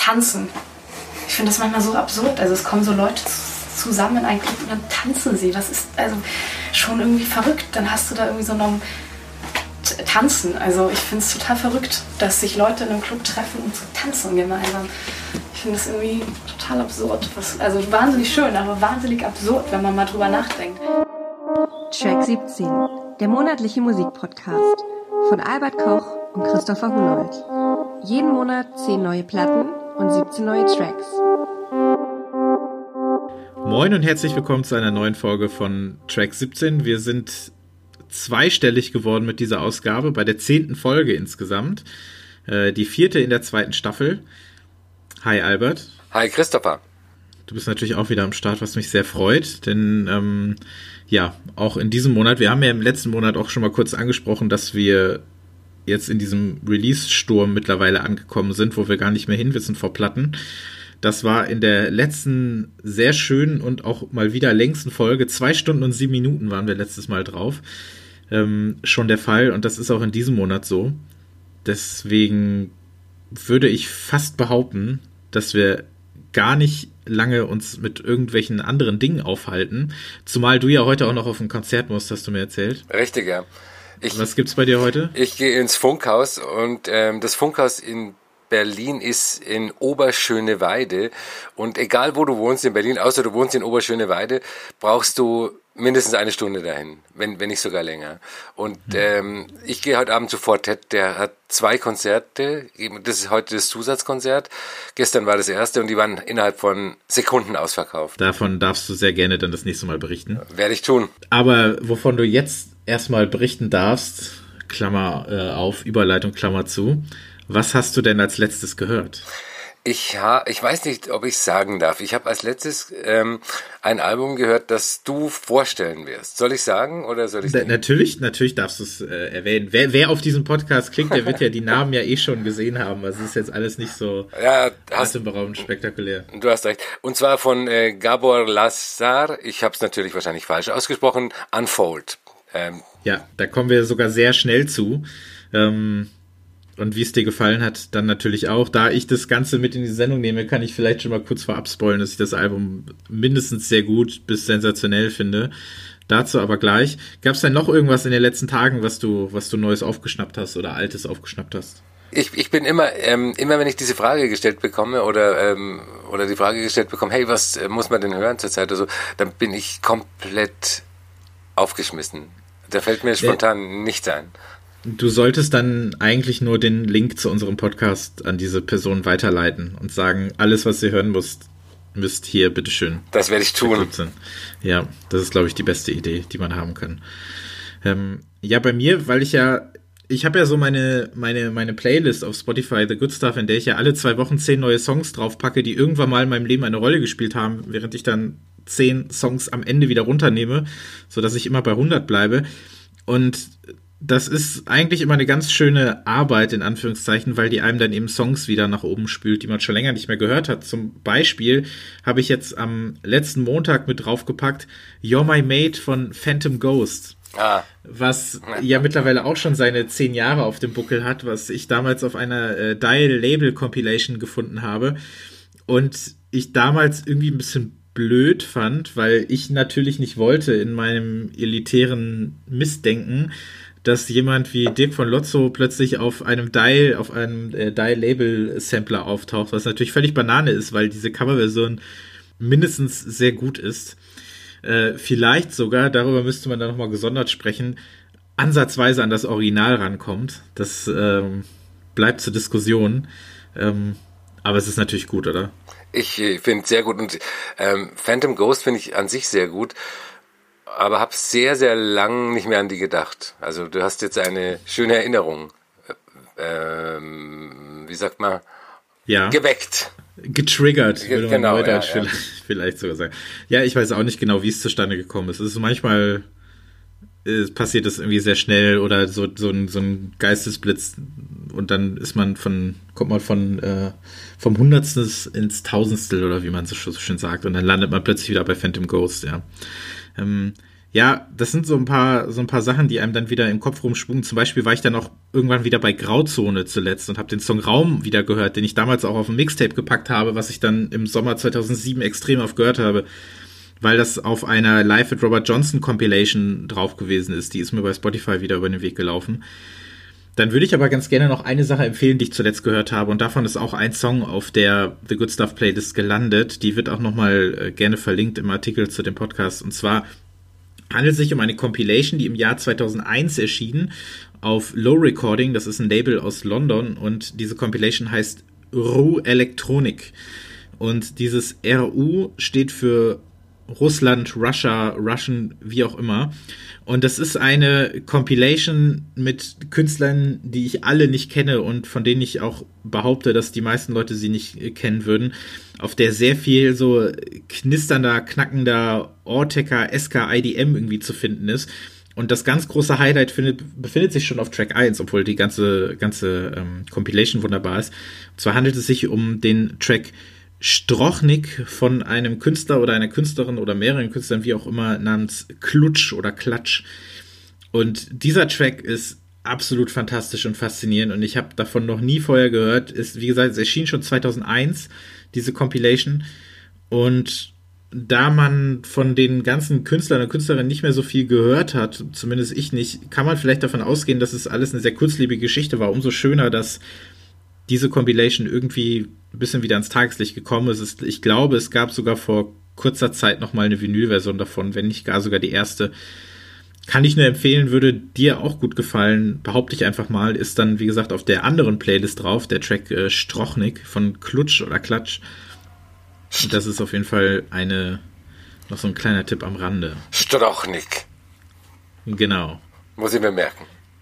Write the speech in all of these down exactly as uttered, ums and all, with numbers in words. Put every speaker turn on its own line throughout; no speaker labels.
tanzen. Ich finde das manchmal so absurd. Also es kommen so Leute zusammen in einen Club und dann tanzen sie. Das ist also schon irgendwie verrückt. Dann hast du da irgendwie so noch Tanzen. Also ich finde es total verrückt, dass sich Leute in einem Club treffen und zu tanzen gemeinsam. Ich finde das irgendwie total absurd. Was, also wahnsinnig schön, aber wahnsinnig absurd, wenn man mal drüber nachdenkt.
Track siebzehn, der monatliche Musikpodcast von Albert Koch und Christopher Hunold. Jeden Monat zehn neue Platten und siebzehn neue Tracks.
Moin und herzlich willkommen zu einer neuen Folge von Track siebzehn. Wir sind zweistellig geworden mit dieser Ausgabe, bei der zehnten Folge insgesamt. Äh, die vierte in der zweiten Staffel. Hi Albert.
Hi Christopher.
Du bist natürlich auch wieder am Start, was mich sehr freut, denn ähm, ja, auch in diesem Monat, wir haben ja im letzten Monat auch schon mal kurz angesprochen, dass wir jetzt in diesem Release-Sturm mittlerweile angekommen sind, wo wir gar nicht mehr hinwissen vor Platten. Das war in der letzten sehr schönen und auch mal wieder längsten Folge, zwei Stunden und sieben Minuten waren wir letztes Mal drauf, ähm, schon der Fall und das ist auch in diesem Monat so. Deswegen würde ich fast behaupten, dass wir gar nicht lange uns mit irgendwelchen anderen Dingen aufhalten, zumal du ja heute auch noch auf ein Konzert musst, hast du mir erzählt.
Richtig, ja. Ich,
Was gibt's bei dir heute?
Ich gehe ins Funkhaus und ähm, das Funkhaus in Berlin ist in Oberschöneweide und egal wo du wohnst in Berlin, außer du wohnst in Oberschöneweide, brauchst du mindestens eine Stunde dahin, wenn wenn nicht sogar länger. Und ähm, ich gehe heute Abend zu Fortet, der hat zwei Konzerte, das ist heute das Zusatzkonzert, gestern war das erste und die waren innerhalb von Sekunden ausverkauft.
Davon darfst du sehr gerne dann das nächste Mal berichten.
Werde ich tun.
Aber wovon du jetzt erstmal berichten darfst, Klammer äh, auf, Überleitung, Klammer zu, was hast du denn als letztes gehört?
Ich ha, ich weiß nicht, ob ich sagen darf. Ich habe als letztes ähm, ein Album gehört, das du vorstellen wirst. Soll ich sagen oder soll ich
da,
nicht?
Natürlich, natürlich darfst du es äh, erwähnen. Wer, wer auf diesem Podcast klingt, der wird ja die Namen ja eh schon gesehen haben. Also es ist jetzt alles nicht so
ja,
atemberaubend spektakulär.
Du hast recht. Und zwar von äh, Gabor Lazar. Ich habe es natürlich wahrscheinlich falsch ausgesprochen. Unfold. Ähm,
ja, da kommen wir sogar sehr schnell zu. Ähm, Und wie es dir gefallen hat, dann natürlich auch. Da ich das Ganze mit in die Sendung nehme, kann ich vielleicht schon mal kurz vorab spoilern, dass ich das Album mindestens sehr gut bis sensationell finde. Dazu aber gleich. Gab es denn noch irgendwas in den letzten Tagen, was du, was du Neues aufgeschnappt hast oder Altes aufgeschnappt hast?
Ich, ich bin immer, ähm, immer wenn ich diese Frage gestellt bekomme oder ähm, oder die Frage gestellt bekomme, hey, was äh, muss man denn hören zurzeit oder so, dann bin ich komplett aufgeschmissen. Da fällt mir spontan ja. nichts ein.
Du solltest dann eigentlich nur den Link zu unserem Podcast an diese Person weiterleiten und sagen, alles, was ihr hören müsst, müsst hier, bitteschön.
Das werde ich tun.
Ja, das ist, glaube ich, die beste Idee, die man haben kann. Ähm, ja, bei mir, weil ich ja, ich habe ja so meine, meine, meine Playlist auf Spotify, The Good Stuff, in der ich ja alle zwei Wochen zehn neue Songs draufpacke, die irgendwann mal in meinem Leben eine Rolle gespielt haben, während ich dann zehn Songs am Ende wieder runternehme, sodass ich immer bei hundert bleibe. Und das ist eigentlich immer eine ganz schöne Arbeit, in Anführungszeichen, weil die einem dann eben Songs wieder nach oben spült, die man schon länger nicht mehr gehört hat. Zum Beispiel habe ich jetzt am letzten Montag mit draufgepackt You're My Mate von Phantom Ghost. Ah. Was ja mittlerweile auch schon seine zehn Jahre auf dem Buckel hat, was ich damals auf einer äh, Dial-Label-Compilation gefunden habe. Und ich damals irgendwie ein bisschen blöd fand, weil ich natürlich nicht wollte in meinem elitären Missdenken, dass jemand wie Dirk von Lotzo plötzlich auf einem Dial, auf einem äh, Dial-Label-Sampler auftaucht, was natürlich völlig Banane ist, weil diese Coverversion mindestens sehr gut ist. Äh, vielleicht sogar, darüber müsste man dann nochmal gesondert sprechen, ansatzweise an das Original rankommt. Das ähm, bleibt zur Diskussion. Ähm, aber es ist natürlich gut, oder?
Ich äh, finde es sehr gut und ähm, Phantom Ghost finde ich an sich sehr gut. Aber habe sehr, sehr lang nicht mehr an die gedacht. Also du hast jetzt eine schöne Erinnerung, ähm, wie sagt man, ja. geweckt.
Getriggert, würde
genau,
man heute
ja,
vielleicht,
ja.
vielleicht sogar sagen. Ja, ich weiß auch nicht genau, wie es zustande gekommen ist. Es ist manchmal, äh, passiert das irgendwie sehr schnell oder so, so, ein, so ein Geistesblitz und dann ist man von, kommt man von äh, vom Hundertstel ins Tausendstel oder wie man so schön sagt und dann landet man plötzlich wieder bei Phantom Ghost, ja. Ähm, Ja, das sind so ein paar so ein paar Sachen, die einem dann wieder im Kopf rumschwungen. Zum Beispiel war ich dann auch irgendwann wieder bei Grauzone zuletzt und habe den Song Raum wieder gehört, den ich damals auch auf ein Mixtape gepackt habe, was ich dann im Sommer zweitausendsieben extrem oft gehört habe, weil das auf einer Live at Robert Johnson Compilation drauf gewesen ist. Die ist mir bei Spotify wieder über den Weg gelaufen. Dann würde ich aber ganz gerne noch eine Sache empfehlen, die ich zuletzt gehört habe. Und davon ist auch ein Song auf der The Good Stuff Playlist gelandet. Die wird auch nochmal gerne verlinkt im Artikel zu dem Podcast. Und zwar handelt es sich um eine Compilation, die im Jahr zweitausendeins erschien auf Low Recording. Das ist ein Label aus London. Und diese Compilation heißt R U Electronic. Und dieses R U steht für Russland, Russia, Russian, wie auch immer. Und das ist eine Compilation mit Künstlern, die ich alle nicht kenne und von denen ich auch behaupte, dass die meisten Leute sie nicht kennen würden, auf der sehr viel so knisternder, knackender Autechre, S K, I D M irgendwie zu finden ist. Und das ganz große Highlight findet, befindet sich schon auf Track eins, obwohl die ganze, ganze ähm, Compilation wunderbar ist. Und zwar handelt es sich um den Track Strochnik von einem Künstler oder einer Künstlerin oder mehreren Künstlern, wie auch immer, namens Klutsch oder Klatsch. Und dieser Track ist absolut fantastisch und faszinierend und ich habe davon noch nie vorher gehört. Ist, wie gesagt, es erschien schon zweitausendeins, diese Compilation. Und da man von den ganzen Künstlern und Künstlerinnen nicht mehr so viel gehört hat, zumindest ich nicht, kann man vielleicht davon ausgehen, dass es alles eine sehr kurzlebige Geschichte war. Umso schöner, dass diese Compilation irgendwie ein bisschen wieder ans Tageslicht gekommen ist. Ich glaube, es gab sogar vor kurzer Zeit noch mal eine Vinylversion davon, wenn nicht gar sogar die erste. Kann ich nur empfehlen, würde dir auch gut gefallen, behaupte ich einfach mal, ist dann, wie gesagt, auf der anderen Playlist drauf, der Track äh, Strochnik von Klutsch oder Klatsch. Und das ist auf jeden Fall eine, noch so ein kleiner Tipp am Rande.
Strochnik.
Genau.
Muss ich mir merken.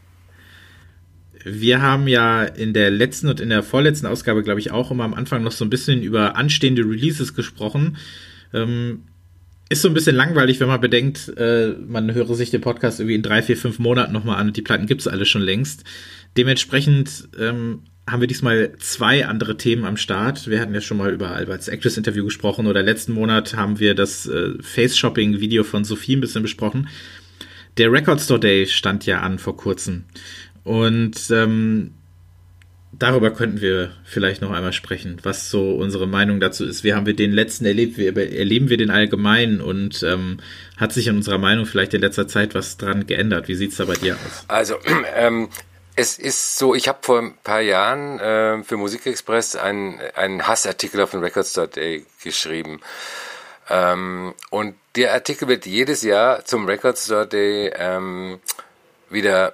Wir haben ja in der letzten und in der vorletzten Ausgabe, glaube ich, auch immer am Anfang noch so ein bisschen über anstehende Releases gesprochen. Ähm, ist so ein bisschen langweilig, wenn man bedenkt, äh, man höre sich den Podcast irgendwie in drei, vier, fünf Monaten nochmal an und die Platten gibt es alle schon längst. Dementsprechend ähm, haben wir diesmal zwei andere Themen am Start. Wir hatten ja schon mal über Alberts Actress-Interview gesprochen oder letzten Monat haben wir das äh, Face-Shopping-Video von Sophie ein bisschen besprochen. Der Record Store Day stand ja an vor kurzem. Und ähm, darüber könnten wir vielleicht noch einmal sprechen, was so unsere Meinung dazu ist. Wie haben wir den letzten erlebt? Wie erleben wir den allgemein? Und ähm, hat sich in unserer Meinung vielleicht in letzter Zeit was dran geändert? Wie sieht es da bei dir aus?
Also, ähm, es ist so, ich habe vor ein paar Jahren äh, für Musikexpress einen, einen Hassartikel auf den Record Store Day geschrieben. Ähm, und der Artikel wird jedes Jahr zum Record Store Day ähm, wieder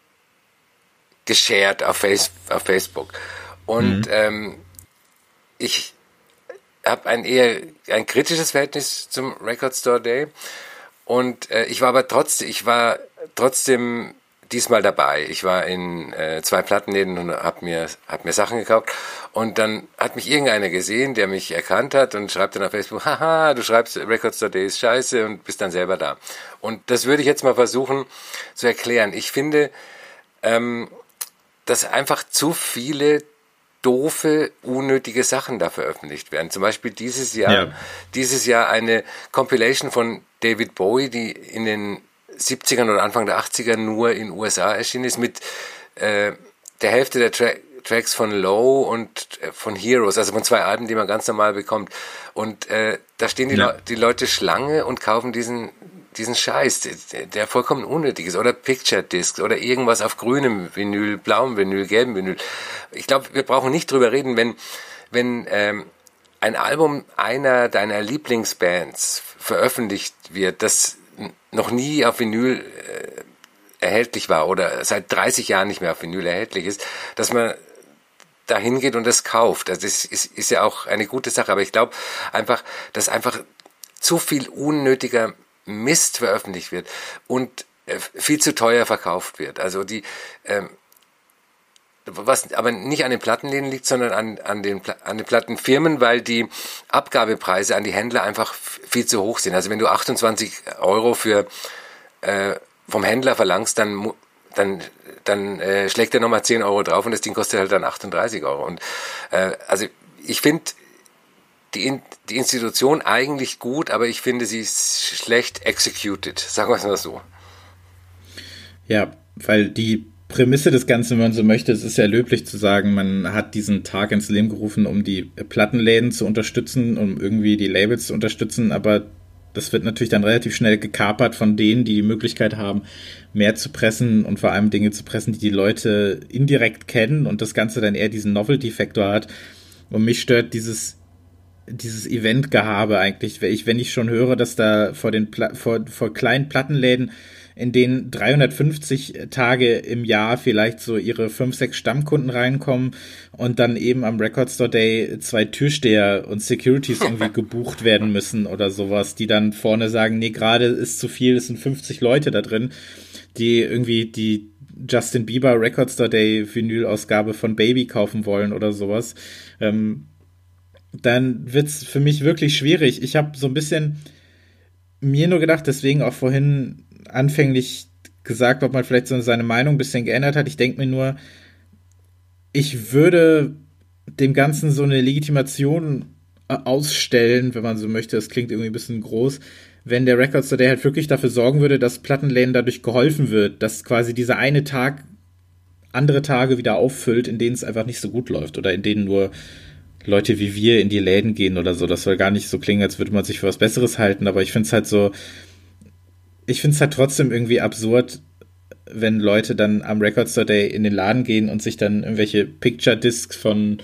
geshared auf, Face, auf Facebook. Und mhm. ähm, ich habe ein eher ein kritisches Verhältnis zum Record Store Day. Und äh, ich war aber trotzdem, ich war trotzdem diesmal dabei. Ich war in äh, zwei Plattenläden und habe mir, hab mir Sachen gekauft. Und dann hat mich irgendeiner gesehen, der mich erkannt hat und schreibt dann auf Facebook, haha, du schreibst Record Store Day ist scheiße und bist dann selber da. Und das würde ich jetzt mal versuchen zu erklären. Ich finde, ähm, dass einfach zu viele doofe, unnötige Sachen da veröffentlicht werden. Zum Beispiel dieses Jahr, ja. dieses Jahr eine Compilation von David Bowie, die in den siebzigern oder Anfang der achtziger nur in U S A erschienen ist, mit äh, der Hälfte der Tra- Tracks von Low und äh, von Heroes, also von zwei Alben, die man ganz normal bekommt. Und äh, da stehen die, ja. Le- die Leute Schlange und kaufen diesen diesen Scheiß, der, der vollkommen unnötig ist, oder Picture Discs oder irgendwas auf grünem Vinyl, blauem Vinyl, gelbem Vinyl. Ich glaube, wir brauchen nicht drüber reden, wenn wenn ähm, ein Album einer deiner Lieblingsbands veröffentlicht wird, das noch nie auf Vinyl äh, erhältlich war oder seit dreißig Jahren nicht mehr auf Vinyl erhältlich ist, dass man da hingeht und das kauft. Also das ist, ist ja auch eine gute Sache, aber ich glaube einfach, dass einfach zu viel unnötiger Mist veröffentlicht wird und äh, viel zu teuer verkauft wird. Also die, ähm, was aber nicht an den Plattenläden liegt, sondern an, an, den, an den Plattenfirmen, weil die Abgabepreise an die Händler einfach viel zu hoch sind. Also wenn du achtundzwanzig Euro für äh, vom Händler verlangst, dann dann dann äh, schlägt er nochmal zehn Euro drauf und das Ding kostet halt dann achtunddreißig Euro. Und äh, also ich finde, die, die Institution eigentlich gut, aber ich finde, sie ist schlecht executed, sagen wir es mal so.
Ja, weil die Prämisse des Ganzen, wenn man so möchte, es ist ja löblich zu sagen, man hat diesen Tag ins Leben gerufen, um die Plattenläden zu unterstützen, um irgendwie die Labels zu unterstützen, aber das wird natürlich dann relativ schnell gekapert von denen, die die Möglichkeit haben, mehr zu pressen und vor allem Dinge zu pressen, die die Leute indirekt kennen und das Ganze dann eher diesen Novelty-Faktor hat. Und mich stört dieses, dieses Event-Gehabe eigentlich. Ich, wenn ich schon höre, dass da vor den Pla- vor, vor kleinen Plattenläden, in denen dreihundertfünfzig Tage im Jahr vielleicht so ihre fünf, sechs Stammkunden reinkommen und dann eben am Record Store Day zwei Türsteher und Securities irgendwie gebucht werden müssen oder sowas, die dann vorne sagen, nee, gerade ist zu viel, es sind fünfzig Leute da drin, die irgendwie die Justin Bieber Record Store Day Vinyl-Ausgabe von Baby kaufen wollen oder sowas, ähm, dann wird's für mich wirklich schwierig. Ich habe so ein bisschen mir nur gedacht, deswegen auch vorhin anfänglich gesagt, ob man vielleicht so seine Meinung ein bisschen geändert hat. Ich denke mir nur, ich würde dem Ganzen so eine Legitimation ausstellen, wenn man so möchte, das klingt irgendwie ein bisschen groß, wenn der Record Store Day halt wirklich dafür sorgen würde, dass Plattenläden dadurch geholfen wird, dass quasi dieser eine Tag andere Tage wieder auffüllt, in denen es einfach nicht so gut läuft oder in denen nur Leute wie wir in die Läden gehen oder so. Das soll gar nicht so klingen, als würde man sich für was Besseres halten, aber ich finde es halt so, ich finde es halt trotzdem irgendwie absurd, wenn Leute dann am Record Store Day in den Laden gehen und sich dann irgendwelche Picture Discs von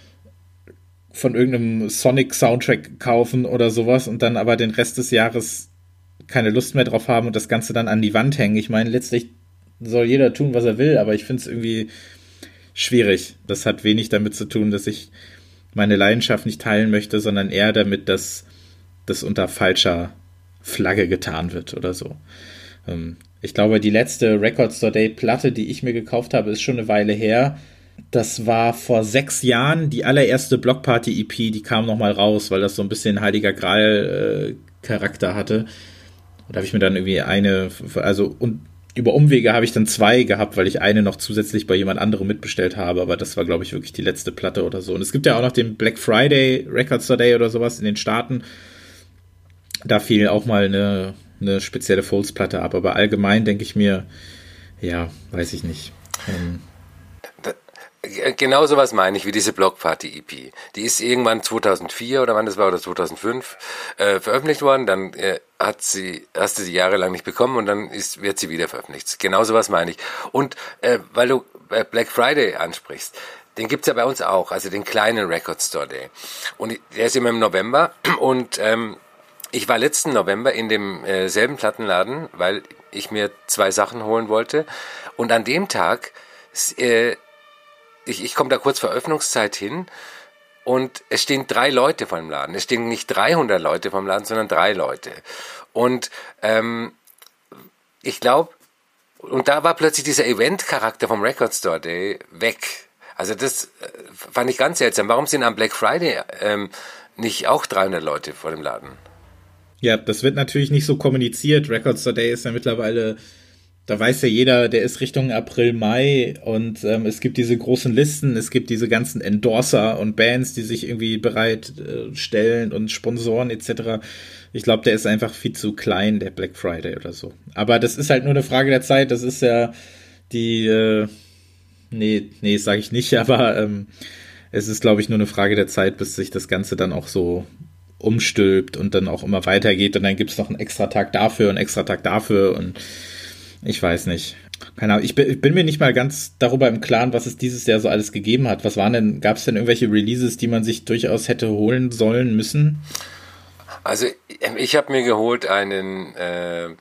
von irgendeinem Sonic-Soundtrack kaufen oder sowas und dann aber den Rest des Jahres keine Lust mehr drauf haben und das Ganze dann an die Wand hängen. Ich meine, letztlich soll jeder tun, was er will, aber ich finde es irgendwie schwierig. Das hat wenig damit zu tun, dass ich meine Leidenschaft nicht teilen möchte, sondern eher damit, dass das unter falscher Flagge getan wird oder so. Ähm, ich glaube, die letzte Record Store Day Platte, die ich mir gekauft habe, ist schon eine Weile her. Das war vor sechs Jahren die allererste Blockparty-E P, die kam nochmal raus, weil das so ein bisschen Heiliger Gral-Charakter äh, hatte. Und da habe ich mir dann irgendwie eine, also und über Umwege habe ich dann zwei gehabt, weil ich eine noch zusätzlich bei jemand anderem mitbestellt habe, aber das war, glaube ich, wirklich die letzte Platte oder so. Und es gibt ja auch noch den Black Friday Record Store Day oder sowas in den Staaten. Da fiel auch mal eine, eine spezielle Folds-Platte ab, aber allgemein denke ich mir, ja, weiß ich nicht. Ähm,
Genau sowas meine ich wie diese Blockparty-E P. Die ist irgendwann zweitausendvier oder wann das war, oder zweitausendfünf äh, veröffentlicht worden, dann äh, hat sie, hast du sie jahrelang nicht bekommen und dann ist, wird sie wieder veröffentlicht. Genau sowas meine ich. Und äh, weil du äh, Black Friday ansprichst, den gibt's ja bei uns auch, also den kleinen Record Store Day. Und der ist immer im November und ähm, ich war letzten November in dem äh, selben Plattenladen, weil ich mir zwei Sachen holen wollte und an dem Tag äh, Ich, ich komme da kurz vor Öffnungszeit hin und es stehen drei Leute vor dem Laden. Es stehen nicht dreihundert Leute vor dem Laden, sondern drei Leute. Und ähm, ich glaube, und da war plötzlich dieser Event-Charakter vom Record Store Day weg. Also das äh, fand ich ganz seltsam. Warum sind am Black Friday ähm, nicht auch dreihundert Leute vor dem Laden?
Ja, das wird natürlich nicht so kommuniziert. Record Store Day ist ja mittlerweile... Da weiß ja jeder, der ist Richtung April, Mai und ähm, es gibt diese großen Listen, es gibt diese ganzen Endorser und Bands, die sich irgendwie bereit äh, stellen und Sponsoren et cetera. Ich glaube, der ist einfach viel zu klein, der Black Friday oder so. Aber das ist halt nur eine Frage der Zeit, das ist ja die, äh, nee, nee, das sage ich nicht, aber ähm, es ist, glaube ich, nur eine Frage der Zeit, bis sich das Ganze dann auch so umstülpt und dann auch immer weitergeht und dann gibt es noch einen extra Tag dafür und einen extra Tag dafür und ich weiß nicht. Keine Ahnung. Ich bin, ich bin mir nicht mal ganz darüber im Klaren, was es dieses Jahr so alles gegeben hat. Was waren denn, gab es denn irgendwelche Releases, die man sich durchaus hätte holen sollen müssen?
Also ich habe mir geholt einen äh,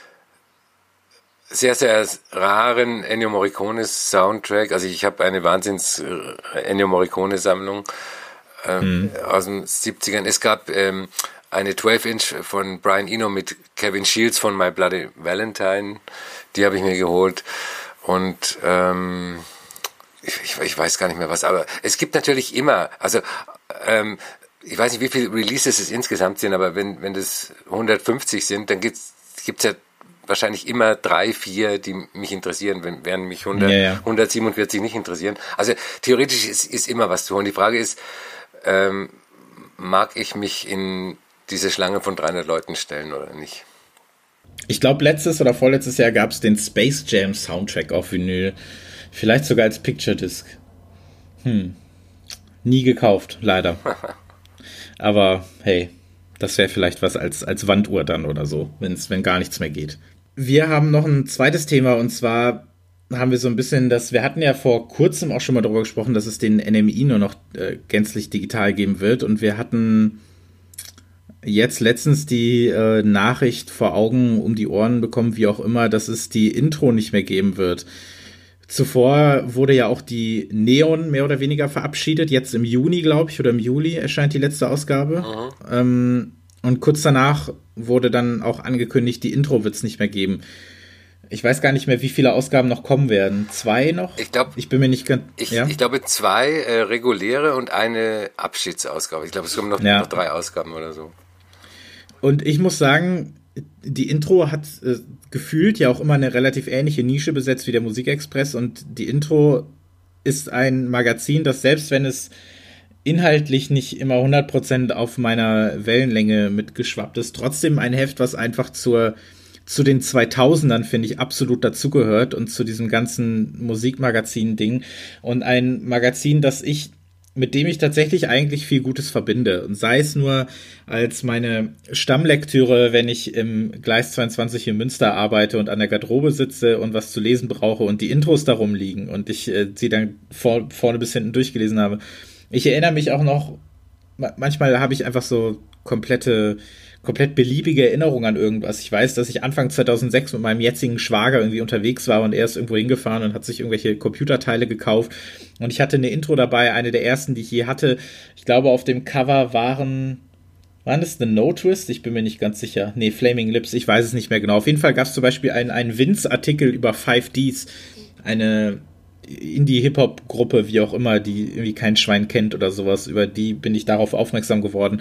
sehr, sehr raren Ennio Morricone Soundtrack. Also ich habe eine Wahnsinns äh, Ennio Morricone Sammlung äh, hm. aus den siebzigern. Es gab ähm, eine zwölf Inch von Brian Eno mit Kevin Shields von My Bloody Valentine. Die habe ich mir geholt. Und ähm, ich, ich weiß gar nicht mehr was. Aber es gibt natürlich immer, also ähm, ich weiß nicht, wie viele Releases es insgesamt sind, aber wenn, wenn das hundertfünfzig sind, dann gibt's gibt's ja wahrscheinlich immer drei, vier, die mich interessieren, wenn, während mich hundert, ja, ja. hundertsiebenundvierzig nicht interessieren. Also theoretisch ist, ist immer was zu holen. Die Frage ist, ähm, mag ich mich in diese Schlange von dreihundert Leuten stellen oder nicht?
Ich glaube, letztes oder vorletztes Jahr gab es den Space Jam Soundtrack auf Vinyl. Vielleicht sogar als Picture Disc. Hm. Nie gekauft, leider. Aber hey, das wäre vielleicht was als, als Wanduhr dann oder so, wenn's, wenn gar nichts mehr geht. Wir haben noch ein zweites Thema und zwar haben wir so ein bisschen das, wir hatten ja vor kurzem auch schon mal darüber gesprochen, dass es den N M I nur noch äh, gänzlich digital geben wird und wir hatten jetzt letztens die äh, Nachricht vor Augen um die Ohren bekommen, wie auch immer, dass es die Intro nicht mehr geben wird. Zuvor wurde ja auch die Neon mehr oder weniger verabschiedet, jetzt im Juni, glaube ich, oder im Juli erscheint die letzte Ausgabe. Mhm. Ähm, und kurz danach wurde dann auch angekündigt, die Intro wird es nicht mehr geben. Ich weiß gar nicht mehr, wie viele Ausgaben noch kommen werden. Zwei noch?
Ich glaube,
ich bin mir nicht ganz.
Ich,
ja?
ich glaube zwei äh, reguläre und eine Abschiedsausgabe. Ich glaube, es kommen noch,
ja.
noch drei Ausgaben oder so.
Und ich muss sagen, die Intro hat äh, gefühlt ja auch immer eine relativ ähnliche Nische besetzt wie der Musikexpress und die Intro ist ein Magazin, das selbst wenn es inhaltlich nicht immer hundert Prozent auf meiner Wellenlänge mitgeschwappt ist, trotzdem ein Heft, was einfach zur zu den zweitausendern, finde ich, absolut dazugehört und zu diesem ganzen Musikmagazin-Ding und ein Magazin, das ich mit dem ich tatsächlich eigentlich viel Gutes verbinde. Und sei es nur als meine Stammlektüre, wenn ich im Gleis zweiundzwanzig in Münster arbeite und an der Garderobe sitze und was zu lesen brauche und die Intros darum liegen und ich äh, sie dann vor, vorne bis hinten durchgelesen habe. Ich erinnere mich auch noch, manchmal habe ich einfach so komplette komplett beliebige Erinnerungen an irgendwas. Ich weiß, dass ich Anfang zweitausendsechs mit meinem jetzigen Schwager irgendwie unterwegs war und er ist irgendwo hingefahren und hat sich irgendwelche Computerteile gekauft und ich hatte eine Intro dabei, eine der ersten, die ich je hatte. Ich glaube, auf dem Cover waren, waren das The No Twist? Ich bin mir nicht ganz sicher. Nee, Flaming Lips, ich weiß es nicht mehr genau. Auf jeden Fall gab es zum Beispiel einen, einen Vince-Artikel über five Ds, eine Indie-Hip-Hop-Gruppe, wie auch immer, die irgendwie kein Schwein kennt oder sowas. Über die bin ich darauf aufmerksam geworden.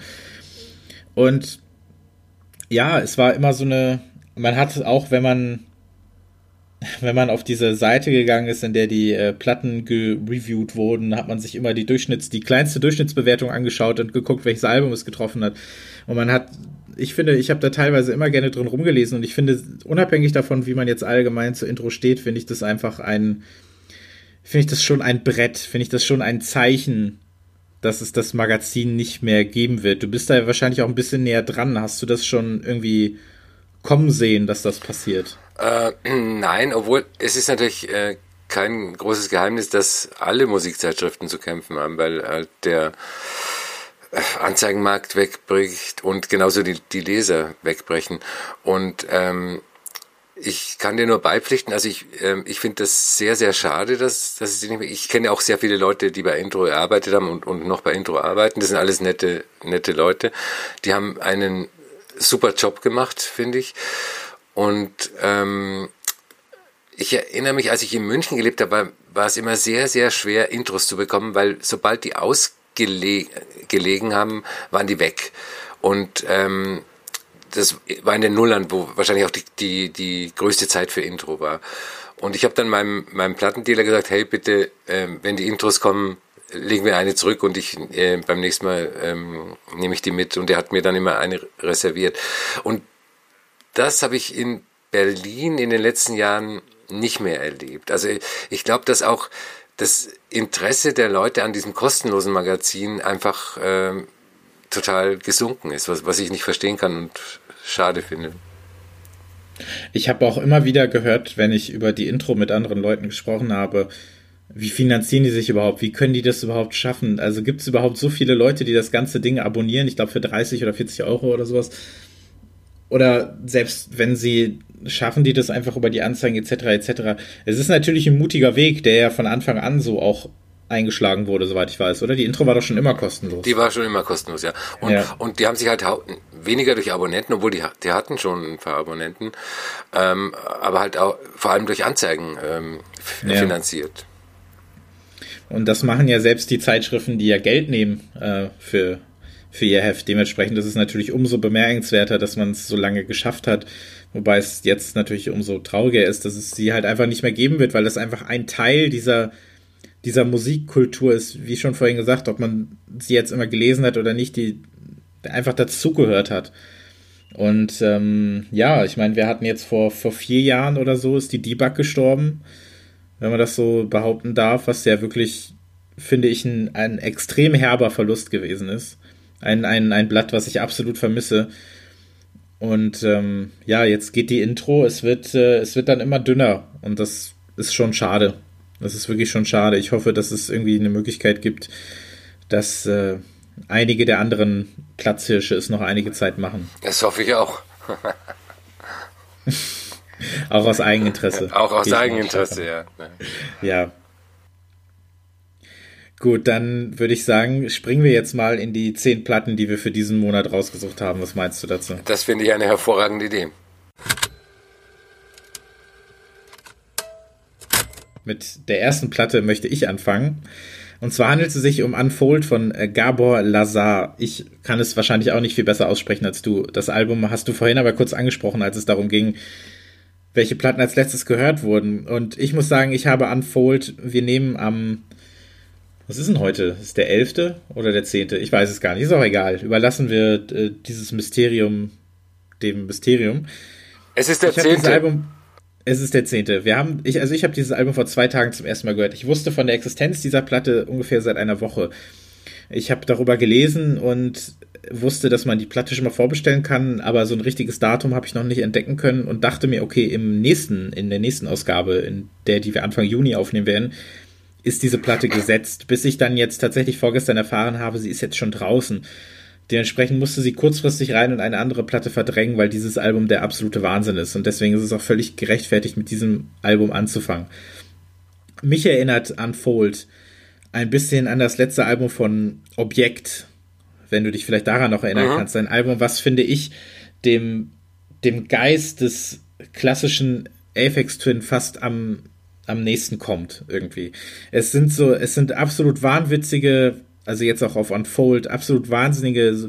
Und ja, es war immer so eine, man hat auch, wenn man wenn man auf diese Seite gegangen ist, in der die äh, Platten gereviewt wurden, hat man sich immer die Durchschnitts, die kleinste Durchschnittsbewertung angeschaut und geguckt, welches Album es getroffen hat. Und man hat, ich finde, ich habe da teilweise immer gerne drin rumgelesen und ich finde, unabhängig davon, wie man jetzt allgemein zur Intro steht, finde ich das einfach ein, finde ich das schon ein Brett, finde ich das schon ein Zeichen, dass es das Magazin nicht mehr geben wird. Du bist da wahrscheinlich auch ein bisschen näher dran. Hast du das schon irgendwie kommen sehen, dass das passiert?
Äh, nein, obwohl es ist natürlich äh, kein großes Geheimnis, dass alle Musikzeitschriften zu kämpfen haben, weil halt der Anzeigenmarkt wegbricht und genauso die, die Leser wegbrechen. Und ähm, ich kann dir nur beipflichten, also ich, ähm, ich finde das sehr, sehr schade, dass, dass es nicht mehr, ich kenne auch sehr viele Leute, die bei Intro gearbeitet haben und, und noch bei Intro arbeiten, das sind alles nette, nette Leute, die haben einen super Job gemacht, finde ich, und ähm, ich erinnere mich, als ich in München gelebt habe, war, war es immer sehr, sehr schwer, Intros zu bekommen, weil sobald die ausgelegen haben, waren die weg und ähm, das war in den Nullern, wo wahrscheinlich auch die, die, die größte Zeit für Intro war. Und ich habe dann meinem, meinem Plattendealer gesagt, hey, bitte, ähm, wenn die Intros kommen, legen wir eine zurück und ich äh, beim nächsten Mal ähm, nehme ich die mit. Und der hat mir dann immer eine reserviert. Und das habe ich in Berlin in den letzten Jahren nicht mehr erlebt. Also ich glaube, dass auch das Interesse der Leute an diesem kostenlosen Magazin einfach ähm, total gesunken ist, was, was ich nicht verstehen kann und schade finde.
Ich habe auch immer wieder gehört, wenn ich über die Intro mit anderen Leuten gesprochen habe, wie finanzieren die sich überhaupt? Wie können die das überhaupt schaffen? Also gibt es überhaupt so viele Leute, die das ganze Ding abonnieren? Ich glaube für dreißig oder vierzig Euro oder sowas. Oder selbst wenn sie, schaffen die das einfach über die Anzeigen et cetera et cetera. Es ist natürlich ein mutiger Weg, der ja von Anfang an so auch eingeschlagen wurde, soweit ich weiß, oder? Die Intro war doch schon immer kostenlos.
Die war schon immer kostenlos, ja. Und, ja. und die haben sich halt weniger durch Abonnenten, obwohl die, die hatten schon ein paar Abonnenten, ähm, aber halt auch vor allem durch Anzeigen ähm, ja. finanziert.
Und das machen ja selbst die Zeitschriften, die ja Geld nehmen äh, für, für ihr Heft. Dementsprechend ist es natürlich umso bemerkenswerter, dass man es so lange geschafft hat. Wobei es jetzt natürlich umso trauriger ist, dass es sie halt einfach nicht mehr geben wird, weil das einfach ein Teil dieser dieser Musikkultur ist, wie schon vorhin gesagt, ob man sie jetzt immer gelesen hat oder nicht, die einfach dazugehört hat. Und ähm, ja, ich meine, wir hatten jetzt vor, vor vier Jahren oder so, ist die Debug gestorben, wenn man das so behaupten darf, was ja wirklich, finde ich, ein, ein extrem herber Verlust gewesen ist. Ein, ein, ein Blatt, was ich absolut vermisse. Und ähm, ja, jetzt geht die Intro, es wird, äh, es wird dann immer dünner und das ist schon schade. Das ist wirklich schon schade. Ich hoffe, dass es irgendwie eine Möglichkeit gibt, dass äh, einige der anderen Platzhirsche es noch einige Zeit machen.
Das hoffe ich auch.
Auch aus Eigeninteresse.
Auch aus Eigeninteresse, ja.
Ja. Gut, dann würde ich sagen, springen wir jetzt mal in die zehn Platten, die wir für diesen Monat rausgesucht haben. Was meinst du dazu?
Das finde ich eine hervorragende Idee.
Mit der ersten Platte möchte ich anfangen. Und zwar handelt es sich um Unfold von Gabor Lazar. Ich kann es wahrscheinlich auch nicht viel besser aussprechen als du. Das Album hast du vorhin aber kurz angesprochen, als es darum ging, welche Platten als letztes gehört wurden. Und ich muss sagen, ich habe Unfold, wir nehmen am Was ist denn heute? Ist der elfte oder der zehnte? Ich weiß es gar nicht. Ist auch egal. Überlassen wir äh, dieses Mysterium dem Mysterium.
Es ist der
ich
zehnte.
Album, es ist der zehnte. Wir haben, ich, also ich habe dieses Album vor zwei Tagen zum ersten Mal gehört. Ich wusste von der Existenz dieser Platte ungefähr seit einer Woche. Ich habe darüber gelesen und wusste, dass man die Platte schon mal vorbestellen kann, aber so ein richtiges Datum habe ich noch nicht entdecken können und dachte mir, okay, im nächsten, in der nächsten Ausgabe, in der, die wir Anfang Juni aufnehmen werden, ist diese Platte gesetzt, bis ich dann jetzt tatsächlich vorgestern erfahren habe, sie ist jetzt schon draußen. Dementsprechend musste sie kurzfristig rein und eine andere Platte verdrängen, weil dieses Album der absolute Wahnsinn ist. Und deswegen ist es auch völlig gerechtfertigt, mit diesem Album anzufangen. Mich erinnert Unfold ein bisschen an das letzte Album von Objekt, wenn du dich vielleicht daran noch erinnern mhm. kannst. Ein Album, was, finde ich, dem, dem Geist des klassischen Aphex Twin fast am am nächsten kommt, irgendwie. Es sind so, es sind absolut wahnwitzige, also jetzt auch auf Unfold, absolut wahnsinnige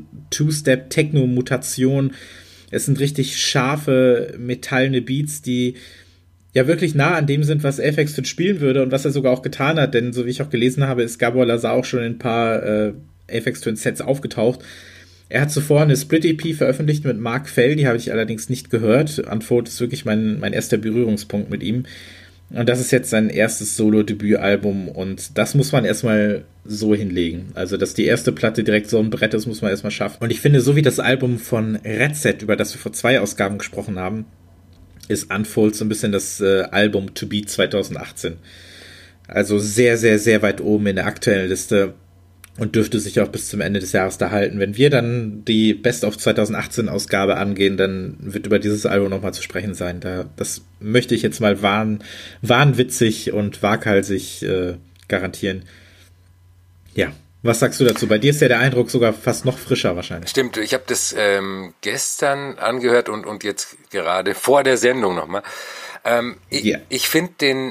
Two-Step-Techno-Mutationen. Es sind richtig scharfe, metallene Beats, die ja wirklich nah an dem sind, was Aphex Twin spielen würde und was er sogar auch getan hat, denn so wie ich auch gelesen habe, ist Gabor Lazar auch schon in ein paar äh, Aphex Twin Sets aufgetaucht. Er hat zuvor eine Split-E P veröffentlicht mit Mark Fell, die habe ich allerdings nicht gehört. Unfold ist wirklich mein, mein erster Berührungspunkt mit ihm. Und das ist jetzt sein erstes Solo-Debütalbum und das muss man erstmal so hinlegen. Also, dass die erste Platte direkt so ein Brett ist, muss man erstmal schaffen. Und ich finde, so wie das Album von Red Set, über das wir vor zwei Ausgaben gesprochen haben, ist Unfold so ein bisschen das äh, Album To Beat zwanzig achtzehn. Also sehr, sehr, sehr weit oben in der aktuellen Liste und dürfte sich auch bis zum Ende des Jahres da halten. Wenn wir dann die Best of zwanzig achtzehn Ausgabe angehen, dann wird über dieses Album nochmal zu sprechen sein. Da, das möchte ich jetzt mal wahn, wahnwitzig und waghalsig äh, garantieren. Ja, was sagst du dazu? Bei dir ist ja der Eindruck sogar fast noch frischer wahrscheinlich.
Stimmt, ich habe das ähm, gestern angehört und, und jetzt gerade vor der Sendung nochmal. Ähm, ich yeah. ich finde den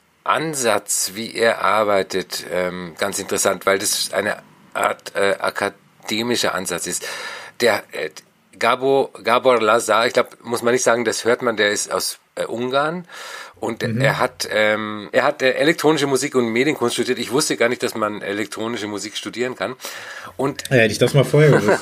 Ansatz, wie er arbeitet, ähm, ganz interessant, weil das eine Art äh, akademischer Ansatz ist. Der äh, Gabor, Gabor Lazar, ich glaube, muss man nicht sagen, das hört man, der ist aus äh, Ungarn und mhm. er hat ähm, er hat äh, elektronische Musik und Medienkunst studiert. Ich wusste gar nicht, dass man elektronische Musik studieren kann. Und
ja, hätte ich das mal vorher gewusst.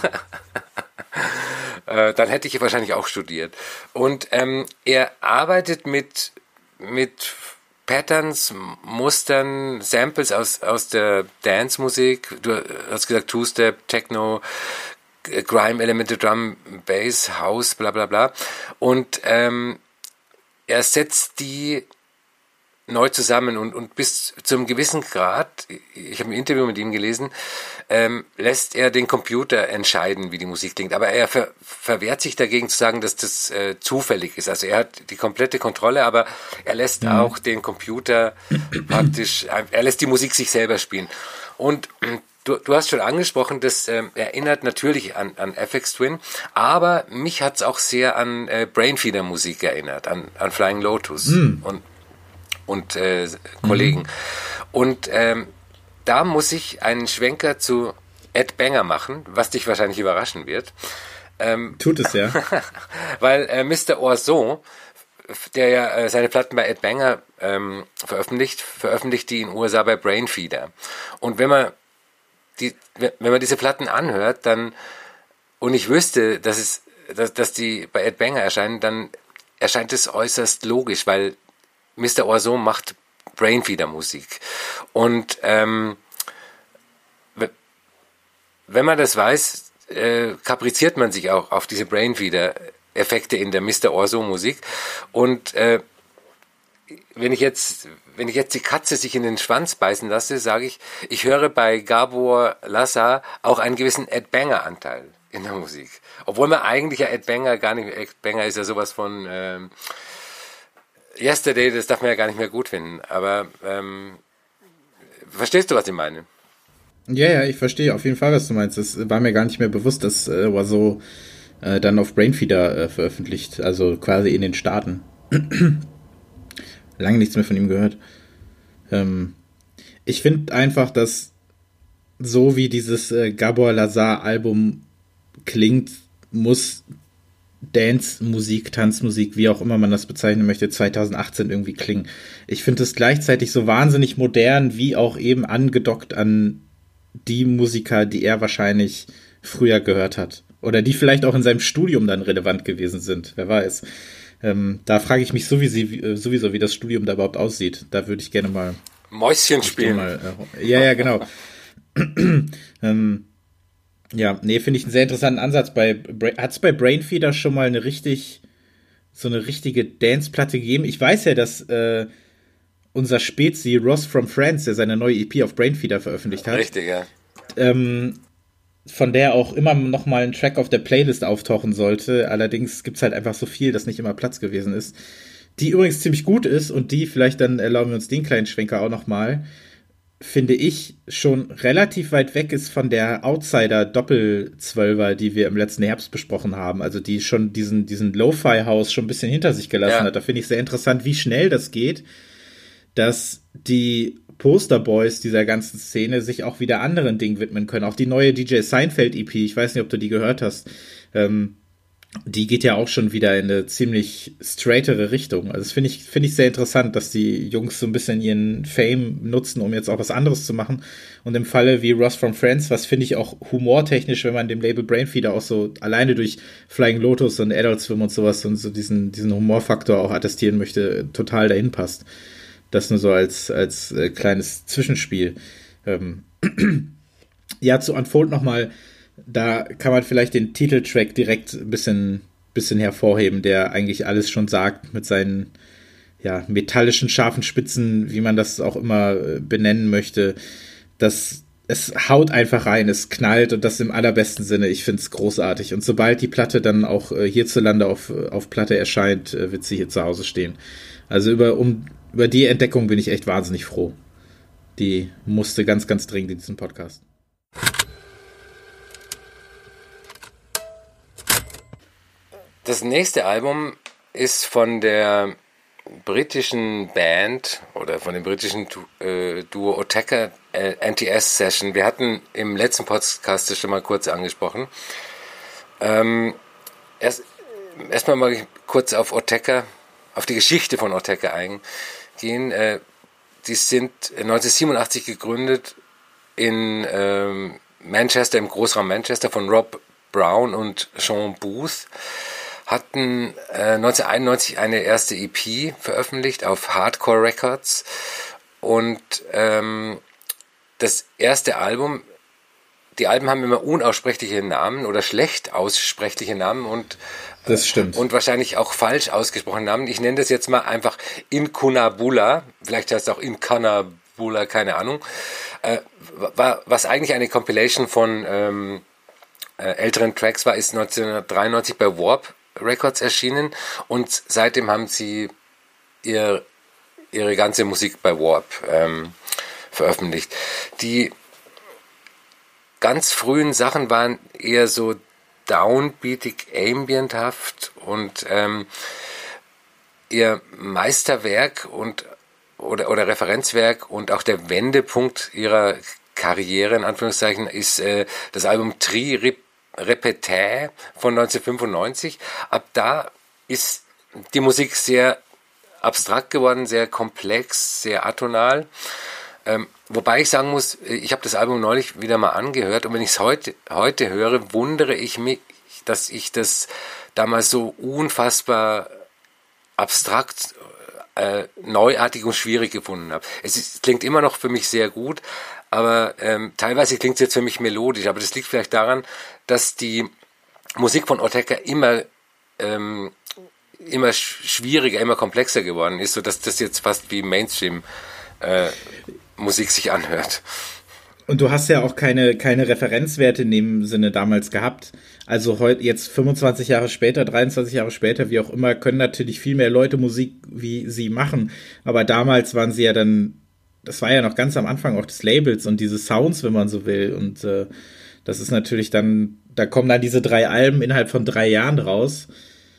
äh, dann hätte ich wahrscheinlich auch studiert. Und ähm, er arbeitet mit mit Patterns, Mustern, Samples aus, aus der Dance-Musik. Du hast gesagt Two-Step, Techno, Grime-Elemente, Drum, Bass, House, bla bla bla. Und ähm, er setzt die neu zusammen und, und bis zu einem gewissen Grad, ich habe ein Interview mit ihm gelesen, ähm, lässt er den Computer entscheiden, wie die Musik klingt. Aber er ver, verwehrt sich dagegen zu sagen, dass das äh, zufällig ist. Also er hat die komplette Kontrolle, aber er lässt mhm. auch den Computer praktisch, er lässt die Musik sich selber spielen. Und du, du hast schon angesprochen, das ähm, erinnert natürlich an, an Aphex Twin, aber mich hat es auch sehr an äh, Brainfeeder-Musik erinnert, an, an Flying Lotus mhm. und und äh, Kollegen. Mhm. Und ähm, da muss ich einen Schwenker zu Ed Banger machen, was dich wahrscheinlich überraschen wird. Ähm,
Tut es ja.
Weil äh, Mister Orson der ja äh, seine Platten bei Ed Banger ähm, veröffentlicht, veröffentlicht die in den U S A bei Brainfeeder. Und wenn man die, wenn man diese Platten anhört, dann und ich wüsste, dass es, dass, dass die bei Ed Banger erscheinen, dann erscheint es äußerst logisch, weil Mister Oizo macht Brainfeeder-Musik. Und ähm, wenn man das weiß, äh, kapriziert man sich auch auf diese Brainfeeder-Effekte in der Mister Oizo-Musik. Und äh, wenn ich jetzt, wenn ich jetzt die Katze sich in den Schwanz beißen lasse, sage ich, ich höre bei Gabor Lassa auch einen gewissen Ed Banger-Anteil in der Musik. Obwohl man eigentlich ja Ed Banger gar nicht, Ed Banger ist ja sowas von ähm, Yesterday, das darf man ja gar nicht mehr gut finden. Aber ähm, verstehst du, was ich meine?
Ja, ja, ich verstehe auf jeden Fall, was du meinst. Es war mir gar nicht mehr bewusst, dass äh, Oizo äh, dann auf Brainfeeder äh, veröffentlicht, also quasi in den Staaten. Lange nichts mehr von ihm gehört. Ähm, ich finde einfach, dass so wie dieses äh, Gabor Lazar-Album klingt, muss Dance-Musik, Tanzmusik, wie auch immer man das bezeichnen möchte, zwanzig achtzehn irgendwie klingen. Ich finde es gleichzeitig so wahnsinnig modern, wie auch eben angedockt an die Musiker, die er wahrscheinlich früher gehört hat. Oder die vielleicht auch in seinem Studium dann relevant gewesen sind, wer weiß. Ähm, da frage ich mich sowieso, sowieso, wie das Studium da überhaupt aussieht. Da würde ich gerne mal
Mäuschen spielen.
Mal, äh, ja, ja, genau. ähm, ja, nee, finde ich einen sehr interessanten Ansatz. Bei hat es bei Brainfeeder schon mal eine richtig, so eine richtige Dance-Platte gegeben? Ich weiß ja, dass äh, unser Spezi Ross from France, der seine neue E P auf Brainfeeder veröffentlicht hat.
Richtig, ja.
Ähm, von der auch immer noch mal ein Track auf der Playlist auftauchen sollte. Allerdings gibt's halt einfach so viel, dass nicht immer Platz gewesen ist. Die übrigens ziemlich gut ist und die, vielleicht dann erlauben wir uns den kleinen Schwenker auch noch mal, finde ich, schon relativ weit weg ist von der Outsider-Doppelzwölfer, die wir im letzten Herbst besprochen haben. Also die schon diesen, diesen Lo-Fi-House schon ein bisschen hinter sich gelassen ja. hat. Da finde ich sehr interessant, wie schnell das geht, dass die Posterboys dieser ganzen Szene sich auch wieder anderen Dingen widmen können. Auch die neue D J Seinfeld E P, ich weiß nicht, ob du die gehört hast, ähm, die geht ja auch schon wieder in eine ziemlich straightere Richtung. Also das finde ich, finde ich sehr interessant, dass die Jungs so ein bisschen ihren Fame nutzen, um jetzt auch was anderes zu machen. Und im Falle wie Ross from Friends, was finde ich auch humortechnisch, wenn man dem Label Brainfeeder auch so alleine durch Flying Lotus und Adult Swim und sowas und so diesen, diesen Humorfaktor auch attestieren möchte, total dahin passt. Das nur so als, als äh, kleines Zwischenspiel. Ähm. Ja, zu Unfold nochmal, da kann man vielleicht den Titeltrack direkt ein bisschen, bisschen hervorheben, der eigentlich alles schon sagt mit seinen ja, metallischen, scharfen Spitzen, wie man das auch immer äh, benennen möchte. Das, es haut einfach rein, es knallt und das im allerbesten Sinne. Ich finde es großartig. Und sobald die Platte dann auch äh, hierzulande auf, auf Platte erscheint, äh, wird sie hier zu Hause stehen. Also über, um, über die Entdeckung bin ich echt wahnsinnig froh. Die musste ganz, ganz dringend in diesem Podcast.
Das nächste Album ist von der britischen Band oder von dem britischen äh, Duo Oteka äh, N T S Session. Wir hatten im letzten Podcast das schon mal kurz angesprochen. Ähm, erst erstmal mal kurz auf Oteka, auf die Geschichte von Oteka eingehen. Äh, die sind neunzehnhundertsiebenundachtzig gegründet in ähm, Manchester, im Großraum Manchester von Rob Brown und Sean Booth. Hatten äh, neunzehnhunderteinundneunzig eine erste E P veröffentlicht auf Hardcore Records und ähm, das erste Album, die Alben haben immer unaussprechliche Namen oder schlecht aussprechliche Namen und
das stimmt.
Und wahrscheinlich auch falsch ausgesprochene Namen. Ich nenne das jetzt mal einfach Incunabula, vielleicht heißt es auch Incanabula, keine Ahnung, äh, war, was eigentlich eine Compilation von ähm, äh, älteren Tracks war, ist neunzehnhundertdreiundneunzig bei Warp Records erschienen und seitdem haben sie ihr, ihre ganze Musik bei Warp ähm, veröffentlicht. Die ganz frühen Sachen waren eher so downbeatig, ambienthaft und ähm, ihr Meisterwerk und oder, oder Referenzwerk und auch der Wendepunkt ihrer Karriere, in Anführungszeichen, ist äh, das Album Tri Rep Repetè von neunzehnhundertfünfundneunzig. Ab da ist die Musik sehr abstrakt geworden, sehr komplex, sehr atonal. Ähm, wobei ich sagen muss, ich habe das Album neulich wieder mal angehört und wenn ich es heute, heute höre, wundere ich mich, dass ich das damals so unfassbar abstrakt, äh, neuartig und schwierig gefunden habe. Es, ist, es klingt immer noch für mich sehr gut, aber ähm, teilweise klingt es jetzt für mich melodisch, aber das liegt vielleicht daran, dass die Musik von Ortega immer ähm, immer schwieriger, immer komplexer geworden ist, sodass das jetzt fast wie Mainstream äh, Musik sich anhört.
Und du hast ja auch keine, keine Referenzwerte in dem Sinne damals gehabt. Also heute, jetzt fünfundzwanzig Jahre später, dreiundzwanzig Jahre später, wie auch immer, können natürlich viel mehr Leute Musik wie sie machen. Aber damals waren sie ja dann, das war ja noch ganz am Anfang auch des Labels und diese Sounds, wenn man so will. Und äh, das ist natürlich dann, da kommen dann diese drei Alben innerhalb von drei Jahren raus.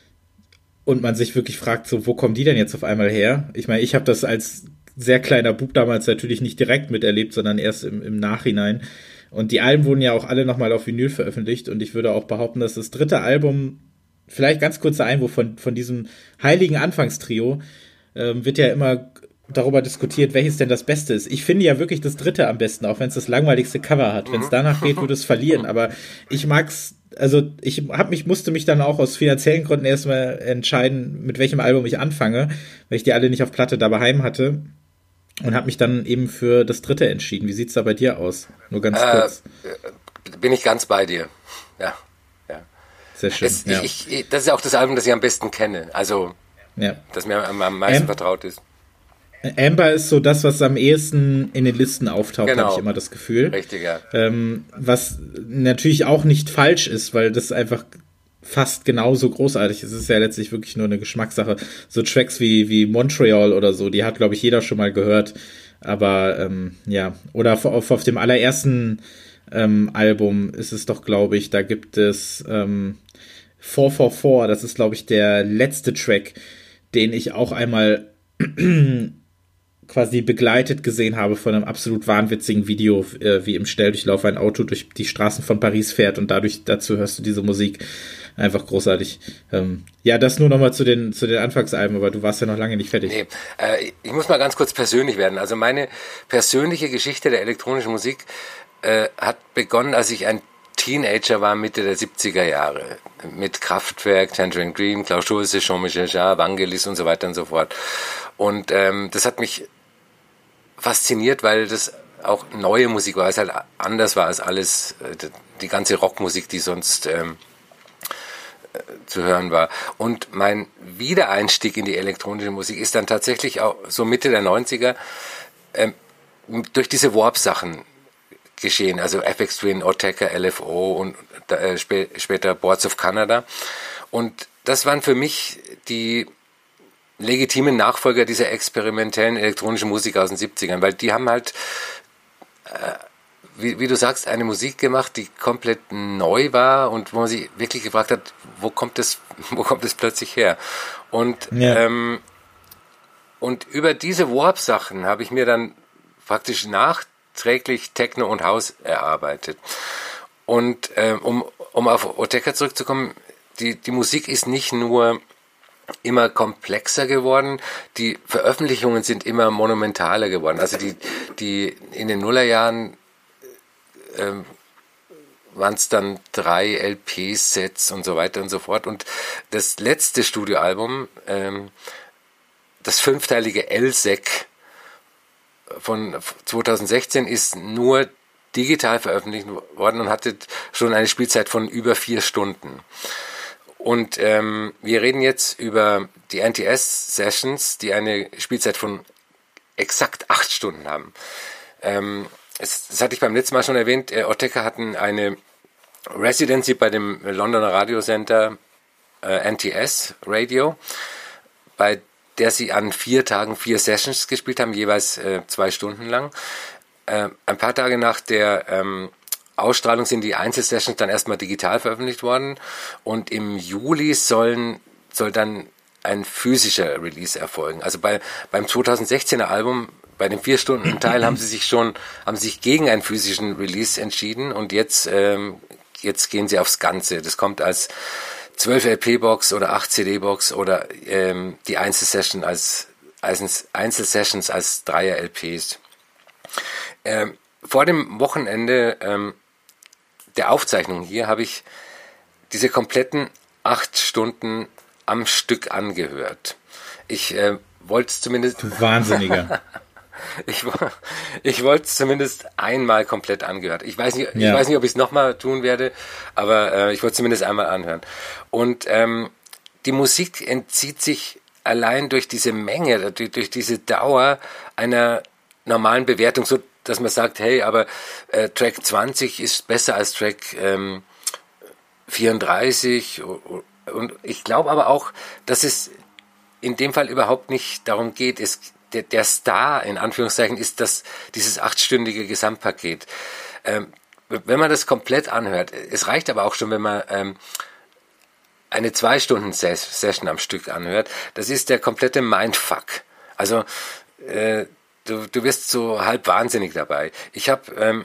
Und man sich wirklich fragt, so, wo kommen die denn jetzt auf einmal her? Ich meine, ich habe das als sehr kleiner Bub damals natürlich nicht direkt miterlebt, sondern erst im, im Nachhinein. Und die Alben wurden ja auch alle nochmal auf Vinyl veröffentlicht. Und ich würde auch behaupten, dass das dritte Album, vielleicht ganz kurzer Einwurf von, von diesem heiligen Anfangstrio, ähm, wird ja immer darüber diskutiert, welches denn das Beste ist. Ich finde ja wirklich das dritte am besten, auch wenn es das langweiligste Cover hat. Wenn es danach geht, würde es verlieren. Aber ich mag's, also ich hab mich, musste mich dann auch aus finanziellen Gründen erstmal entscheiden, mit welchem Album ich anfange, weil ich die alle nicht auf Platte daheim hatte. Und habe mich dann eben für das dritte entschieden. Wie sieht's da bei dir aus? Nur ganz
äh,
kurz.
Bin ich ganz bei dir. Ja, ja.
Sehr schön.
Es,
ja.
ich, ich, das ist ja auch das Album, das ich am besten kenne. Also, ja. das mir am, am meisten Am- vertraut ist.
Amber ist so das, was am ehesten in den Listen auftaucht,
genau.
habe ich immer das Gefühl.
Richtig, ja.
Ähm, was natürlich auch nicht falsch ist, weil das einfach fast genauso großartig ist. Es ist ja letztlich wirklich nur eine Geschmackssache. So Tracks wie, wie Montreal oder so, die hat, glaube ich, jeder schon mal gehört. Aber ähm, ja, oder auf, auf, auf dem allerersten ähm, Album ist es doch, glaube ich, da gibt es ähm, vier vier vier, das ist, glaube ich, der letzte Track, den ich auch einmal quasi begleitet gesehen habe von einem absolut wahnwitzigen Video, äh, wie im Schnelldurchlauf ein Auto durch die Straßen von Paris fährt und dadurch dazu hörst du diese Musik. Einfach großartig. Ähm, ja, das nur nochmal zu den, zu den Anfangsalben, aber du warst ja noch lange nicht fertig.
Nee, äh, ich muss mal ganz kurz persönlich werden. Also meine persönliche Geschichte der elektronischen Musik äh, hat begonnen, als ich ein Teenager war, Mitte der siebziger Jahre. Mit Kraftwerk, Tangerine Dream, Klaus Schulze, Jean-Michel Jarre, Vangelis und so weiter und so fort. Und ähm, das hat mich fasziniert, weil das auch neue Musik war, es halt anders war als alles, die ganze Rockmusik, die sonst ähm, zu hören war. Und mein Wiedereinstieg in die elektronische Musik ist dann tatsächlich auch so Mitte der neunziger ähm, durch diese Warp-Sachen geschehen, also Aphex Twin, Autechre, L F O und äh, sp- später Boards of Canada. Und das waren für mich die legitimen Nachfolger dieser experimentellen elektronischen Musik aus den siebzigern, weil die haben halt, äh, wie, wie du sagst, eine Musik gemacht, die komplett neu war und wo man sich wirklich gefragt hat, wo kommt das, wo kommt das plötzlich her? Und, ja. ähm, und über diese Warp-Sachen habe ich mir dann praktisch nachträglich Techno und House erarbeitet. Und ähm, um, um auf Autechre zurückzukommen, die, die Musik ist nicht nur immer komplexer geworden, die Veröffentlichungen sind immer monumentaler geworden. Also die, die in den Nullerjahren ähm, waren es dann drei L P-Sets und so weiter und so fort. Und das letzte Studioalbum, ähm, das fünfteilige L S E C von zweitausendsechzehn, ist nur digital veröffentlicht worden und hatte schon eine Spielzeit von über vier Stunden. Und ähm, wir reden jetzt über die N T S-Sessions, die eine Spielzeit von exakt acht Stunden haben. Ähm, es, das hatte ich beim letzten Mal schon erwähnt, äh, Autechre hatten eine Residency bei dem Londoner Radiosender äh, N T S Radio, bei der sie an vier Tagen vier Sessions gespielt haben, jeweils äh, zwei Stunden lang. Äh, ein paar Tage nach der ähm, Ausstrahlung sind die Einzelsessions dann erstmal digital veröffentlicht worden und im Juli sollen, soll dann ein physischer Release erfolgen. Also bei, beim zweitausendsechzehner Album, bei dem vier Stunden Teil haben sie sich schon, haben sie sich gegen einen physischen Release entschieden und jetzt, ähm, jetzt gehen sie aufs Ganze. Das kommt als zwölf L P-Box oder acht C D-Box oder ähm, die Einzelsession als Einzelsessions als Dreier-L Ps. Ähm, vor dem Wochenende ähm, der Aufzeichnung hier habe ich diese kompletten acht Stunden am Stück angehört. Ich äh, wollte es zumindest...
Du Wahnsinniger.
ich ich wollte es zumindest einmal komplett angehört. Ich weiß nicht,
ja.
ich weiß nicht, ob ich es nochmal tun werde, aber äh, ich wollte es zumindest einmal anhören. Und ähm, die Musik entzieht sich allein durch diese Menge, durch, durch diese Dauer einer normalen Bewertung, so dass man sagt, hey, aber äh, Track zwanzig ist besser als Track ähm, vierunddreißig. Und ich glaube aber auch, dass es in dem Fall überhaupt nicht darum geht. Es, der, der Star, in Anführungszeichen, ist das, dieses achtstündige Gesamtpaket. Ähm, wenn man das komplett anhört, es reicht aber auch schon, wenn man ähm, eine Zwei-Stunden-Session am Stück anhört, das ist der komplette Mindfuck. Also äh, du, du wirst so halb wahnsinnig dabei. Ich habe ähm,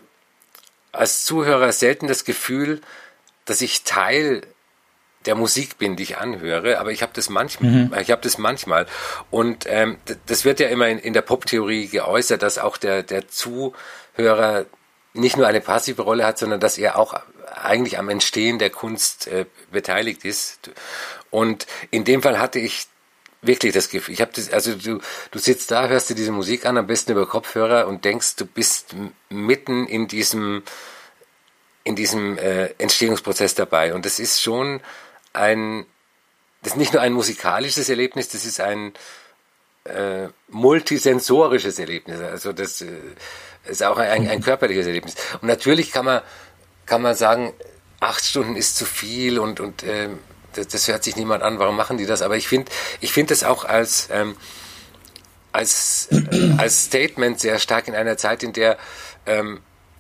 als Zuhörer selten das Gefühl, dass ich Teil der Musik bin, die ich anhöre, aber ich habe das manchmal. Mhm. Ich habe das manchmal. Und ähm, das wird ja immer in, in der Poptheorie geäußert, dass auch der, der Zuhörer nicht nur eine passive Rolle hat, sondern dass er auch eigentlich am Entstehen der Kunst äh, beteiligt ist. Und in dem Fall hatte ich wirklich das Gefühl, ich habe das, also du, du sitzt da, hörst dir diese Musik an, am besten über Kopfhörer und denkst, du bist mitten in diesem, in diesem äh, Entstehungsprozess dabei. Und das ist schon ein, das ist nicht nur ein musikalisches Erlebnis, das ist ein äh, multisensorisches Erlebnis. Also das äh, ist auch ein, ein körperliches Erlebnis. Und natürlich kann man kann man sagen, acht Stunden ist zu viel und, und äh, das, das hört sich niemand an, warum machen die das? Aber ich finde ich finde das auch als, ähm, als, äh, als Statement sehr stark in einer Zeit, in der ähm,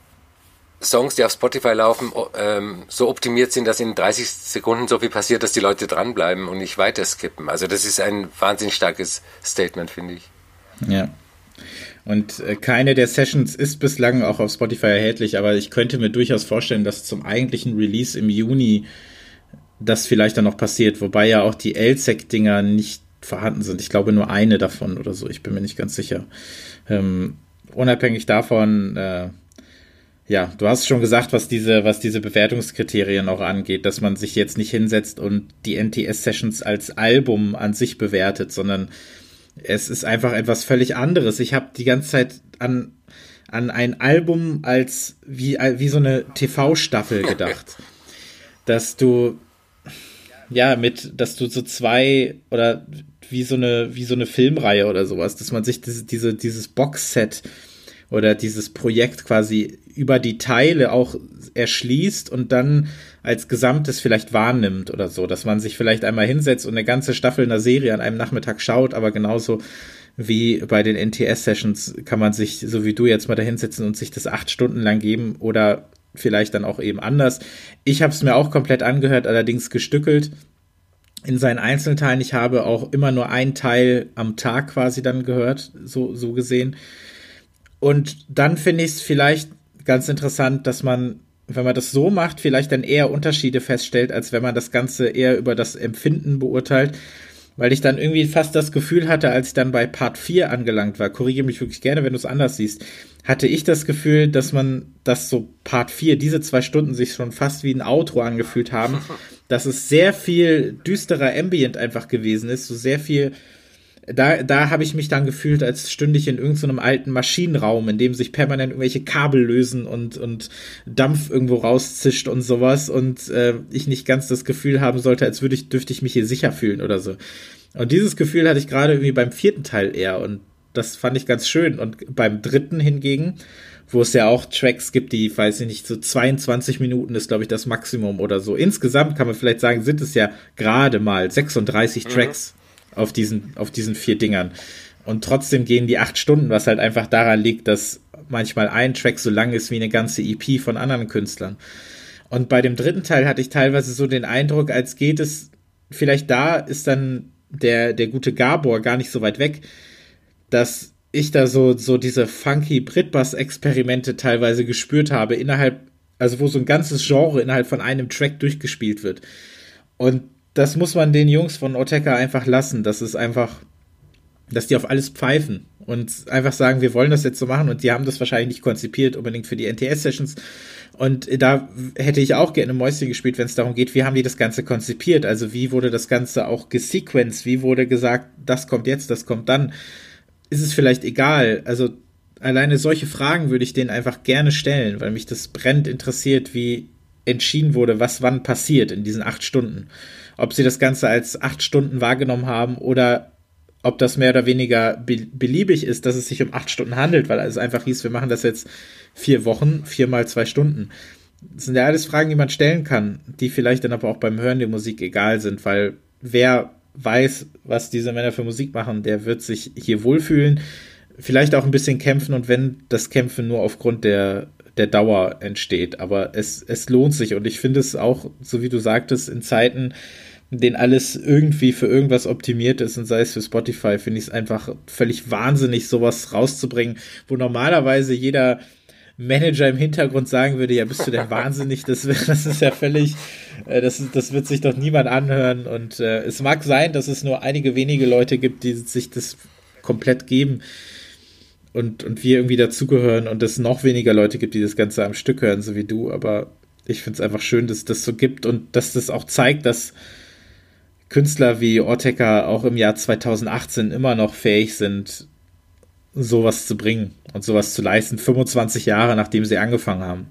Songs, die auf Spotify laufen, ähm, so optimiert sind, dass in dreißig Sekunden so viel passiert, dass die Leute dranbleiben und nicht weiter skippen. Also das ist ein wahnsinnig starkes Statement, finde ich.
Ja. Und äh, keine der Sessions ist bislang auch auf Spotify erhältlich, aber ich könnte mir durchaus vorstellen, dass zum eigentlichen Release im Juni das vielleicht dann noch passiert, wobei ja auch die L S E C-Dinger nicht vorhanden sind. Ich glaube nur eine davon oder so, ich bin mir nicht ganz sicher. Ähm, unabhängig davon, äh, ja, du hast schon gesagt, was diese, was diese Bewertungskriterien auch angeht, dass man sich jetzt nicht hinsetzt und die N T S-Sessions als Album an sich bewertet, sondern es ist einfach etwas völlig anderes. Ich habe die ganze Zeit an, an ein Album als wie, wie so eine T V-Staffel gedacht. Dass du, ja, mit, dass du so zwei oder wie so eine, wie so eine Filmreihe oder sowas, dass man sich diese, diese, dieses Boxset oder dieses Projekt quasi über die Teile auch erschließt und dann als Gesamtes vielleicht wahrnimmt oder so, dass man sich vielleicht einmal hinsetzt und eine ganze Staffel einer Serie an einem Nachmittag schaut, aber genauso wie bei den N T S-Sessions kann man sich, so wie du jetzt mal da hinsetzen und sich das acht Stunden lang geben oder vielleicht dann auch eben anders. Ich habe es mir auch komplett angehört, allerdings gestückelt in seinen Einzelteilen. Ich habe auch immer nur einen Teil am Tag quasi dann gehört, so, so gesehen. Und dann finde ich es vielleicht ganz interessant, dass man, wenn man das so macht, vielleicht dann eher Unterschiede feststellt, als wenn man das Ganze eher über das Empfinden beurteilt, weil ich dann irgendwie fast das Gefühl hatte, als ich dann bei Part vier angelangt war, korrigiere mich wirklich gerne, wenn du es anders siehst, hatte ich das Gefühl, dass man, dass so Part vier, diese zwei Stunden sich schon fast wie ein Outro angefühlt haben, dass es sehr viel düsterer Ambient einfach gewesen ist, so sehr viel. Da, da habe ich mich dann gefühlt, als stünde ich in irgendeinem alten Maschinenraum, in dem sich permanent irgendwelche Kabel lösen und, und Dampf irgendwo rauszischt und sowas und äh, ich nicht ganz das Gefühl haben sollte, als würde ich, dürfte ich mich hier sicher fühlen oder so. Und dieses Gefühl hatte ich gerade irgendwie beim vierten Teil eher und das fand ich ganz schön. Und beim dritten hingegen, wo es ja auch Tracks gibt, die, weiß ich nicht, so zweiundzwanzig Minuten ist, glaube ich, das Maximum oder so. Insgesamt kann man vielleicht sagen, sind es ja gerade mal sechsunddreißig mhm. Tracks auf diesen, auf diesen vier Dingern. Und trotzdem gehen die acht Stunden, was halt einfach daran liegt, dass manchmal ein Track so lang ist wie eine ganze E P von anderen Künstlern. Und bei dem dritten Teil hatte ich teilweise so den Eindruck, als geht es, vielleicht da ist dann der, der gute Gabor gar nicht so weit weg, dass ich da so, so diese funky Britbass-Experimente teilweise gespürt habe, innerhalb, also wo so ein ganzes Genre innerhalb von einem Track durchgespielt wird. Und das muss man den Jungs von Autechre einfach lassen. Das ist einfach, dass die auf alles pfeifen und einfach sagen, wir wollen das jetzt so machen, und die haben das wahrscheinlich nicht konzipiert, unbedingt für die N T S-Sessions. Und da hätte ich auch gerne Mäuschen gespielt, wenn es darum geht, wie haben die das Ganze konzipiert? Also wie wurde das Ganze auch gesequenced? Wie wurde gesagt, das kommt jetzt, das kommt dann? Ist es vielleicht egal? Also alleine solche Fragen würde ich denen einfach gerne stellen, weil mich das brennend interessiert, wie entschieden wurde, was wann passiert in diesen acht Stunden. Ob sie das Ganze als acht Stunden wahrgenommen haben oder ob das mehr oder weniger be- beliebig ist, dass es sich um acht Stunden handelt, weil es einfach hieß, wir machen das jetzt vier Wochen, viermal zwei Stunden. Das sind ja alles Fragen, die man stellen kann, die vielleicht dann aber auch beim Hören der Musik egal sind, weil wer weiß, was diese Männer für Musik machen, der wird sich hier wohlfühlen, vielleicht auch ein bisschen kämpfen, und wenn das Kämpfen nur aufgrund der, der Dauer entsteht, aber es, es lohnt sich, und ich finde es auch, so wie du sagtest, in Zeiten, in denen alles irgendwie für irgendwas optimiert ist, und sei es für Spotify, finde ich es einfach völlig wahnsinnig, sowas rauszubringen, wo normalerweise jeder Manager im Hintergrund sagen würde, ja, bist du denn wahnsinnig, das, das ist ja völlig, äh, das, das wird sich doch niemand anhören, und äh, es mag sein, dass es nur einige wenige Leute gibt, die sich das komplett geben und, und wir irgendwie dazugehören, und es noch weniger Leute gibt, die das Ganze am Stück hören, so wie du, aber ich finde es einfach schön, dass das so gibt und dass das auch zeigt, dass Künstler wie Autechre auch im Jahr zweitausendachtzehn immer noch fähig sind, sowas zu bringen und sowas zu leisten, fünfundzwanzig Jahre nachdem sie angefangen haben.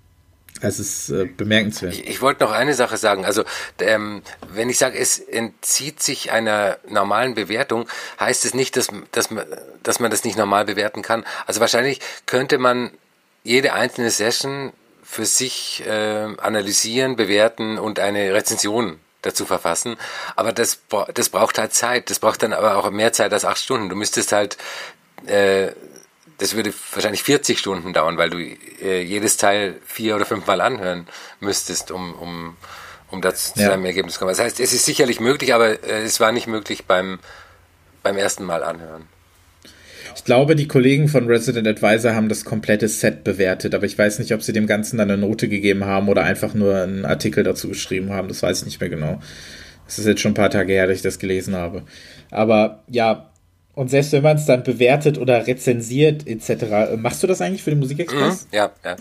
Es ist äh, bemerkenswert.
Ich, ich wollte noch eine Sache sagen. Also ähm, wenn ich sage, es entzieht sich einer normalen Bewertung, heißt es nicht, dass, dass, man, dass man das nicht normal bewerten kann. Also wahrscheinlich könnte man jede einzelne Session für sich äh, analysieren, bewerten und eine Rezension dazu verfassen. Aber das, das braucht halt Zeit. Das braucht dann aber auch mehr Zeit als acht Stunden. Du müsstest halt Äh, das würde wahrscheinlich vierzig Stunden dauern, weil du äh, jedes Teil vier oder fünfmal anhören müsstest, um, um, um das zu einem Ergebnis zu kommen. Das heißt, es ist sicherlich möglich, aber äh, es war nicht möglich beim, beim ersten Mal anhören.
Ich glaube, die Kollegen von Resident Advisor haben das komplette Set bewertet, aber ich weiß nicht, ob sie dem Ganzen dann eine Note gegeben haben oder einfach nur einen Artikel dazu geschrieben haben. Das weiß ich nicht mehr genau. Das ist jetzt schon ein paar Tage her, dass ich das gelesen habe. Aber ja, und selbst wenn man es dann bewertet oder rezensiert et cetera, machst du das eigentlich für den Musikexpress?
Mhm, ja, ja.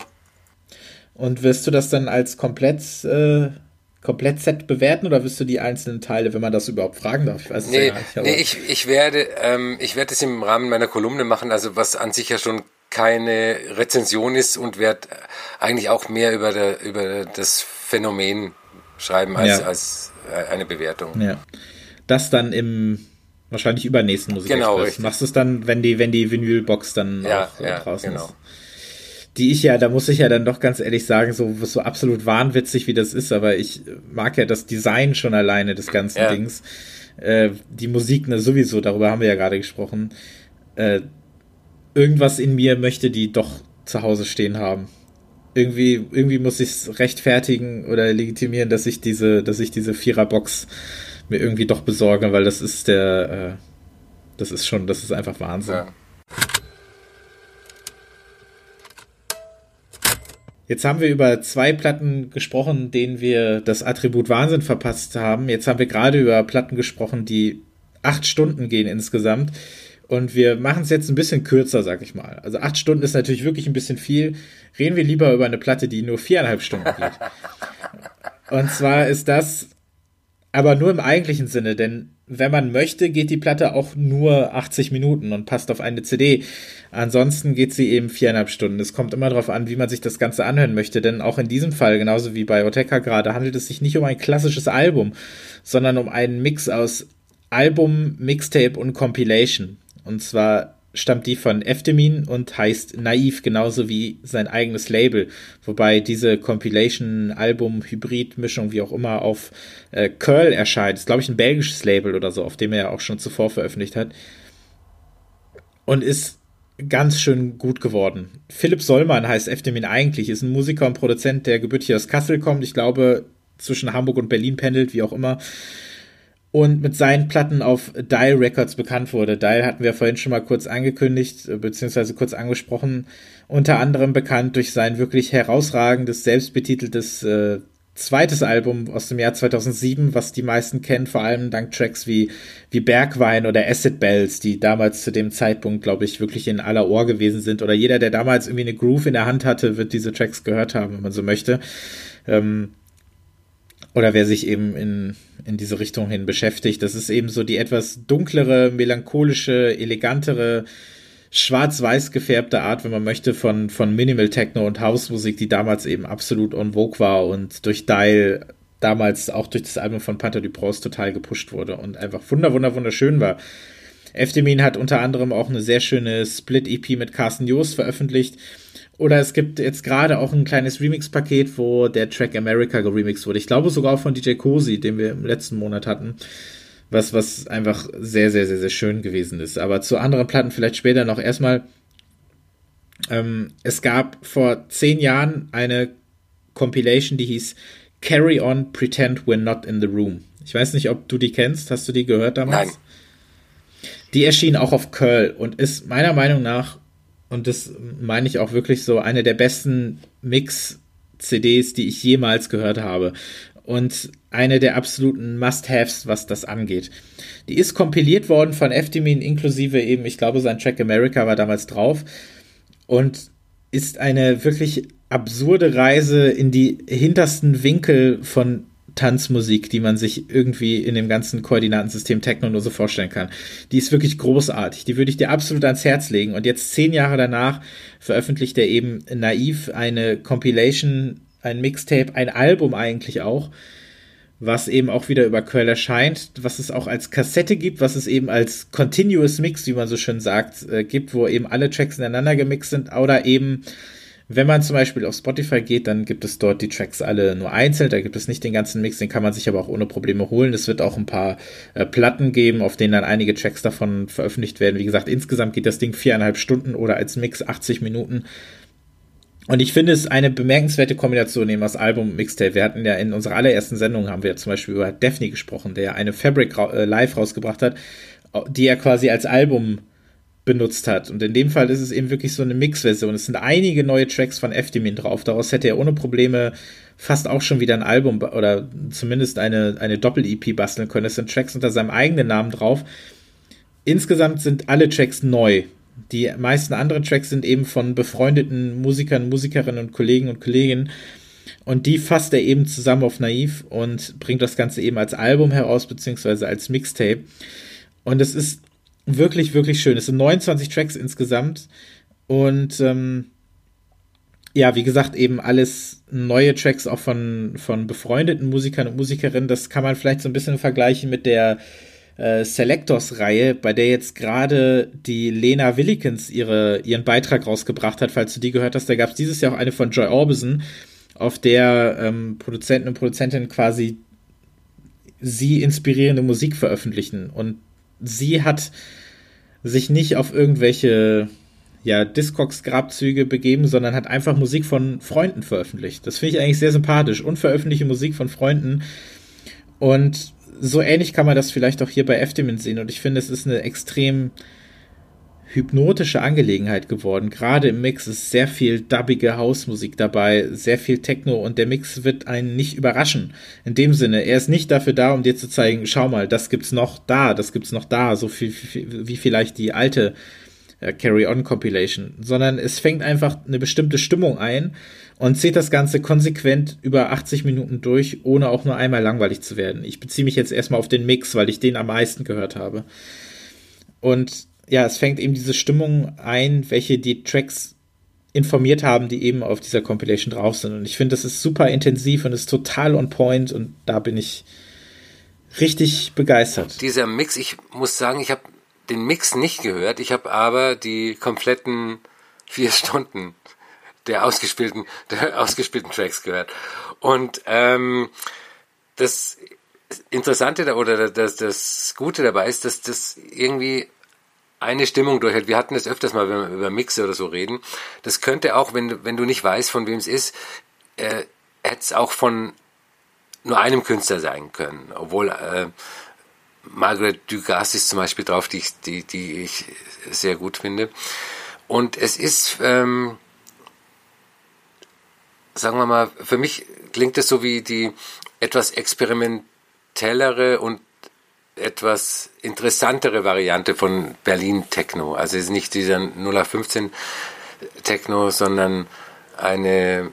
Und wirst du das dann als komplett, äh, komplett Set bewerten oder wirst du die einzelnen Teile, wenn man das überhaupt fragen darf? Ich weiß es
nee,
ja gar nicht.
Nee, ich, ich werde ähm, ich werde es im Rahmen meiner Kolumne machen, also was an sich ja schon keine Rezension ist, und werde eigentlich auch mehr über, der, über das Phänomen schreiben als, ja. als eine Bewertung.
Ja. Das dann im wahrscheinlich übernächsten Musikexpress. Genau, richtig. Machst du es dann, wenn die, wenn die Vinylbox dann
ja,
auch
ja,
draußen
genau.
ist? Die ich ja, da muss ich ja dann doch ganz ehrlich sagen, so, so absolut wahnwitzig wie das ist, aber ich mag ja das Design schon alleine des ganzen ja. Dings. Äh, die Musik, ne, sowieso, darüber haben wir ja gerade gesprochen. Äh, irgendwas in mir möchte die doch zu Hause stehen haben. Irgendwie, irgendwie muss ich es rechtfertigen oder legitimieren, dass ich diese, dass ich diese Viererbox mir irgendwie doch besorge, weil das ist der, äh, das ist schon, das ist einfach Wahnsinn. Ja. Jetzt haben wir über zwei Platten gesprochen, denen wir das Attribut Wahnsinn verpasst haben. Jetzt haben wir gerade über Platten gesprochen, die acht Stunden gehen insgesamt. Und wir machen es jetzt ein bisschen kürzer, sag ich mal. Also acht Stunden ist natürlich wirklich ein bisschen viel. Reden wir lieber über eine Platte, die nur viereinhalb Stunden geht. Und zwar ist das aber nur im eigentlichen Sinne, denn wenn man möchte, geht die Platte auch nur achtzig Minuten und passt auf eine C D. Ansonsten geht sie eben viereinhalb Stunden. Es kommt immer darauf an, wie man sich das Ganze anhören möchte, denn auch in diesem Fall, genauso wie bei Autechre gerade, handelt es sich nicht um ein klassisches Album, sondern um einen Mix aus Album, Mixtape und Compilation. Und zwar stammt die von Efdemin und heißt Naiv, genauso wie sein eigenes Label. Wobei diese Compilation-Album-Hybrid-Mischung, wie auch immer, auf äh, Curl erscheint. Ist, glaube ich, ein belgisches Label oder so, auf dem er ja auch schon zuvor veröffentlicht hat. Und ist ganz schön gut geworden. Philipp Sollmann heißt Efdemin eigentlich, ist ein Musiker und Produzent, der gebürtig aus Kassel kommt. Ich glaube, zwischen Hamburg und Berlin pendelt, wie auch immer. Und mit seinen Platten auf Dial Records bekannt wurde. Dial hatten wir vorhin schon mal kurz angekündigt, beziehungsweise kurz angesprochen. Unter anderem bekannt durch sein wirklich herausragendes, selbstbetiteltes äh, zweites Album aus dem Jahr zweitausendsieben, was die meisten kennen, vor allem dank Tracks wie, wie Bergwein oder Acid Bells, die damals zu dem Zeitpunkt, glaube ich, wirklich in aller Ohr gewesen sind. Oder jeder, der damals irgendwie eine Groove in der Hand hatte, wird diese Tracks gehört haben, wenn man so möchte. Ähm, oder wer sich eben in, in diese Richtung hin beschäftigt. Das ist eben so die etwas dunklere, melancholische, elegantere, schwarz-weiß gefärbte Art, wenn man möchte, von, von Minimal Techno und Hausmusik, die damals eben absolut en vogue war und durch Dial damals auch durch das Album von Panther du Prince total gepusht wurde und einfach wunder, wunder, wunderschön war. Efdemin hat unter anderem auch eine sehr schöne Split-E P mit Carsten Jost veröffentlicht. Oder es gibt jetzt gerade auch ein kleines Remix-Paket, wo der Track America geremixed wurde. Ich glaube sogar auch von D J Cozy, den wir im letzten Monat hatten. Was, was einfach sehr, sehr, sehr, sehr schön gewesen ist. Aber zu anderen Platten vielleicht später noch. Erstmal, ähm, es gab vor zehn Jahren eine Compilation, die hieß Carry On, Pretend We're Not in the Room. Ich weiß nicht, ob du die kennst. Hast du die gehört damals?
Nein.
Die erschien auch auf Curl und ist meiner Meinung nach, und das meine ich auch wirklich so, eine der besten Mix-C Ds, die ich jemals gehört habe. Und eine der absoluten Must-Haves, was das angeht. Die ist kompiliert worden von Efdemin, inklusive eben, ich glaube, sein Track America war damals drauf. Und ist eine wirklich absurde Reise in die hintersten Winkel von Tanzmusik, die man sich irgendwie in dem ganzen Koordinatensystem Techno nur so vorstellen kann. Die ist wirklich großartig. Die würde ich dir absolut ans Herz legen. Und jetzt zehn Jahre danach veröffentlicht er eben Naiv eine Compilation, ein Mixtape, ein Album eigentlich auch, was eben auch wieder über Curl erscheint, was es auch als Kassette gibt, was es eben als Continuous Mix, wie man so schön sagt, äh, gibt, wo eben alle Tracks ineinander gemixt sind, oder eben, wenn man zum Beispiel auf Spotify geht, dann gibt es dort die Tracks alle nur einzeln, da gibt es nicht den ganzen Mix, den kann man sich aber auch ohne Probleme holen. Es wird auch ein paar äh, Platten geben, auf denen dann einige Tracks davon veröffentlicht werden. Wie gesagt, insgesamt geht das Ding viereinhalb Stunden oder als Mix achtzig Minuten. Und ich finde es eine bemerkenswerte Kombination eben aus Album und Mixtape. Wir hatten ja in unserer allerersten Sendung, haben wir ja zum Beispiel über Daphne gesprochen, der ja eine Fabric ra- äh, live rausgebracht hat, die er quasi als Album benutzt hat. Und in dem Fall ist es eben wirklich so eine Mix-Version. Es sind einige neue Tracks von Efdemin drauf. Daraus hätte er ohne Probleme fast auch schon wieder ein Album oder zumindest eine, eine Doppel-E P basteln können. Es sind Tracks unter seinem eigenen Namen drauf. Insgesamt sind alle Tracks neu. Die meisten anderen Tracks sind eben von befreundeten Musikern, Musikerinnen und Kollegen und Kolleginnen. Und die fasst er eben zusammen auf Naiv und bringt das Ganze eben als Album heraus, beziehungsweise als Mixtape. Und es ist wirklich, wirklich schön. Es sind neunundzwanzig Tracks insgesamt. Und ähm, ja, wie gesagt, eben alles neue Tracks auch von, von befreundeten Musikern und Musikerinnen. Das kann man vielleicht so ein bisschen vergleichen mit der Äh, Selectors-Reihe, bei der jetzt gerade die Lena Willikens ihre, ihren Beitrag rausgebracht hat, falls du die gehört hast. Da gab es dieses Jahr auch eine von Joy Orbison, auf der ähm, Produzenten und Produzentinnen quasi sie inspirierende Musik veröffentlichen. Und sie hat sich nicht auf irgendwelche ja, Discogs-Grabzüge begeben, sondern hat einfach Musik von Freunden veröffentlicht. Das finde ich eigentlich sehr sympathisch. Unveröffentlichte Musik von Freunden. Und so ähnlich kann man das vielleicht auch hier bei Efdemin sehen. Und ich finde, es ist eine extrem hypnotische Angelegenheit geworden. Gerade im Mix ist sehr viel dubbige Hausmusik dabei, sehr viel Techno, und der Mix wird einen nicht überraschen. In dem Sinne, er ist nicht dafür da, um dir zu zeigen, schau mal, das gibt's noch da, das gibt's noch da, so viel, viel wie vielleicht die alte äh, Carry-On-Compilation, sondern es fängt einfach eine bestimmte Stimmung ein und zieht das Ganze konsequent über achtzig Minuten durch, ohne auch nur einmal langweilig zu werden. Ich beziehe mich jetzt erstmal auf den Mix, weil ich den am meisten gehört habe. Und ja, es fängt eben diese Stimmung ein, welche die Tracks informiert haben, die eben auf dieser Compilation drauf sind. Und ich finde, das ist super intensiv und ist total on point, und da bin ich richtig begeistert.
Dieser Mix, ich muss sagen, ich habe den Mix nicht gehört, ich habe aber die kompletten vier Stunden der ausgespielten, der ausgespielten Tracks gehört. Und ähm, das Interessante da, oder das, das Gute dabei ist, dass das irgendwie eine Stimmung durchhält. Wir hatten das öfters mal, wenn wir über Mixe oder so reden. Das könnte auch, wenn, wenn du nicht weißt, von wem es ist, äh, hätte es auch von nur einem Künstler sein können. Obwohl äh, Margaret Dugas ist zum Beispiel drauf, die, die, die ich sehr gut finde. Und es ist ähm, sagen wir mal, für mich klingt es so wie die etwas experimentellere und etwas interessantere Variante von Berlin Techno. Also es ist nicht dieser null acht fünfzehn Techno, sondern eine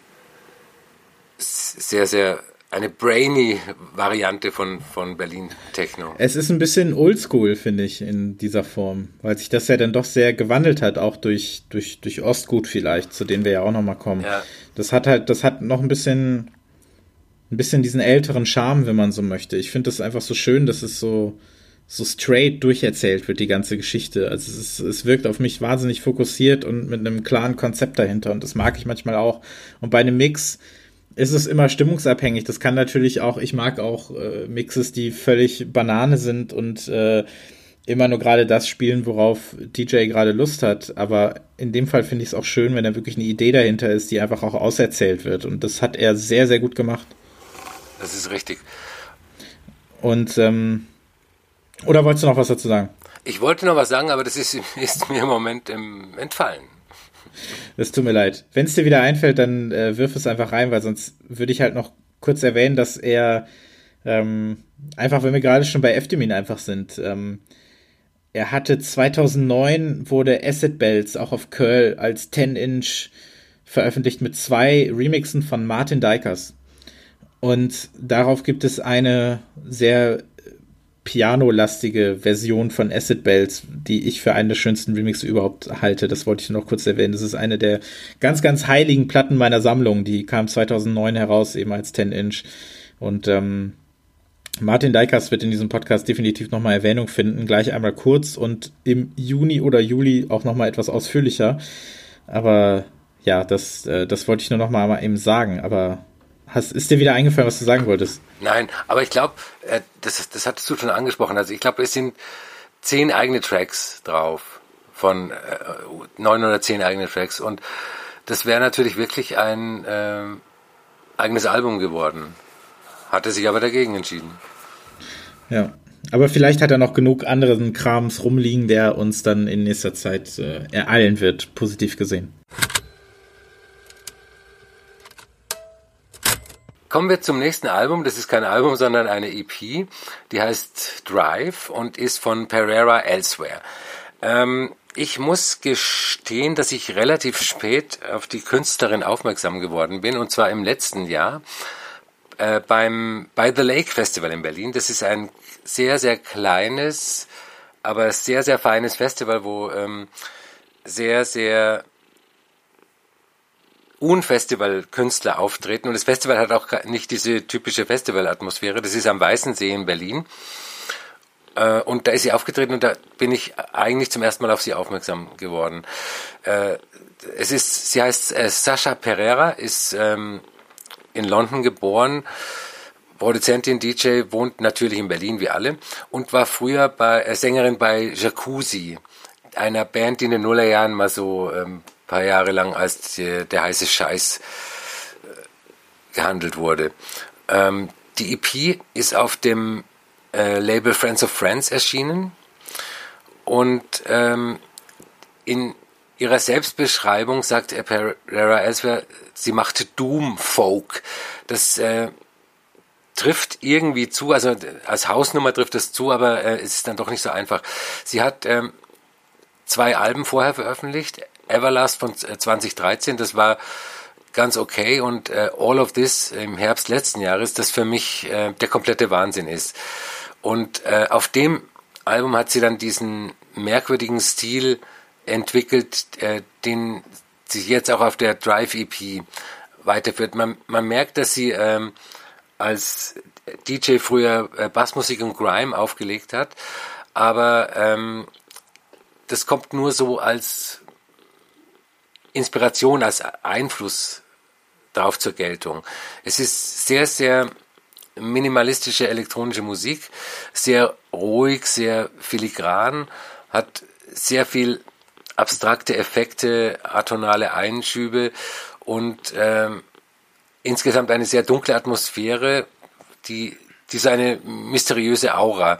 sehr, sehr, eine brainy Variante von, von Berlin Techno.
Es ist ein bisschen oldschool, finde ich, in dieser Form, weil sich das ja dann doch sehr gewandelt hat, auch durch, durch, durch Ostgut vielleicht, zu denen wir ja auch nochmal kommen. Ja. Das hat halt, das hat noch ein bisschen, ein bisschen diesen älteren Charme, wenn man so möchte. Ich finde das einfach so schön, dass es so, so straight durcherzählt wird, die ganze Geschichte. Also es, ist, es wirkt auf mich wahnsinnig fokussiert und mit einem klaren Konzept dahinter und das mag ich manchmal auch. Und bei einem Mix ist es immer stimmungsabhängig. Das kann natürlich auch, ich mag auch äh, Mixes, die völlig Banane sind und äh, immer nur gerade das spielen, worauf D J gerade Lust hat. Aber in dem Fall finde ich es auch schön, wenn da wirklich eine Idee dahinter ist, die einfach auch auserzählt wird. Und das hat er sehr, sehr gut gemacht.
Das ist richtig.
Und, ähm, oder wolltest du noch was dazu sagen?
Ich wollte noch was sagen, aber das ist, ist mir im Moment ähm, entfallen.
Das tut mir leid. Wenn es dir wieder einfällt, dann äh, wirf es einfach rein, weil sonst würde ich halt noch kurz erwähnen, dass er ähm, einfach, wenn wir gerade schon bei Eftemin einfach sind, ähm, er hatte zweitausendneun wurde Acid Bells auch auf Curl als zehn Inch veröffentlicht mit zwei Remixen von Martin Dykers. Und darauf gibt es eine sehr pianolastige Version von Acid Bells, die ich für einen der schönsten Remixe überhaupt halte. Das wollte ich noch kurz erwähnen. Das ist eine der ganz, ganz heiligen Platten meiner Sammlung. Die kam zweitausendneun heraus, eben als zehn Inch. Und ähm, Martin Dykers wird in diesem Podcast definitiv nochmal Erwähnung finden. Gleich einmal kurz und im Juni oder Juli auch nochmal etwas ausführlicher. Aber ja, das, äh, das wollte ich nur nochmal mal eben sagen. Aber Hast, ist dir wieder eingefallen, was du sagen wolltest?
Nein, aber ich glaube, äh, das, das hattest du schon angesprochen. Also ich glaube, es sind zehn eigene Tracks drauf, von äh, neun oder zehn eigene Tracks. Und das wäre natürlich wirklich ein äh, eigenes Album geworden. Hatte sich aber dagegen entschieden.
Ja, aber vielleicht hat er noch genug anderen Krams rumliegen, der uns dann in nächster Zeit äh, ereilen wird, positiv gesehen.
Kommen wir zum nächsten Album. Das ist kein Album, sondern eine E P. Die heißt Drive und ist von Pereira Elsewhere. Ähm, ich muss gestehen, dass ich relativ spät auf die Künstlerin aufmerksam geworden bin, und zwar im letzten Jahr äh, beim bei The Lake Festival in Berlin. Das ist ein sehr, sehr kleines, aber sehr, sehr feines Festival, wo ähm, sehr, sehr Unfestival-Künstler auftreten, und das Festival hat auch nicht diese typische Festival-Atmosphäre. Das ist am Weißen See in Berlin, äh, und da ist sie aufgetreten, und da bin ich eigentlich zum ersten Mal auf sie aufmerksam geworden. Äh, es ist, sie heißt äh, Sasha Pereira, ist ähm, in London geboren, Produzentin, D J, wohnt natürlich in Berlin wie alle und war früher bei, äh, Sängerin bei Jacuzzi, einer Band, die in den Nullerjahren mal so ähm, paar Jahre lang als die, der heiße Scheiß äh, gehandelt wurde. Ähm, die E P ist auf dem äh, Label Friends of Friends erschienen, und ähm, in ihrer Selbstbeschreibung sagt Pereira Elsewhere, sie machte Doom Folk. Das äh, trifft irgendwie zu, also als Hausnummer trifft es zu, aber äh, es ist dann doch nicht so einfach. Sie hat ähm, zwei Alben vorher veröffentlicht. Everlast von zwanzig dreizehn, das war ganz okay, und äh, All of This im Herbst letzten Jahres, das für mich äh, der komplette Wahnsinn ist. Und äh, auf dem Album hat sie dann diesen merkwürdigen Stil entwickelt, äh, den sich jetzt auch auf der Drive E P weiterführt. Man, man merkt, dass sie ähm, als D J früher äh, Bassmusik und Grime aufgelegt hat, aber ähm, das kommt nur so als Inspiration, als Einfluss darauf zur Geltung. Es ist sehr, sehr minimalistische elektronische Musik, sehr ruhig, sehr filigran, hat sehr viel abstrakte Effekte, atonale Einschübe und ähm, insgesamt eine sehr dunkle Atmosphäre, die, die so eine mysteriöse Aura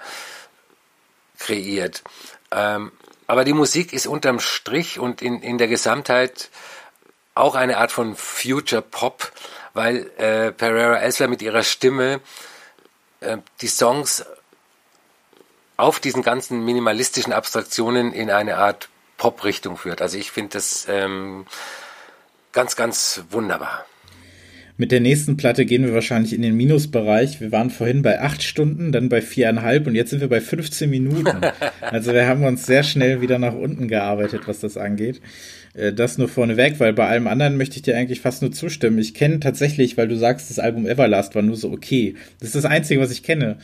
kreiert. Ähm, Aber die Musik ist unterm Strich und in, in der Gesamtheit auch eine Art von Future Pop, weil äh, Pereira Elsler mit ihrer Stimme äh, die Songs auf diesen ganzen minimalistischen Abstraktionen in eine Art Pop-Richtung führt. Also ich finde das ähm, ganz, ganz wunderbar.
Mit der nächsten Platte gehen wir wahrscheinlich in den Minusbereich. Wir waren vorhin bei acht Stunden, dann bei viereinhalb und jetzt sind wir bei fünfzehn Minuten. Also wir haben uns sehr schnell wieder nach unten gearbeitet, was das angeht. Das nur vorneweg, weil bei allem anderen möchte ich dir eigentlich fast nur zustimmen. Ich kenne tatsächlich, weil du sagst, das Album Everlast war nur so okay. Das ist das Einzige, was ich kenne.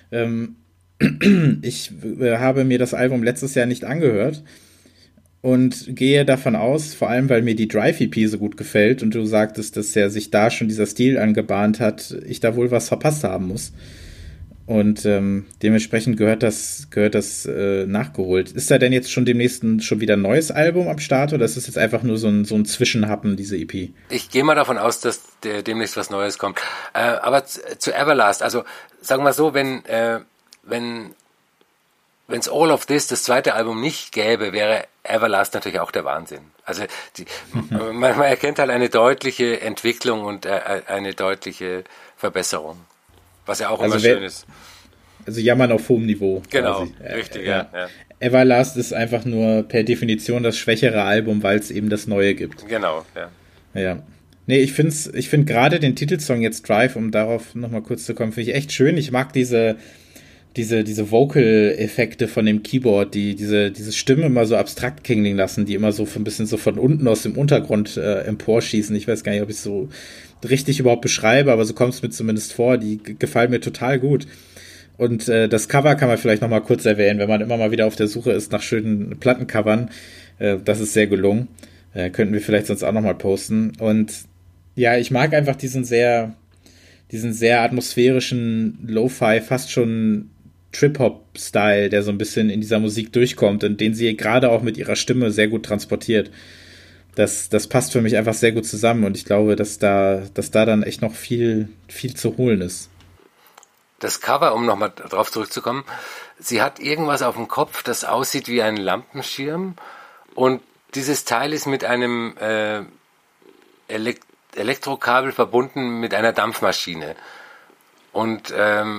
Ich habe mir das Album letztes Jahr nicht angehört. Und gehe davon aus, vor allem, weil mir die Drive-E P so gut gefällt und du sagtest, dass ja sich da schon dieser Stil angebahnt hat, ich da wohl was verpasst haben muss. Und ähm, dementsprechend gehört das, gehört das äh, nachgeholt. Ist da denn jetzt schon demnächst schon wieder ein neues Album am Start oder ist das jetzt einfach nur so ein, so ein Zwischenhappen, diese E P?
Ich gehe mal davon aus, dass der, demnächst was Neues kommt. Äh, aber zu, zu Everlast, also sagen wir mal so, wenn äh, wenn wenn es All of This, das zweite Album, nicht gäbe, wäre Everlast natürlich auch der Wahnsinn. Also die, man, man erkennt halt eine deutliche Entwicklung und äh, eine deutliche Verbesserung, was ja auch also immer wer, schön ist.
Also jammern auf hohem Niveau.
Genau,
quasi.
richtig,
äh,
ja. ja.
Everlast ist einfach nur per Definition das schwächere Album, weil es eben das Neue gibt.
Genau, ja.
Ja. Nee, ich find's, ich find gerade den Titelsong jetzt Drive, um darauf nochmal kurz zu kommen, finde ich echt schön. Ich mag diese diese diese Vocal-Effekte von dem Keyboard, die diese diese Stimme immer so abstrakt klingen lassen, die immer so ein bisschen so von unten aus dem Untergrund äh, emporschießen. Ich weiß gar nicht, ob ich es so richtig überhaupt beschreibe, aber so kommt es mir zumindest vor. Die g- gefallen mir total gut. Und äh, das Cover kann man vielleicht noch mal kurz erwähnen, wenn man immer mal wieder auf der Suche ist nach schönen Plattencovern. Äh, das ist sehr gelungen. Äh, könnten wir vielleicht sonst auch noch mal posten. Und ja, ich mag einfach diesen sehr diesen sehr atmosphärischen Lo-Fi, fast schon Trip-Hop-Style, der so ein bisschen in dieser Musik durchkommt und den sie gerade auch mit ihrer Stimme sehr gut transportiert. Das, das passt für mich einfach sehr gut zusammen und ich glaube, dass da, dass da dann echt noch viel, viel zu holen ist.
Das Cover, um nochmal drauf zurückzukommen, sie hat irgendwas auf dem Kopf, das aussieht wie ein Lampenschirm und dieses Teil ist mit einem äh, Elekt- Elektrokabel verbunden mit einer Dampfmaschine und ähm,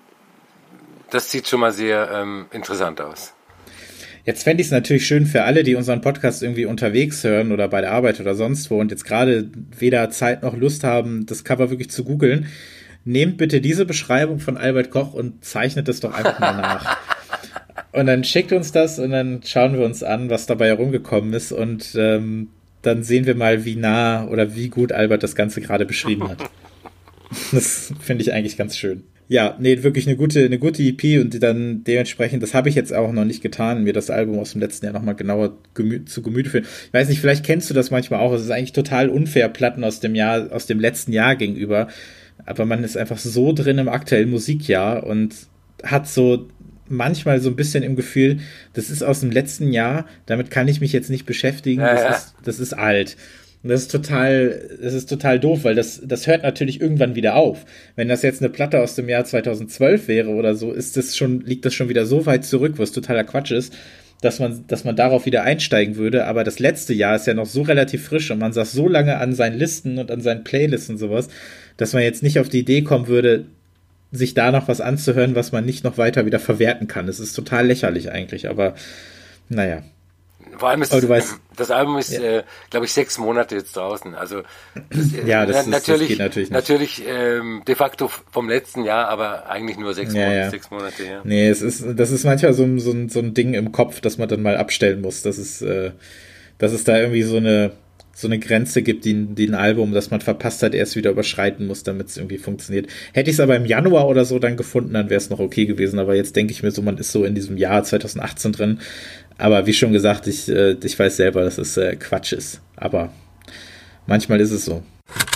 das sieht schon mal sehr ähm, interessant aus.
Jetzt fände ich es natürlich schön für alle, die unseren Podcast irgendwie unterwegs hören oder bei der Arbeit oder sonst wo und jetzt gerade weder Zeit noch Lust haben, das Cover wirklich zu googeln. Nehmt bitte diese Beschreibung von Albert Koch und zeichnet das doch einfach mal nach. Und dann schickt uns das und dann schauen wir uns an, was dabei herumgekommen ist und ähm, dann sehen wir mal, wie nah oder wie gut Albert das Ganze gerade beschrieben hat. Das finde ich eigentlich ganz schön. Ja, nee, wirklich eine gute, eine gute E P und dann dementsprechend, das habe ich jetzt auch noch nicht getan, mir das Album aus dem letzten Jahr nochmal genauer gemü- zu Gemüte führen. Ich weiß nicht, vielleicht kennst du das manchmal auch, es ist eigentlich total unfair, Platten aus dem Jahr, aus dem letzten Jahr gegenüber, aber man ist einfach so drin im aktuellen Musikjahr und hat so manchmal so ein bisschen im Gefühl, das ist aus dem letzten Jahr, damit kann ich mich jetzt nicht beschäftigen,
ja,
das,
ja.
Ist, das ist alt. Und das ist total, das ist total doof, weil das, das hört natürlich irgendwann wieder auf. Wenn das jetzt eine Platte aus dem Jahr zweitausendzwölf wäre oder so, ist das schon, liegt das schon wieder so weit zurück, was totaler Quatsch ist, dass man, dass man darauf wieder einsteigen würde. Aber das letzte Jahr ist ja noch so relativ frisch und man saß so lange an seinen Listen und an seinen Playlists und sowas, dass man jetzt nicht auf die Idee kommen würde, sich da noch was anzuhören, was man nicht noch weiter wieder verwerten kann. Es ist total lächerlich eigentlich, aber naja.
Vor allem ist
das,
weißt, das Album ist, ja. äh, glaube ich, sechs Monate jetzt draußen. Also das,
ja, das,
äh,
ist,
natürlich,
das geht natürlich nicht.
Natürlich ähm, de facto vom letzten Jahr, aber eigentlich nur sechs,
ja,
Monate,
ja.
sechs Monate. Ja.
Nee, es ist, das ist manchmal so, so, so ein Ding im Kopf, das man dann mal abstellen muss. Das ist, äh, dass es da irgendwie so eine so eine Grenze gibt, die, die ein Album, das man verpasst hat, erst wieder überschreiten muss, damit es irgendwie funktioniert. Hätte ich es aber im Januar oder so dann gefunden, dann wäre es noch okay gewesen. Aber jetzt denke ich mir so, man ist so in diesem Jahr zweitausendachtzehn drin. Aber wie schon gesagt, ich, äh, ich weiß selber, dass es äh, Quatsch ist. Aber manchmal ist es so.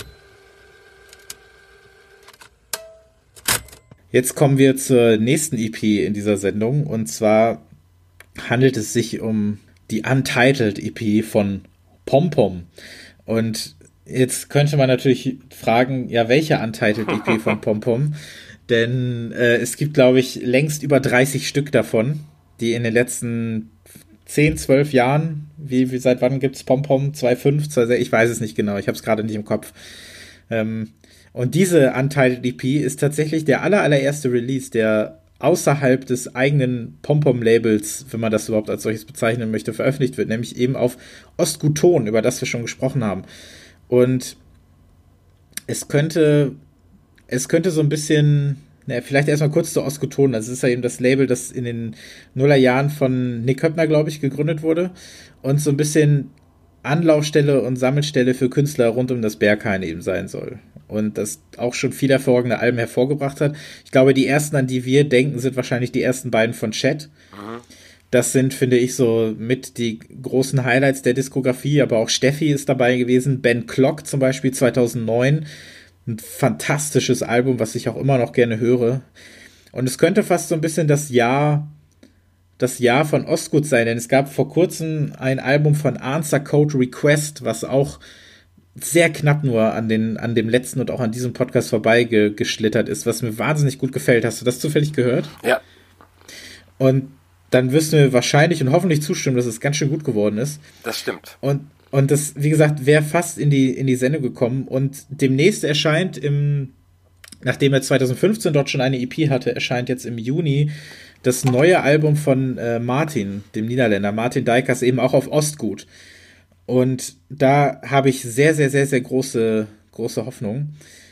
Jetzt kommen wir zur nächsten E P in dieser Sendung. Und zwar handelt es sich um die Untitled E P von Pom Pom. Und jetzt könnte man natürlich fragen, ja, welche Untitled E P von Pom Pom? Denn äh, es gibt, glaube ich, längst über dreißig Stück davon, die in den letzten zehn, zwölf Jahren Wie, wie seit wann gibt's Pom-Pom? zwei Komma fünf, zwei Komma sechs? Ich weiß es nicht genau, ich habe es gerade nicht im Kopf. Ähm, und diese Untitled E P ist tatsächlich der aller, allererste Release, der außerhalb des eigenen Pom-Pom-Labels, wenn man das überhaupt als solches bezeichnen möchte, veröffentlicht wird, nämlich eben auf Ostgut-Ton, über das wir schon gesprochen haben. Und es könnte, es könnte so ein bisschen, naja, vielleicht erstmal kurz zu Ostgut-Ton. Also es ist ja eben das Label, das in den Nullerjahren von Nick Höppner, glaube ich, gegründet wurde und so ein bisschen Anlaufstelle und Sammelstelle für Künstler rund um das Berghain eben sein soll. Und das auch schon viel hervorragende Alben hervorgebracht hat. Ich glaube, die ersten, an die wir denken, sind wahrscheinlich die ersten beiden von Chet. Mhm. Das sind, finde ich, so mit die großen Highlights der Diskografie, aber auch Steffi ist dabei gewesen. Ben Clock zum Beispiel zweitausendneun. Ein fantastisches Album, was ich auch immer noch gerne höre. Und es könnte fast so ein bisschen das Jahr das Jahr von Ostgut sein, denn es gab vor kurzem ein Album von Answer Code Request, was auch sehr knapp nur an den an dem letzten und auch an diesem Podcast vorbeigeschlittert ist, was mir wahnsinnig gut gefällt. Hast du das zufällig gehört?
Ja.
Und dann wirst du mir wahrscheinlich und hoffentlich zustimmen, dass es ganz schön gut geworden ist.
Das stimmt.
Und und das, wie gesagt, wäre fast in die in die Sendung gekommen. Und demnächst erscheint im, nachdem er zweitausendfünfzehn dort schon eine E P hatte, erscheint jetzt im Juni das neue Album von äh, Martin, dem Niederländer, Martin Dijkers, eben auch auf Ostgut. Und da habe ich sehr, sehr, sehr, sehr große, große Hoffnung.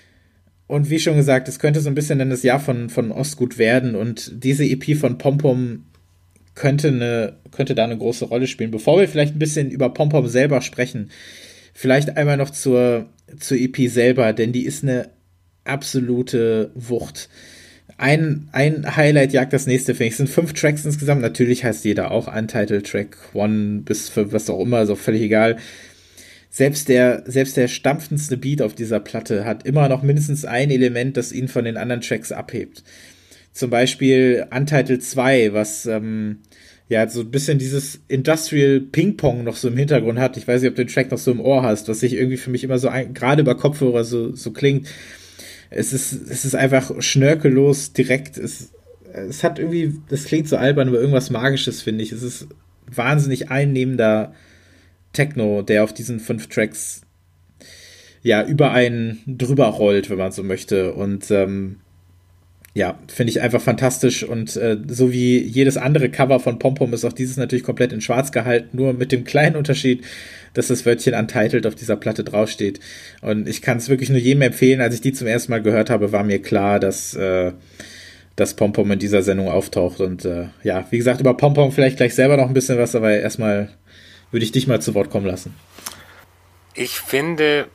Und wie schon gesagt, es könnte so ein bisschen dann das Jahr von, von Ostgut werden. Und diese E P von Pom-Pom könnte, eine, könnte da eine große Rolle spielen. Bevor wir vielleicht ein bisschen über Pom-Pom selber sprechen, vielleicht einmal noch zur, zur E P selber, denn die ist eine absolute Wucht. Ein, ein Highlight jagt das nächste, finde ich. Es sind fünf Tracks insgesamt. Natürlich heißt jeder auch Untitled Track One bis fünf, was auch immer, so völlig egal. Selbst der, selbst der stampfendste Beat auf dieser Platte hat immer noch mindestens ein Element, das ihn von den anderen Tracks abhebt. Zum Beispiel Untitled zwei, was ähm, ja so ein bisschen dieses Industrial Ping-Pong noch so im Hintergrund hat. Ich weiß nicht, ob du den Track noch so im Ohr hast, was sich irgendwie für mich immer so ein, gerade über Kopfhörer so, so klingt. Es ist, es ist einfach schnörkellos, direkt. Es, es hat irgendwie, das klingt so albern, aber irgendwas Magisches, finde ich. Es ist wahnsinnig einnehmender Techno, der auf diesen fünf Tracks ja über einen drüber rollt, wenn man so möchte. Und ähm, ja, finde ich einfach fantastisch. Und äh, so wie jedes andere Cover von Pom-Pom ist auch dieses natürlich komplett in schwarz gehalten, nur mit dem kleinen Unterschied, dass das Wörtchen Untitled auf dieser Platte draufsteht. Und ich kann es wirklich nur jedem empfehlen. Als ich die zum ersten Mal gehört habe, war mir klar, dass, äh, dass Pom-Pom in dieser Sendung auftaucht. Und äh, ja, wie gesagt, über Pom-Pom vielleicht gleich selber noch ein bisschen was, aber erstmal würde ich dich mal zu Wort kommen lassen.
Ich finde...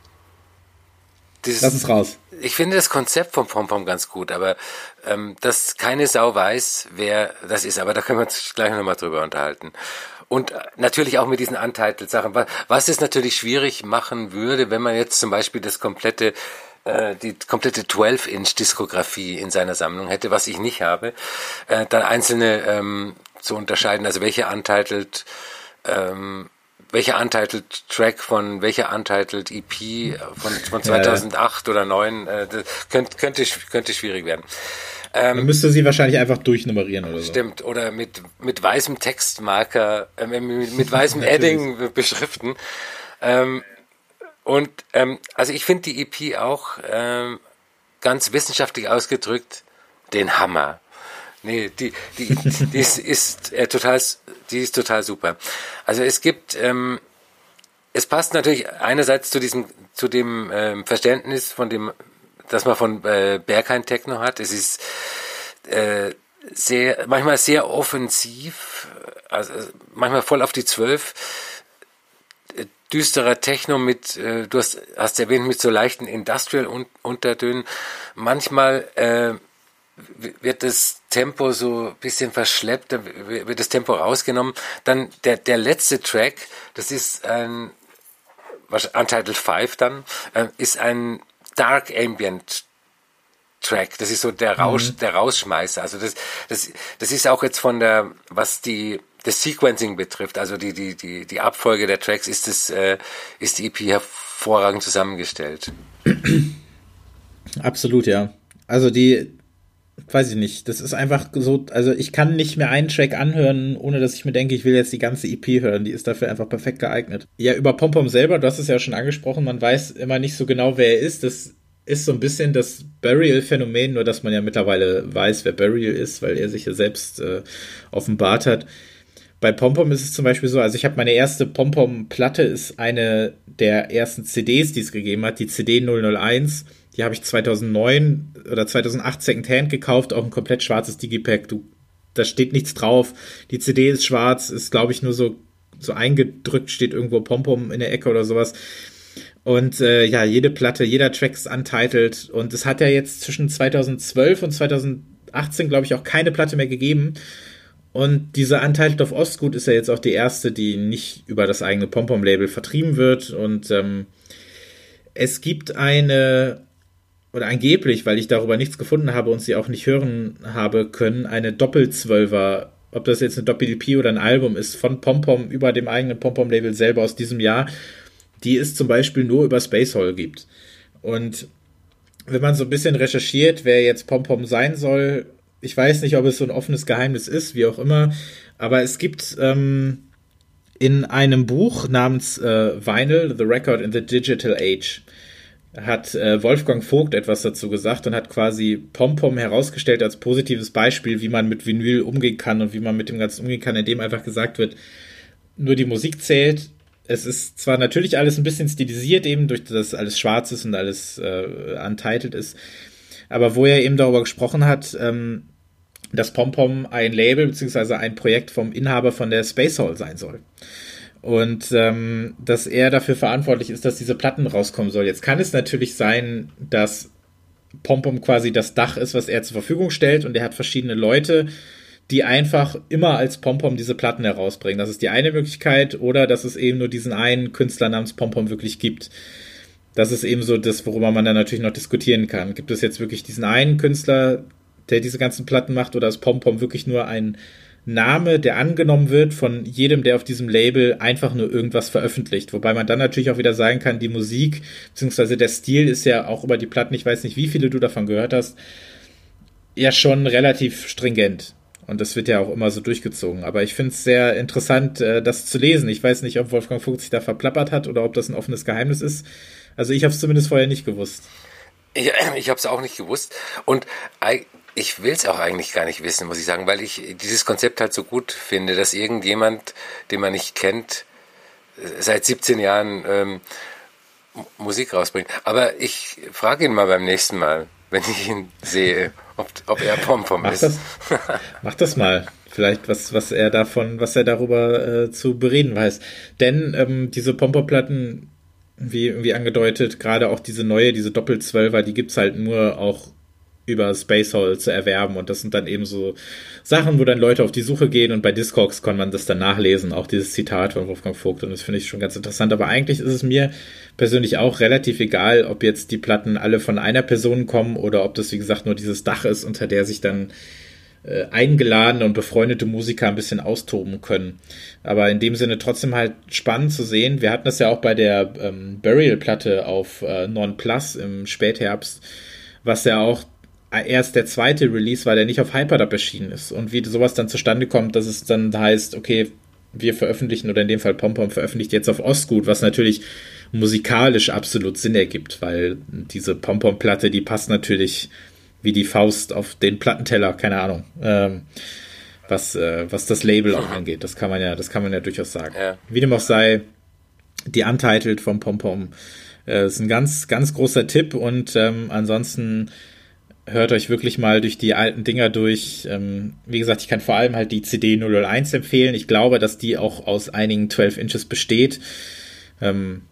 Dieses,
Lass es raus.
Ich finde das Konzept von Pom-Pom ganz gut, aber ähm, dass keine Sau weiß, wer das ist. Aber da können wir uns gleich nochmal drüber unterhalten. Und natürlich auch mit diesen Untitled-Sachen. Was es natürlich schwierig machen würde, wenn man jetzt zum Beispiel das komplette, äh, die komplette zwölf Inch Diskografie in seiner Sammlung hätte, was ich nicht habe, äh, dann einzelne ähm, zu unterscheiden. Also welche Untitled, ähm, welcher Untitled Track von welcher Untitled E P von, von zweitausendacht ja, ja. oder neun, äh, das könnte, könnte, könnte schwierig werden.
Ähm, Man müsste sie wahrscheinlich einfach durchnummerieren oder so.
Stimmt, oder mit, mit weißem Textmarker, äh, mit, mit weißem Edding beschriften. Ähm, und ähm, also ich finde die E P auch ähm, ganz wissenschaftlich ausgedrückt den Hammer. Nee, die, die, die ist, ist äh, total, die ist total super. Also es gibt, ähm, es passt natürlich einerseits zu diesem, zu dem ähm, Verständnis von dem, dass man von äh, Berghain Techno hat. Es ist äh, sehr, manchmal sehr offensiv, also manchmal voll auf die zwölf. Äh, düsterer Techno mit, äh, du hast, hast erwähnt, mit so leichten Industrial-Untertönen. Manchmal äh, wird das Tempo so ein bisschen verschleppt, dann wird das Tempo rausgenommen. Dann der, der letzte Track, das ist ein Untitled fünf dann, äh, ist ein Dark Ambient Track. Das ist so der Rausch, mhm. der Rausschmeißer. Also das, das, das ist auch jetzt von der, was die, das Sequencing betrifft, also die, die, die, die Abfolge der Tracks, ist das, äh, ist die E P hervorragend zusammengestellt.
Absolut, ja. Also die weiß ich nicht, das ist einfach so, also ich kann nicht mehr einen Track anhören, ohne dass ich mir denke, ich will jetzt die ganze E P hören, die ist dafür einfach perfekt geeignet. Ja, über Pom Pom selber, du hast es ja schon angesprochen, man weiß immer nicht so genau, wer er ist, das ist so ein bisschen das Burial-Phänomen, nur dass man ja mittlerweile weiß, wer Burial ist, weil er sich ja selbst äh, offenbart hat. Bei Pom Pom ist es zum Beispiel so, also ich habe meine erste Pom Pom-Platte, ist eine der ersten C Ds, die es gegeben hat, die C D null null eins. Die habe ich zweitausendneun oder zweitausendacht Secondhand gekauft, auch ein komplett schwarzes Digipack. Du, da steht nichts drauf. Die C D ist schwarz, ist glaube ich nur so, so eingedrückt, steht irgendwo Pom Pom in der Ecke oder sowas. Und äh, ja, jede Platte, jeder Track ist untitled. Und es hat ja jetzt zwischen zweitausendzwölf und zweitausendachtzehn, glaube ich, auch keine Platte mehr gegeben. Und diese Untitled of Ostgut ist ja jetzt auch die erste, die nicht über das eigene Pom Pom Label vertrieben wird. Und ähm, es gibt eine, oder angeblich, weil ich darüber nichts gefunden habe und sie auch nicht hören habe können, eine Doppelzwölfer, ob das jetzt eine Doppel-E P oder ein Album ist, von Pom Pom über dem eigenen Pom Pom Label selber aus diesem Jahr, die es zum Beispiel nur über Spacehall gibt. Und wenn man so ein bisschen recherchiert, wer jetzt Pom Pom sein soll, ich weiß nicht, ob es so ein offenes Geheimnis ist, wie auch immer, aber es gibt ähm, in einem Buch namens äh, Vinyl, The Record in the Digital Age, hat äh, Wolfgang Vogt etwas dazu gesagt und hat quasi Pom Pom herausgestellt als positives Beispiel, wie man mit Vinyl umgehen kann und wie man mit dem Ganzen umgehen kann, indem einfach gesagt wird, nur die Musik zählt. Es ist zwar natürlich alles ein bisschen stilisiert, eben durch das alles schwarz ist und alles äh, untitled ist, aber wo er eben darüber gesprochen hat, ähm, dass Pom Pom ein Label bzw. ein Projekt vom Inhaber von der Spacehall sein soll. Und ähm, dass er dafür verantwortlich ist, dass diese Platten rauskommen soll. Jetzt kann es natürlich sein, dass Pom Pom quasi das Dach ist, was er zur Verfügung stellt, und er hat verschiedene Leute, die einfach immer als Pom Pom diese Platten herausbringen. Das ist die eine Möglichkeit, oder dass es eben nur diesen einen Künstler namens Pom Pom wirklich gibt. Das ist eben so das, worüber man dann natürlich noch diskutieren kann. Gibt es jetzt wirklich diesen einen Künstler, der diese ganzen Platten macht, oder ist Pom Pom wirklich nur ein Name, der angenommen wird von jedem, der auf diesem Label einfach nur irgendwas veröffentlicht? Wobei man dann natürlich auch wieder sagen kann, die Musik bzw. der Stil ist ja auch über die Platten, ich weiß nicht, wie viele du davon gehört hast, ja schon relativ stringent. Und das wird ja auch immer so durchgezogen. Aber ich finde es sehr interessant, das zu lesen. Ich weiß nicht, ob Wolfgang Vogt sich da verplappert hat oder ob das ein offenes Geheimnis ist. Also ich habe es zumindest vorher nicht gewusst.
Ich, ich habe es auch nicht gewusst. Und ich will es auch eigentlich gar nicht wissen, muss ich sagen, weil ich dieses Konzept halt so gut finde, dass irgendjemand, den man nicht kennt, seit siebzehn Jahren ähm, Musik rausbringt. Aber ich frage ihn mal beim nächsten Mal, wenn ich ihn sehe, ob, ob er Pom Pom ist.
Das, mach das mal. Vielleicht, was, was er davon, was er darüber äh, zu bereden weiß. Denn ähm, diese Pom Pom Platten, wie, wie angedeutet, gerade auch diese neue, diese Doppelzwölfer, die gibt's halt nur auch über Spacehall zu erwerben, und das sind dann eben so Sachen, wo dann Leute auf die Suche gehen, und bei Discogs kann man das dann nachlesen, auch dieses Zitat von Wolfgang Vogt, und das finde ich schon ganz interessant. Aber eigentlich ist es mir persönlich auch relativ egal, ob jetzt die Platten alle von einer Person kommen oder ob das, wie gesagt, nur dieses Dach ist, unter der sich dann äh, eingeladene und befreundete Musiker ein bisschen austoben können. Aber in dem Sinne trotzdem halt spannend zu sehen. Wir hatten das ja auch bei der ähm, Burial-Platte auf äh, Non Plus im Spätherbst, was ja auch erst der zweite Release war, der nicht auf Hyperdub erschienen ist. Und wie sowas dann zustande kommt, dass es dann heißt, okay, wir veröffentlichen, oder in dem Fall Pom Pom veröffentlicht jetzt auf Ostgut, was natürlich musikalisch absolut Sinn ergibt, weil diese Pom Pom Platte, die passt natürlich wie die Faust auf den Plattenteller, keine Ahnung, ähm, was, äh, was das Label auch angeht. Das kann man ja, das kann man ja durchaus sagen. Ja. Wie dem auch sei, die Untitled vom Pom Pom äh, ist ein ganz, ganz großer Tipp, und ähm, ansonsten hört euch wirklich mal durch die alten Dinger durch. Ähm, wie gesagt, ich kann vor allem halt die C D null null eins empfehlen. Ich glaube, dass die auch aus einigen zwölf Inches besteht. Ähm,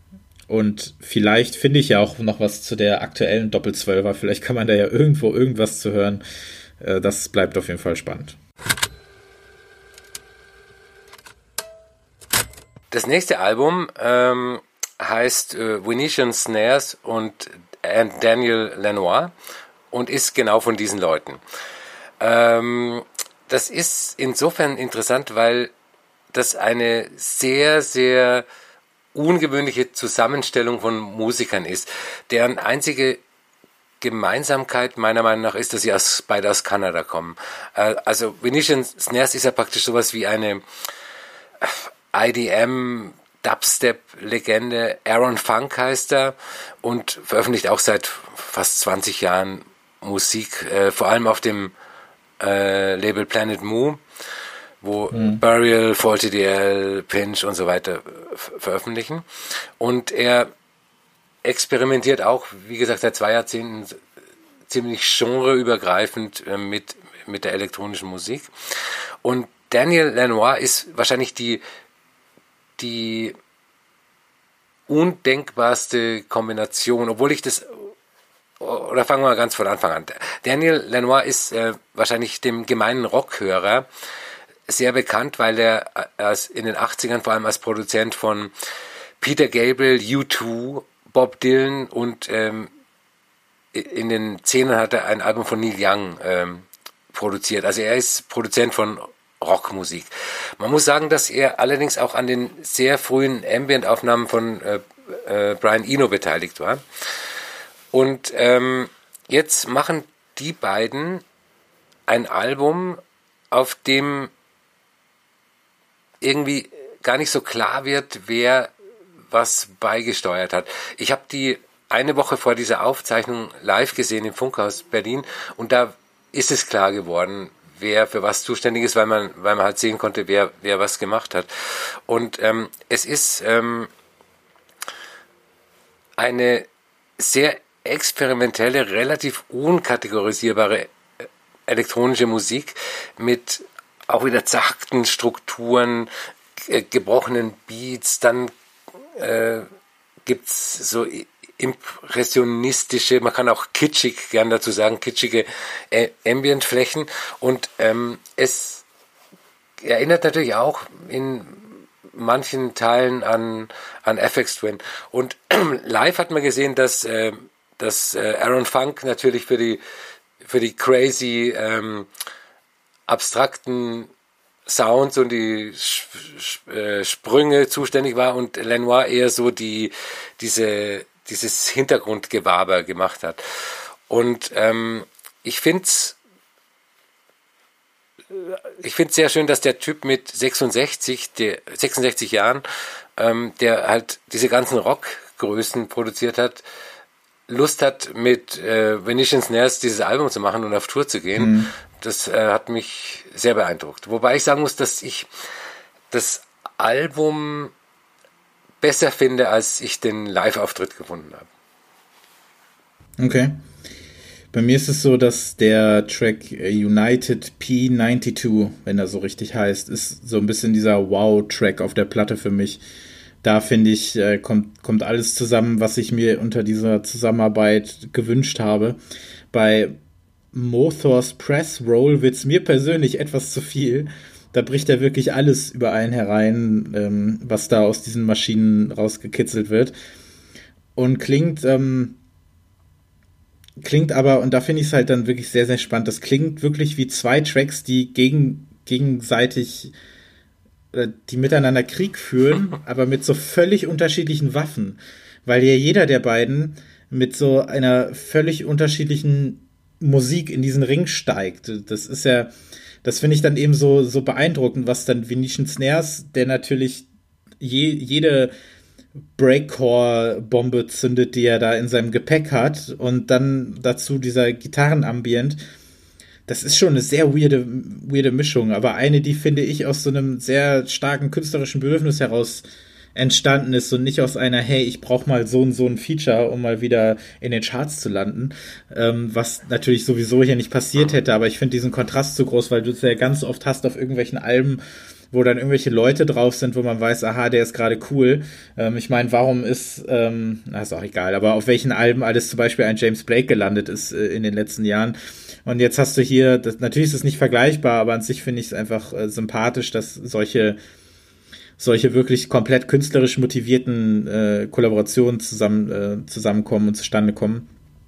und vielleicht finde ich ja auch noch was zu der aktuellen Doppelzwölfer. Vielleicht kann man da ja irgendwo irgendwas zu hören. Äh, das bleibt auf jeden Fall spannend.
Das nächste Album ähm, heißt äh, Venetian Snares und and Daniel Lanois und ist genau von diesen Leuten. Ähm, das ist insofern interessant, weil das eine sehr, sehr ungewöhnliche Zusammenstellung von Musikern ist, deren einzige Gemeinsamkeit meiner Meinung nach ist, dass sie aus, beide aus Kanada kommen. Äh, also Venetian Snares ist ja praktisch sowas wie eine I D M Dubstep-Legende. Aaron Funk heißt er und veröffentlicht auch seit fast zwanzig Jahren Musik, äh, vor allem auf dem äh, Label Planet Moo, wo mhm. Burial, Faulty D L, Pinch und so weiter f- veröffentlichen. Und er experimentiert auch, wie gesagt, seit zwei Jahrzehnten ziemlich genreübergreifend äh, mit, mit der elektronischen Musik. Und Daniel Lanois ist wahrscheinlich die, die undenkbarste Kombination, obwohl ich das, oder fangen wir mal ganz von Anfang an. Daniel Lanois ist äh, wahrscheinlich dem gemeinen Rockhörer sehr bekannt, weil er als in den achtzigern vor allem als Produzent von Peter Gabriel, U zwei, Bob Dylan und ähm, in den Zehnern hat er ein Album von Neil Young ähm, produziert. Also er ist Produzent von Rockmusik. Man muss sagen, dass er allerdings auch an den sehr frühen Ambient-Aufnahmen von äh, äh, Brian Eno beteiligt war. Und ähm, jetzt machen die beiden ein Album, auf dem irgendwie gar nicht so klar wird, wer was beigesteuert hat. Ich habe die eine Woche vor dieser Aufzeichnung live gesehen im Funkhaus Berlin und da ist es klar geworden, wer für was zuständig ist, weil man, weil man halt sehen konnte, wer, wer was gemacht hat. Und ähm, es ist ähm, eine sehr experimentelle, relativ unkategorisierbare elektronische Musik mit auch wieder zackten Strukturen, äh, gebrochenen Beats, dann äh, gibt's so impressionistische, man kann auch kitschig gern dazu sagen, kitschige äh, Ambient-Flächen und ähm, es erinnert natürlich auch in manchen Teilen an, an F X Twin und live hat man gesehen, dass, äh, dass äh, Aaron Funk natürlich für die für die crazy ähm, abstrakten Sounds und die Sprünge zuständig war und Lanois eher so die diese dieses Hintergrundgewaber gemacht hat. Und ähm, ich finde es ich finde es sehr schön, dass der Typ mit sechsundsechzig, der, sechsundsechzig Jahren, ähm, der halt diese ganzen Rockgrößen produziert hat, Lust hat, mit äh, Venetian Snares dieses Album zu machen und auf Tour zu gehen. Mhm. Das äh, hat mich sehr beeindruckt. Wobei ich sagen muss, dass ich das Album besser finde, als ich den Live-Auftritt gefunden habe.
Okay. Bei mir ist es so, dass der Track United P zweiundneunzig, wenn er so richtig heißt, ist so ein bisschen dieser Wow-Track auf der Platte für mich. Da finde ich, äh, kommt, kommt alles zusammen, was ich mir unter dieser Zusammenarbeit gewünscht habe. Bei Mothors Press Roll wird es mir persönlich etwas zu viel. Da bricht er wirklich alles über einen herein, ähm, was da aus diesen Maschinen rausgekitzelt wird. Und klingt, ähm, klingt aber, und da finde ich es halt dann wirklich sehr, sehr spannend, das klingt wirklich wie zwei Tracks, die gegen, gegenseitig, die miteinander Krieg führen, aber mit so völlig unterschiedlichen Waffen. Weil ja jeder der beiden mit so einer völlig unterschiedlichen Musik in diesen Ring steigt. Das ist ja, das finde ich dann eben so, so beeindruckend, was dann Venetian Snares, der natürlich je, jede Breakcore-Bombe zündet, die er da in seinem Gepäck hat und dann dazu dieser Gitarrenambient. Das ist schon eine sehr weirde, weirde Mischung, aber eine, die, finde ich, aus so einem sehr starken künstlerischen Bedürfnis heraus entstanden ist und nicht aus einer, hey, ich brauche mal so und so ein Feature, um mal wieder in den Charts zu landen, ähm, was natürlich sowieso hier nicht passiert hätte, aber ich finde diesen Kontrast so groß, weil du es ja ganz oft hast auf irgendwelchen Alben, wo dann irgendwelche Leute drauf sind, wo man weiß, aha, der ist gerade cool. Ähm, ich meine, warum ist, ähm, na, ist auch egal, aber auf welchen Alben alles zum Beispiel ein James Blake gelandet ist äh, in den letzten Jahren. Und jetzt hast du hier, das, natürlich ist es nicht vergleichbar, aber an sich finde ich es einfach äh, sympathisch, dass solche solche wirklich komplett künstlerisch motivierten äh, Kollaborationen zusammen äh, zusammenkommen und zustande kommen.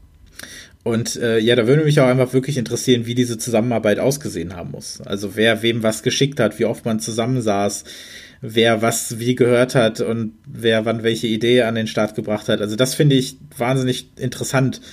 Und äh, ja, da würde mich auch einfach wirklich interessieren, wie diese Zusammenarbeit ausgesehen haben muss. Also wer wem was geschickt hat, wie oft man zusammensaß, wer was wie gehört hat und wer wann welche Idee an den Start gebracht hat. Also das finde ich wahnsinnig interessant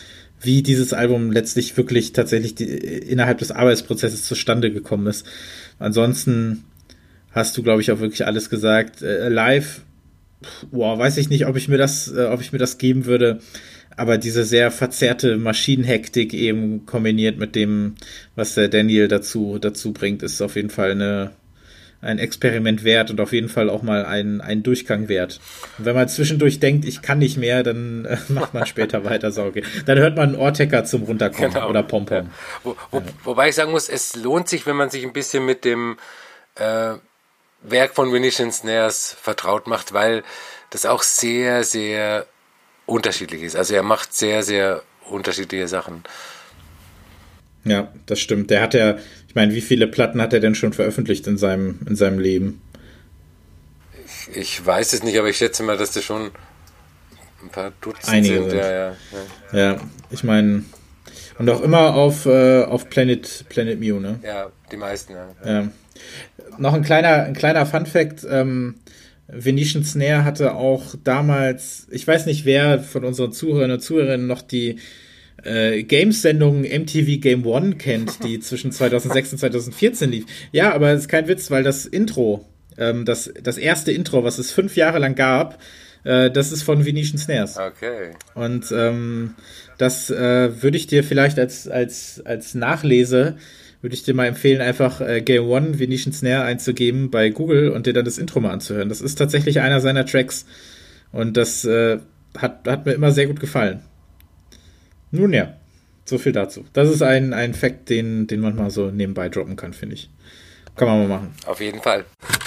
wie dieses Album letztlich wirklich tatsächlich die, innerhalb des Arbeitsprozesses zustande gekommen ist. Ansonsten hast du, glaube ich, auch wirklich alles gesagt. Äh, live, boah, weiß ich nicht, ob ich mir das, äh, ob ich mir das geben würde. Aber diese sehr verzerrte Maschinenhektik eben kombiniert mit dem, was der Daniel dazu, dazu bringt, ist auf jeden Fall eine, ein Experiment wert und auf jeden Fall auch mal ein, ein Durchgang wert. Und wenn man zwischendurch denkt, ich kann nicht mehr, dann äh, macht man später weiter, so okay. Dann hört man einen Ohrtecker zum Runterkommen genau. oder Pompom.
Ja. Wo, wo, ja. Wobei ich sagen muss, es lohnt sich, wenn man sich ein bisschen mit dem äh, Werk von Venetian Snares vertraut macht, weil das auch sehr, sehr unterschiedlich ist. Also er macht sehr, sehr unterschiedliche Sachen.
Ja, das stimmt. Der hat ja, ich meine, wie viele Platten hat er denn schon veröffentlicht in seinem, in seinem Leben?
Ich, ich weiß es nicht, aber ich schätze mal, dass das schon ein paar Dutzend
Einige
sind.
sind.
Ja, ja, ja.
ja, ich meine, und auch immer auf, äh, auf Planet, Planet Mew, ne?
Ja, die meisten, ja.
ja. Noch ein kleiner, ein kleiner Fun-Fact, ähm, Venetian Snare hatte auch damals, ich weiß nicht, wer von unseren Zuhörern und Zuhörerinnen noch die äh, Games-Sendung M T V Game One kennt, die zwischen zweitausendsechs und zweitausendvierzehn lief. Ja, aber es ist kein Witz, weil das Intro, ähm, das, das erste Intro, was es fünf Jahre lang gab, äh, das ist von Venetian Snares.
Okay.
Und ähm, das äh, würde ich dir vielleicht als, als, als Nachlese würde ich dir mal empfehlen, einfach äh, Game One Venetian Snare einzugeben bei Google und dir dann das Intro mal anzuhören. Das ist tatsächlich einer seiner Tracks und das äh, hat, hat mir immer sehr gut gefallen. Nun ja, so viel dazu. Das ist ein, ein Fact, den, den man mal so nebenbei droppen kann, finde ich. Kann man mal machen.
Auf jeden Fall.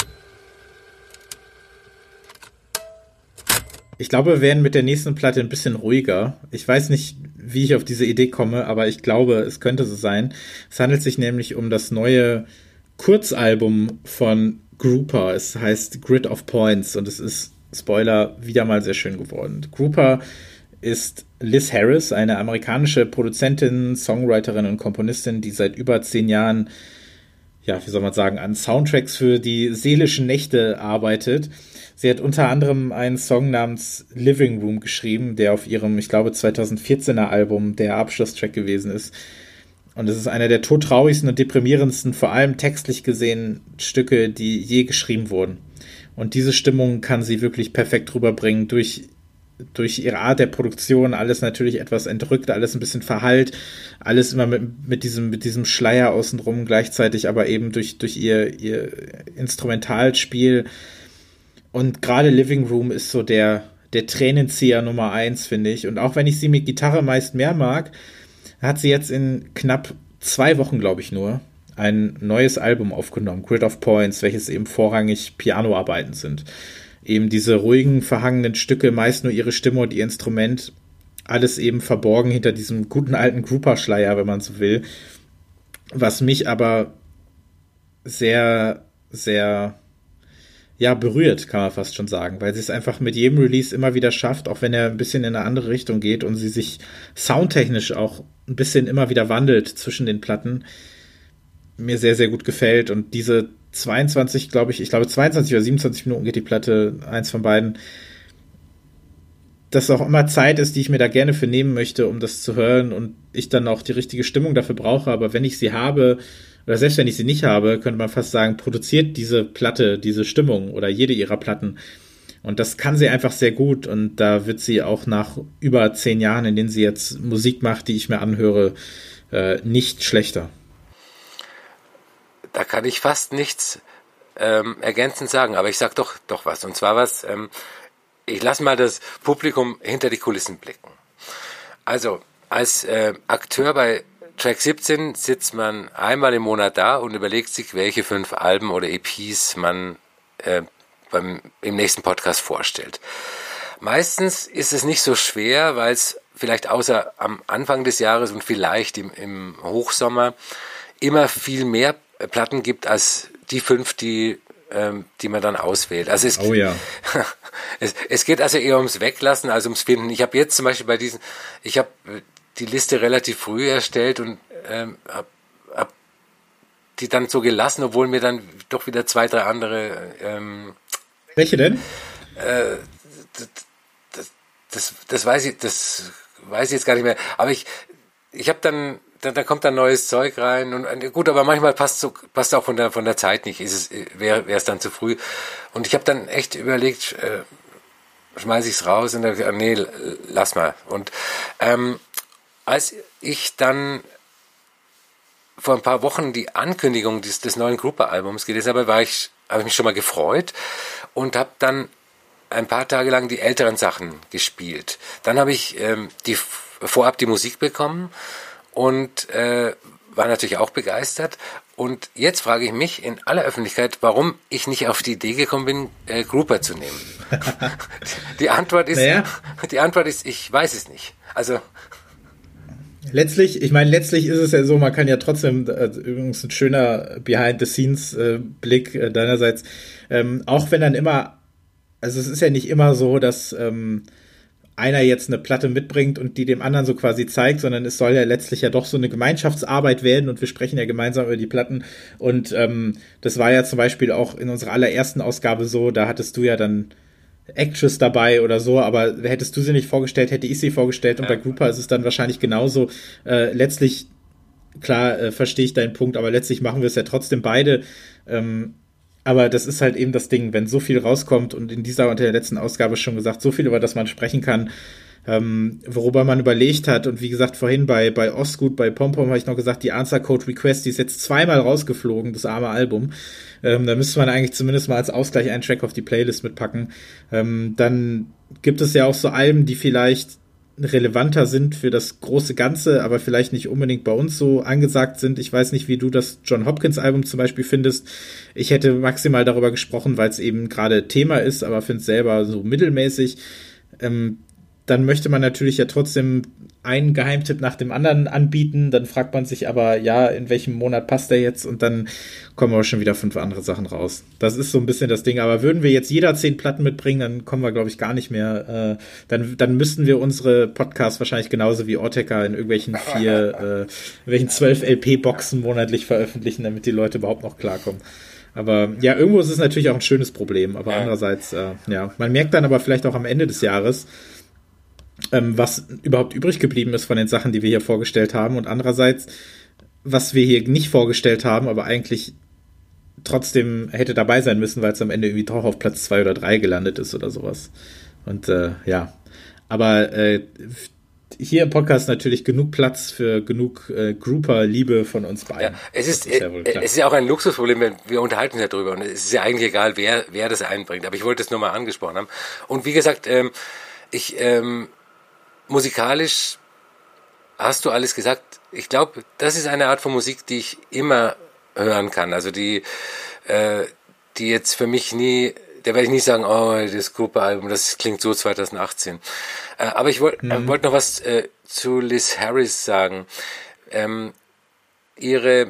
Ich glaube, wir werden mit der nächsten Platte ein bisschen ruhiger. Ich weiß nicht, wie ich auf diese Idee komme, aber ich glaube, es könnte so sein. Es handelt sich nämlich um das neue Kurzalbum von Grouper. Es heißt Grid of Points und es ist, Spoiler, wieder mal sehr schön geworden. Grouper ist Liz Harris, eine amerikanische Produzentin, Songwriterin und Komponistin, die seit über zehn Jahren, ja, wie soll man sagen, an Soundtracks für die seelischen Nächte arbeitet. Sie hat unter anderem einen Song namens Living Room geschrieben, der auf ihrem, ich glaube, zweitausendvierzehner Album der Abschlusstrack gewesen ist. Und es ist einer der todtraurigsten und deprimierendsten, vor allem textlich gesehen, Stücke, die je geschrieben wurden. Und diese Stimmung kann sie wirklich perfekt rüberbringen durch, durch ihre Art der Produktion. Alles natürlich etwas entrückt, alles ein bisschen verhallt, alles immer mit, mit, diesem, mit diesem Schleier außenrum gleichzeitig, aber eben durch, durch ihr, ihr Instrumentalspiel. Und gerade Living Room ist so der, der Tränenzieher Nummer eins, finde ich. Und auch wenn ich sie mit Gitarre meist mehr mag, hat sie jetzt in knapp zwei Wochen, glaube ich nur, ein neues Album aufgenommen, Grid of Points, welches eben vorrangig Pianoarbeiten sind. Eben diese ruhigen, verhangenen Stücke, meist nur ihre Stimme und ihr Instrument, alles eben verborgen hinter diesem guten alten Grouper-Schleier, wenn man so will. Was mich aber sehr, sehr... ja, berührt, kann man fast schon sagen, weil sie es einfach mit jedem Release immer wieder schafft, auch wenn er ein bisschen in eine andere Richtung geht und sie sich soundtechnisch auch ein bisschen immer wieder wandelt zwischen den Platten, mir sehr, sehr gut gefällt. Und diese zweiundzwanzig, glaube ich, ich glaube zweiundzwanzig oder siebenundzwanzig Minuten geht die Platte, eins von beiden, dass auch immer Zeit ist, die ich mir da gerne für nehmen möchte, um das zu hören und ich dann auch die richtige Stimmung dafür brauche, aber wenn ich sie habe, oder selbst wenn ich sie nicht habe, könnte man fast sagen, produziert diese Platte, diese Stimmung oder jede ihrer Platten. Und das kann sie einfach sehr gut und da wird sie auch nach über zehn Jahren, in denen sie jetzt Musik macht, die ich mir anhöre, äh, nicht schlechter.
Da kann ich fast nichts ähm, ergänzend sagen, aber ich sag doch, doch was. Und zwar was, ähm, ich lasse mal das Publikum hinter die Kulissen blicken. Also, als äh, Akteur bei Track siebzehn sitzt man einmal im Monat da und überlegt sich, welche fünf Alben oder E Ps man äh, beim, im nächsten Podcast vorstellt. Meistens ist es nicht so schwer, weil es vielleicht außer am Anfang des Jahres und vielleicht im, im Hochsommer immer viel mehr Platten gibt als die fünf, die, ähm, die man dann auswählt. Also es,
oh ja.
es, es geht also eher ums Weglassen als ums Finden. Ich habe jetzt zum Beispiel bei diesen, ich habe die Liste relativ früh erstellt und ähm, hab, hab die dann so gelassen, obwohl mir dann doch wieder zwei, drei andere ähm,
welche denn?
Äh, das, das, das weiß ich, das weiß ich jetzt gar nicht mehr. Aber ich, ich habe dann, dann, dann kommt dann neues Zeug rein und gut, aber manchmal passt so, passt auch von der von der Zeit nicht. Ist es, wäre wäre es dann zu früh. Und ich habe dann echt überlegt, äh, schmeiße ich es raus und dann gesagt, nee, lass mal. Und ähm, als ich dann vor ein paar Wochen die Ankündigung des, des neuen Grouper-Albums gelesen habe, war ich, habe ich mich schon mal gefreut und habe dann ein paar Tage lang die älteren Sachen gespielt. Dann habe ich ähm, die vorab die Musik bekommen und äh, war natürlich auch begeistert. Und jetzt frage ich mich in aller Öffentlichkeit, warum ich nicht auf die Idee gekommen bin, äh, Grouper zu nehmen. Die Antwort ist, naja. die Antwort ist, ich weiß es nicht. Also
letztlich, ich meine, letztlich ist es ja so, man kann ja trotzdem, also übrigens ein schöner Behind-the-Scenes-Blick äh, deinerseits, ähm, auch wenn dann immer, also es ist ja nicht immer so, dass ähm, einer jetzt eine Platte mitbringt und die dem anderen so quasi zeigt, sondern es soll ja letztlich ja doch so eine Gemeinschaftsarbeit werden und wir sprechen ja gemeinsam über die Platten und ähm, das war ja zum Beispiel auch in unserer allerersten Ausgabe so, da hattest du ja dann Actress dabei oder so, aber hättest du sie nicht vorgestellt, hätte ich sie vorgestellt und ja. Bei Grouper ist es dann wahrscheinlich genauso. Äh, letztlich, klar, äh, verstehe ich deinen Punkt, aber letztlich machen wir es ja trotzdem beide. Ähm, aber das ist halt eben das Ding, wenn so viel rauskommt und in dieser und der letzten Ausgabe schon gesagt, so viel, über das man sprechen kann, ähm, worüber man überlegt hat und wie gesagt, vorhin bei, bei Osgood, bei Pompom habe ich noch gesagt, die Answer Code Request, die ist jetzt zweimal rausgeflogen, das arme Album. Ähm, da müsste man eigentlich zumindest mal als Ausgleich einen Track auf die Playlist mitpacken. Ähm, dann gibt es ja auch so Alben, die vielleicht relevanter sind für das große Ganze, aber vielleicht nicht unbedingt bei uns so angesagt sind. Ich weiß nicht, wie du das John Hopkins Album zum Beispiel findest. Ich hätte maximal darüber gesprochen, weil es eben gerade Thema ist, aber finde es selber so mittelmäßig. Ähm, dann möchte man natürlich ja trotzdem einen Geheimtipp nach dem anderen anbieten, dann fragt man sich aber, ja, in welchem Monat passt der jetzt und dann kommen aber schon wieder fünf andere Sachen raus. Das ist so ein bisschen das Ding, aber würden wir jetzt jeder zehn Platten mitbringen, dann kommen wir, glaube ich, gar nicht mehr, äh, dann, dann müssten wir unsere Podcasts wahrscheinlich genauso wie Ortega in irgendwelchen vier, äh, in welchen zwölf L P-Boxen monatlich veröffentlichen, damit die Leute überhaupt noch klarkommen. Aber ja, irgendwo ist es natürlich auch ein schönes Problem, aber andererseits, äh, ja, man merkt dann aber vielleicht auch am Ende des Jahres, Ähm, was überhaupt übrig geblieben ist von den Sachen, die wir hier vorgestellt haben und andererseits, was wir hier nicht vorgestellt haben, aber eigentlich trotzdem hätte dabei sein müssen, weil es am Ende irgendwie doch auf Platz zwei oder drei gelandet ist oder sowas. Und äh, ja, aber äh, hier im Podcast natürlich genug Platz für genug äh, Grouper-Liebe von uns beiden.
Ja, es ist, ist ja wohl klar. Es ist ja auch ein Luxusproblem, wenn wir unterhalten ja drüber und es ist ja eigentlich egal, wer, wer das einbringt, aber ich wollte es nur mal angesprochen haben. Und wie gesagt, ähm, ich ähm, musikalisch hast du alles gesagt. Ich glaube, das ist eine Art von Musik, die ich immer hören kann. Also die, äh, die jetzt für mich nie, da werde ich nie sagen, oh, das Grouper-Album, das klingt so zwanzig achtzehn. Äh, aber ich wollte mhm. äh, wollt noch was äh, zu Liz Harris sagen. Ähm, ihre,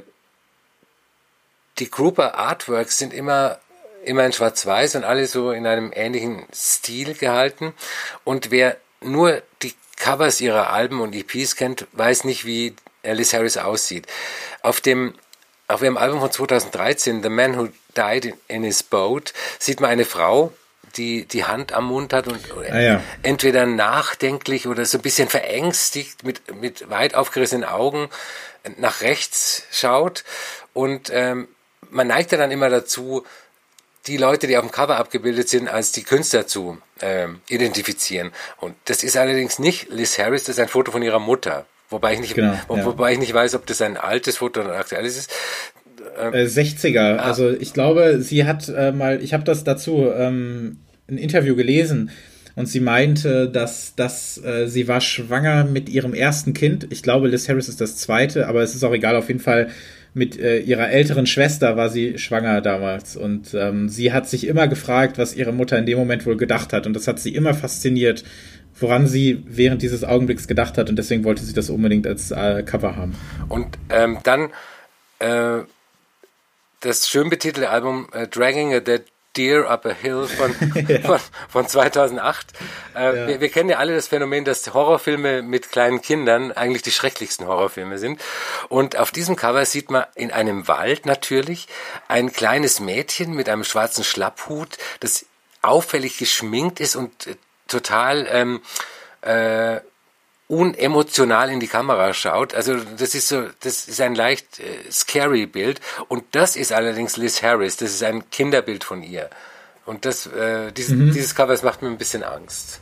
die Grouper-Artworks sind immer immer in Schwarz-Weiß und alle so in einem ähnlichen Stil gehalten. Und wer nur die Covers ihrer Alben und E Ps kennt, weiß nicht, wie Liz Harris aussieht. Auf dem, auf ihrem Album von zwanzig dreizehn, The Man Who Died in, in His Boat, sieht man eine Frau, die die Hand am Mund hat und ah, ja. entweder nachdenklich oder so ein bisschen verängstigt mit, mit weit aufgerissenen Augen nach rechts schaut. Und ähm, man neigt ja dann immer dazu, die Leute, die auf dem Cover abgebildet sind, als die Künstler zu ähm, identifizieren. Und das ist allerdings nicht Liz Harris, das ist ein Foto von ihrer Mutter. Wobei ich nicht, genau, wo, ja. wobei ich nicht weiß, ob das ein altes Foto oder ein aktuelles ist.
Ähm, äh, sechziger. Ah. Also ich glaube, sie hat äh, mal, ich habe das dazu ähm, ein Interview gelesen und sie meinte, dass, dass äh, sie war schwanger mit ihrem ersten Kind. Ich glaube, Liz Harris ist das zweite, aber es ist auch egal, auf jeden Fall mit äh, ihrer älteren Schwester war sie schwanger damals und ähm, sie hat sich immer gefragt, was ihre Mutter in dem Moment wohl gedacht hat und das hat sie immer fasziniert, woran sie während dieses Augenblicks gedacht hat und deswegen wollte sie das unbedingt als äh, Cover haben.
Und ähm, dann äh, das schön betitelte Album äh, Dragging a Dead Deer Up a Hill von, ja. von, von zweitausendacht. Äh, ja. wir, wir kennen ja alle das Phänomen, dass Horrorfilme mit kleinen Kindern eigentlich die schrecklichsten Horrorfilme sind. Und auf diesem Cover sieht man in einem Wald natürlich ein kleines Mädchen mit einem schwarzen Schlapphut, das auffällig geschminkt ist und äh, total ähm, äh, unemotional in die Kamera schaut. Also das ist so, das ist ein leicht äh, scary Bild. Und das ist allerdings Liz Harris. Das ist ein Kinderbild von ihr. Und das, äh, dieses, mhm. dieses Cover, das macht mir ein bisschen Angst.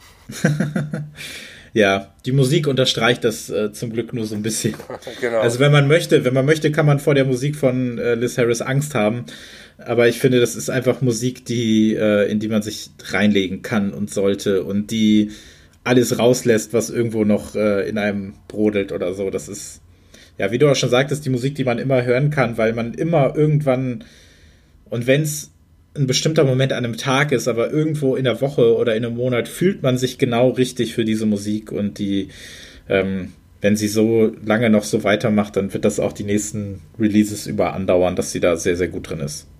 Ja, die Musik unterstreicht das äh, zum Glück nur so ein bisschen. Genau. Also wenn man möchte, wenn man möchte, kann man vor der Musik von äh, Liz Harris Angst haben. Aber ich finde, das ist einfach Musik, die äh, in die man sich reinlegen kann und sollte und die alles rauslässt, was irgendwo noch äh, in einem brodelt oder so. Das ist, ja, wie du auch schon sagtest, die Musik, die man immer hören kann, weil man immer irgendwann, und wenn es ein bestimmter Moment an einem Tag ist, aber irgendwo in der Woche oder in einem Monat fühlt man sich genau richtig für diese Musik und die, ähm, wenn sie so lange noch so weitermacht, dann wird das auch die nächsten Releases über andauern, dass sie da sehr, sehr gut drin ist.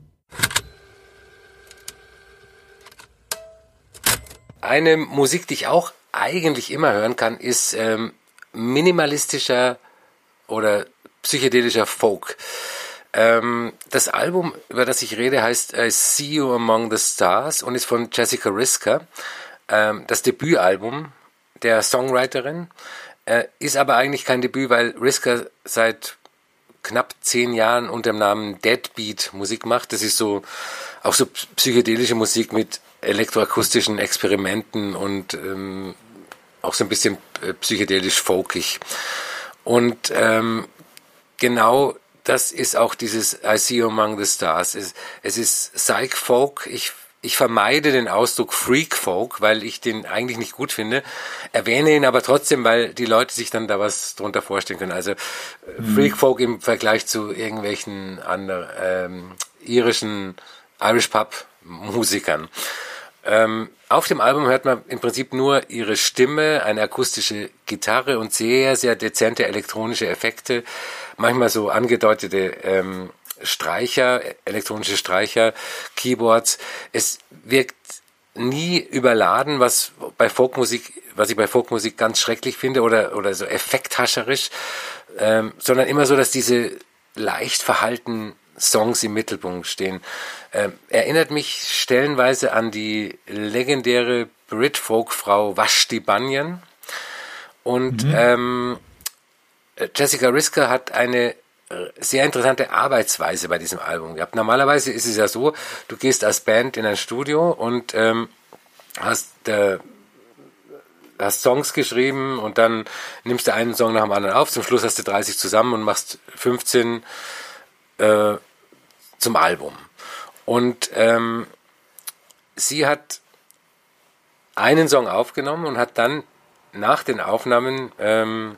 Eine Musik, die ich auch eigentlich immer hören kann, ist ähm, minimalistischer oder psychedelischer Folk. Ähm, das Album, über das ich rede, heißt I See You Among the Stars und ist von Jessica Risker. Ähm, das Debütalbum der Songwriterin äh, ist aber eigentlich kein Debüt, weil Risker seit knapp zehn Jahren unter dem Namen Deadbeat Musik macht. Das ist so auch so psychedelische Musik mit elektroakustischen Experimenten und ähm, auch so ein bisschen äh, psychedelisch folkig. Und ähm, genau das ist auch dieses I See You Among the Stars. Es, es ist Psych-Folk. Ich, ich vermeide den Ausdruck Freak-Folk, weil ich den eigentlich nicht gut finde. Erwähne ihn aber trotzdem, weil die Leute sich dann da was drunter vorstellen können. Also mhm. Freak-Folk im Vergleich zu irgendwelchen anderen ähm, irischen Irish-Pub-Musikern. Ähm, auf dem Album hört man im Prinzip nur ihre Stimme, eine akustische Gitarre und sehr, sehr dezente elektronische Effekte. Manchmal so angedeutete ähm, Streicher, elektronische Streicher, Keyboards. Es wirkt nie überladen, was bei Folkmusik, was ich bei Folkmusik ganz schrecklich finde oder oder so effekthascherisch, ähm, sondern immer so, dass diese leicht verhalten Songs im Mittelpunkt stehen. Ähm, erinnert mich stellenweise an die legendäre Brit-Folk-Frau Vashti Bunyan. Und mhm. ähm, Jessica Risker hat eine sehr interessante Arbeitsweise bei diesem Album gehabt. Normalerweise ist es ja so, du gehst als Band in ein Studio und ähm, hast, äh, hast Songs geschrieben und dann nimmst du einen Song nach dem anderen auf. Zum Schluss hast du dreißig zusammen und machst fünfzehn äh, zum Album. Und ähm, sie hat einen Song aufgenommen und hat dann nach den Aufnahmen ähm,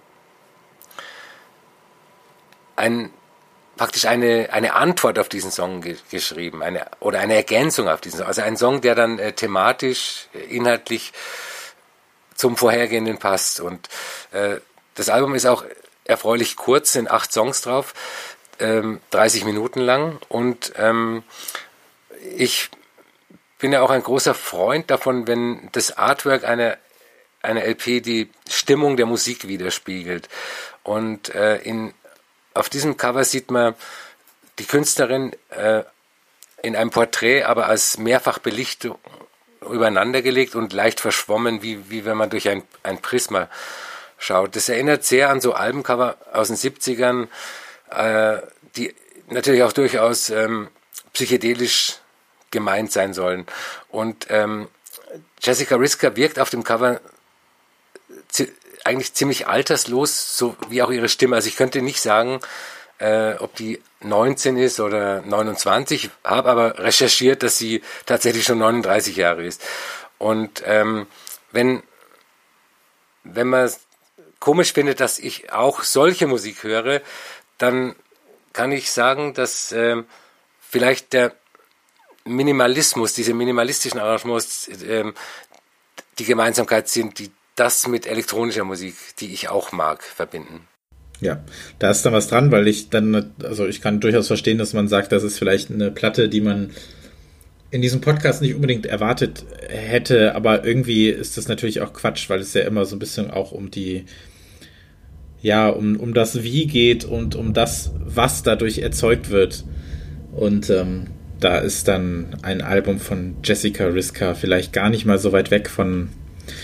ein, praktisch eine, eine Antwort auf diesen Song ge- geschrieben, eine, oder eine Ergänzung auf diesen Song. Also ein Song, der dann äh, thematisch, äh, inhaltlich zum vorhergehenden passt. Und äh, das Album ist auch erfreulich kurz, sind acht Songs drauf, ähm, dreißig Minuten lang. Und ähm, ich bin ja auch ein großer Freund davon, wenn das Artwork einer eine L P die Stimmung der Musik widerspiegelt. Und äh, in auf diesem Cover sieht man die Künstlerin äh, in einem Porträt, aber als Mehrfachbelichtung übereinandergelegt und leicht verschwommen, wie, wie wenn man durch ein, ein Prisma schaut. Das erinnert sehr an so Albencover aus den siebzigern, äh, die natürlich auch durchaus ähm, psychedelisch gemeint sein sollen. Und ähm, Jessica Risker wirkt auf dem Cover zi- eigentlich ziemlich alterslos, so wie auch ihre Stimme. Also ich könnte nicht sagen, äh, ob die neunzehn ist oder neunundzwanzig, habe aber recherchiert, dass sie tatsächlich schon neununddreißig Jahre ist. Und ähm, wenn, wenn man komisch findet, dass ich auch solche Musik höre, dann kann ich sagen, dass äh, vielleicht der Minimalismus, diese minimalistischen Arrangements, äh, die Gemeinsamkeit sind, die das mit elektronischer Musik, die ich auch mag, verbinden.
Ja, da ist dann was dran, weil ich dann, also ich kann durchaus verstehen, dass man sagt, das ist vielleicht eine Platte, die man in diesem Podcast nicht unbedingt erwartet hätte, aber irgendwie ist das natürlich auch Quatsch, weil es ja immer so ein bisschen auch um die, ja, um, um das Wie geht und um das, was dadurch erzeugt wird. Und ähm, da ist dann ein Album von Jessica Risker vielleicht gar nicht mal so weit weg von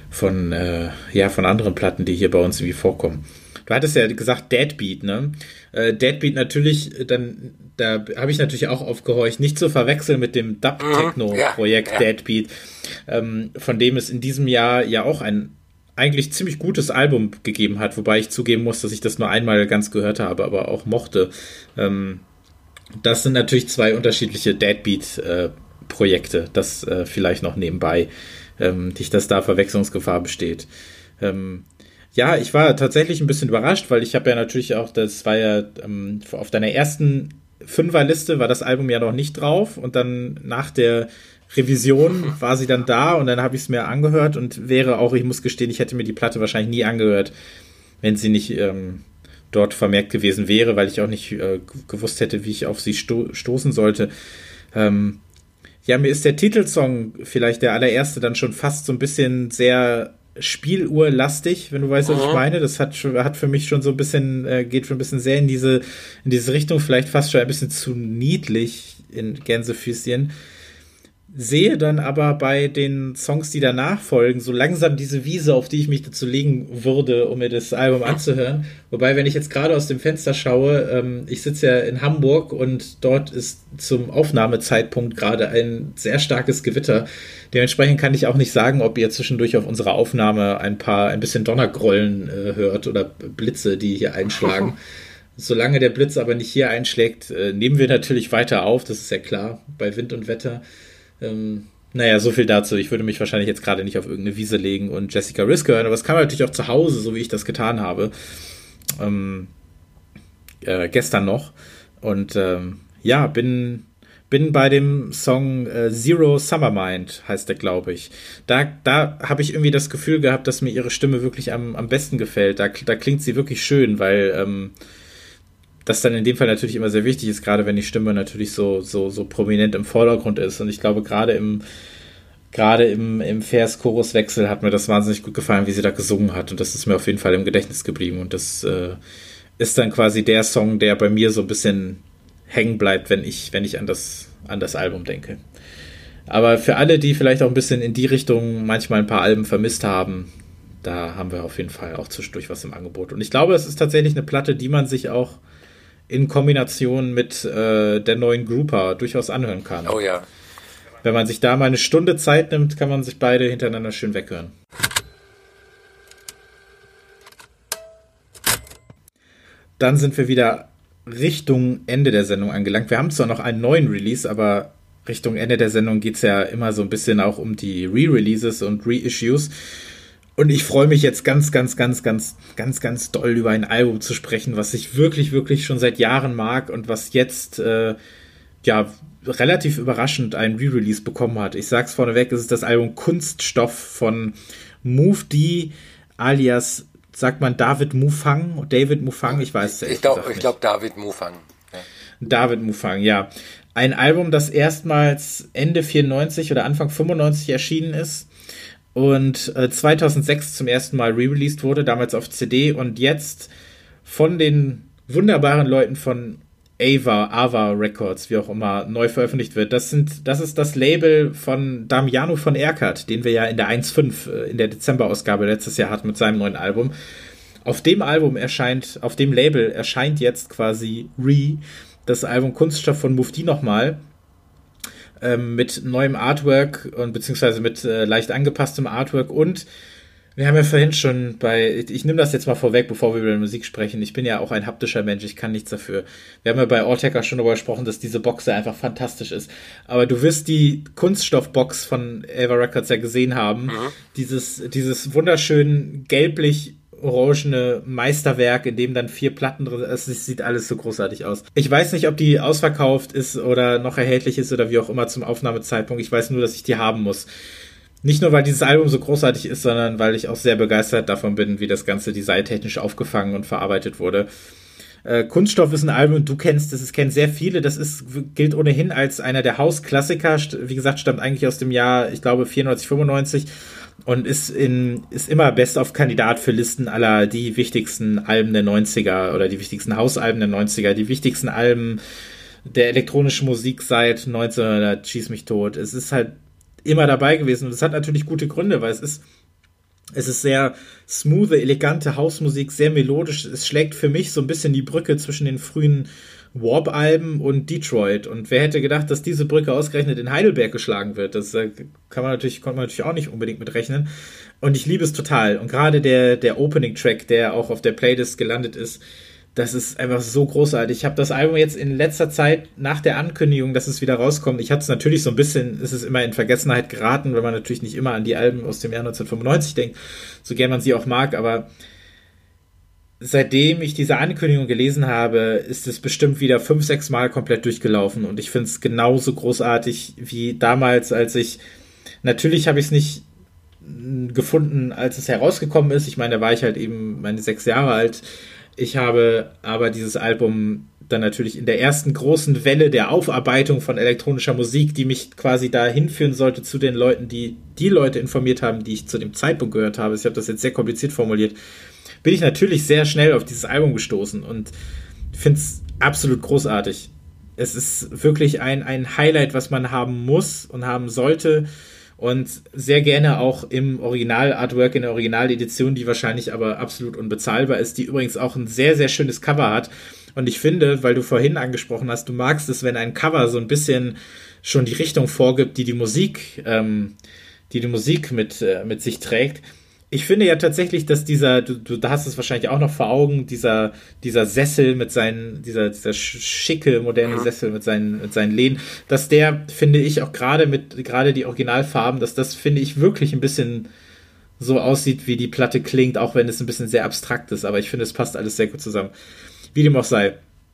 von, äh, ja, von anderen Platten, die hier bei uns irgendwie vorkommen. Du hattest ja gesagt Deadbeat, ne? Äh, Deadbeat natürlich, dann, da habe ich natürlich auch aufgehorcht, nicht zu verwechseln mit dem Dub-Techno-Projekt ja, ja. Deadbeat, ähm, von dem es in diesem Jahr ja auch ein eigentlich ziemlich gutes Album gegeben hat, wobei ich zugeben muss, dass ich das nur einmal ganz gehört habe, aber auch mochte. Ähm, das sind natürlich zwei unterschiedliche Deadbeat-Projekte, äh, das äh, vielleicht noch nebenbei, ähm, nicht, dass da Verwechslungsgefahr besteht. Ähm, Ja, ich war tatsächlich ein bisschen überrascht, weil ich habe ja natürlich auch, das war ja ähm, auf deiner ersten Fünferliste war das Album ja noch nicht drauf und dann nach der Revision war sie dann da und dann habe ich es mir angehört und wäre auch, ich muss gestehen, ich hätte mir die Platte wahrscheinlich nie angehört, wenn sie nicht ähm, dort vermerkt gewesen wäre, weil ich auch nicht äh, gewusst hätte, wie ich auf sie sto- stoßen sollte. Ähm, ja, mir ist der Titelsong vielleicht der allererste dann schon fast so ein bisschen sehr Spieluhrlastig, wenn du weißt, was ich meine. Das hat schon, hat für mich schon so ein bisschen, äh, geht schon ein bisschen sehr in diese, in diese Richtung, vielleicht fast schon ein bisschen zu niedlich in Gänsefüßchen. Sehe dann aber bei den Songs, die danach folgen, so langsam diese Wiese, auf die ich mich dazu legen würde, um mir das Album anzuhören. Wobei, wenn ich jetzt gerade aus dem Fenster schaue, ähm, ich sitze ja in Hamburg und dort ist zum Aufnahmezeitpunkt gerade ein sehr starkes Gewitter. Dementsprechend kann ich auch nicht sagen, ob ihr zwischendurch auf unserer Aufnahme ein paar, ein bisschen Donnergrollen äh, hört oder Blitze, die hier einschlagen. Solange der Blitz aber nicht hier einschlägt, äh, nehmen wir natürlich weiter auf, das ist ja klar, bei Wind und Wetter. Ähm, naja, so viel dazu. Ich würde mich wahrscheinlich jetzt gerade nicht auf irgendeine Wiese legen und Jessica Riske hören, aber es kann man natürlich auch zu Hause, so wie ich das getan habe. Ähm, äh, gestern noch. Und ähm, ja, bin, bin bei dem Song äh, Zero Summer Mind, heißt der, glaube ich. Da, da habe ich irgendwie das Gefühl gehabt, dass mir ihre Stimme wirklich am, am besten gefällt. Da, da klingt sie wirklich schön, weil ähm, das dann in dem Fall natürlich immer sehr wichtig ist, gerade wenn die Stimme natürlich so, so, so prominent im Vordergrund ist. Und ich glaube, gerade im, gerade im, im Vers-Chorus-Wechsel hat mir das wahnsinnig gut gefallen, wie sie da gesungen hat. Und das ist mir auf jeden Fall im Gedächtnis geblieben. Und das äh, ist dann quasi der Song, der bei mir so ein bisschen hängen bleibt, wenn ich, wenn ich an das, an das Album denke. Aber für alle, die vielleicht auch ein bisschen in die Richtung manchmal ein paar Alben vermisst haben, da haben wir auf jeden Fall auch zwischendurch was im Angebot. Und ich glaube, es ist tatsächlich eine Platte, die man sich auch in Kombination mit äh, der neuen Grouper durchaus anhören kann.
Oh ja.
Wenn man sich da mal eine Stunde Zeit nimmt, kann man sich beide hintereinander schön weghören. Dann sind wir wieder Richtung Ende der Sendung angelangt. Wir haben zwar noch einen neuen Release, aber Richtung Ende der Sendung geht es ja immer so ein bisschen auch um die Re-Releases und Reissues. Und ich freue mich jetzt ganz, ganz, ganz, ganz, ganz, ganz doll über ein Album zu sprechen, was ich wirklich, wirklich schon seit Jahren mag und was jetzt, äh, ja, relativ überraschend einen Re-Release bekommen hat. Ich sag's vorneweg, es ist das Album Kunststoff von Move D alias, sagt man David Mufang, David Mufang, ich weiß es
Ich glaube, ich glaube David Mufang. Ja.
David Mufang, ja. Ein Album, das erstmals Ende vierundneunzig oder Anfang fünfundneunzig erschienen ist und äh, zweitausendsechs zum ersten Mal re-released wurde, damals auf C D und jetzt von den wunderbaren Leuten von Ava, Ava Records, wie auch immer, neu veröffentlicht wird. Das sind, das ist das Label von Damiano von Erkert, den wir ja in der eins Punkt fünf äh, in der Dezemberausgabe letztes Jahr hatten mit seinem neuen Album. Auf dem Album erscheint, auf dem Label erscheint jetzt quasi Re, das Album Kunststoff von Mufti nochmal. Ähm, mit neuem Artwork und beziehungsweise mit äh, leicht angepasstem Artwork und wir haben ja vorhin schon bei, ich, ich nehme das jetzt mal vorweg, bevor wir über die Musik sprechen, ich bin ja auch ein haptischer Mensch, ich kann nichts dafür. Wir haben ja bei Alltaker schon darüber gesprochen, dass diese Box ja einfach fantastisch ist, aber du wirst die Kunststoffbox von Ava Records ja gesehen haben, mhm. dieses, dieses wunderschön gelblich orangene Meisterwerk, in dem dann vier Platten drin sind. Es sieht alles so großartig aus. Ich weiß nicht, ob die ausverkauft ist oder noch erhältlich ist oder wie auch immer zum Aufnahmezeitpunkt. Ich weiß nur, dass ich die haben muss. Nicht nur, weil dieses Album so großartig ist, sondern weil ich auch sehr begeistert davon bin, wie das Ganze designtechnisch aufgefangen und verarbeitet wurde. Äh, Kunststoff ist ein Album, du kennst das, es kennen sehr viele. Das ist, gilt ohnehin als einer der Hausklassiker. Wie gesagt, stammt eigentlich aus dem Jahr, ich glaube, vierundneunzig, fünfundneunzig. Und ist, in, ist immer Best-of-Kandidat für Listen aller die wichtigsten Alben der neunziger oder die wichtigsten Hausalben der neunziger, die wichtigsten Alben der elektronischen Musik seit neunzehnhundert, schieß mich tot. Es ist halt immer dabei gewesen und es hat natürlich gute Gründe, weil es ist Es ist sehr smooth, elegante Hausmusik, sehr melodisch. Es schlägt für mich so ein bisschen die Brücke zwischen den frühen Warp-Alben und Detroit. Und wer hätte gedacht, dass diese Brücke ausgerechnet in Heidelberg geschlagen wird? Das äh, kann man natürlich, konnte man natürlich auch nicht unbedingt mitrechnen. Und ich liebe es total. Und gerade der, der Opening-Track, der auch auf der Playlist gelandet ist, das ist einfach so großartig. Ich habe das Album jetzt in letzter Zeit nach der Ankündigung, dass es wieder rauskommt, ich hatte es natürlich so ein bisschen, es ist immer in Vergessenheit geraten, weil man natürlich nicht immer an die Alben aus dem Jahr neunzehnhundertfünfundneunzig denkt, so gern man sie auch mag, aber seitdem ich diese Ankündigung gelesen habe, ist es bestimmt wieder fünf, sechs Mal komplett durchgelaufen und ich finde es genauso großartig wie damals, als ich, natürlich habe ich es nicht gefunden, als es herausgekommen ist, ich meine, da war ich halt eben meine sechs Jahre alt. Ich habe aber dieses Album dann natürlich in der ersten großen Welle der Aufarbeitung von elektronischer Musik, die mich quasi da hinführen sollte zu den Leuten, die die Leute informiert haben, die ich zu dem Zeitpunkt gehört habe. Ich habe das jetzt sehr kompliziert formuliert. Bin ich natürlich sehr schnell auf dieses Album gestoßen und finde es absolut großartig. Es ist wirklich ein, ein Highlight, was man haben muss und haben sollte. Und sehr gerne auch im Original-Artwork, in der Originaledition, die wahrscheinlich aber absolut unbezahlbar ist, die übrigens auch ein sehr, sehr schönes Cover hat. Und ich finde, weil du vorhin angesprochen hast, du magst es, wenn ein Cover so ein bisschen schon die Richtung vorgibt, die die Musik, ähm, die die Musik mit, äh, mit sich trägt. Ich finde ja tatsächlich, dass dieser, du, du hast es wahrscheinlich auch noch vor Augen, dieser, dieser Sessel mit seinen, dieser, dieser schicke, moderne Sessel mit seinen, mit seinen Lehnen, dass der, finde ich, auch gerade mit, gerade die Originalfarben, dass das, finde ich, wirklich ein bisschen so aussieht, wie die Platte klingt, auch wenn es ein bisschen sehr abstrakt ist, aber ich finde, es passt alles sehr gut zusammen. Wie dem auch sei.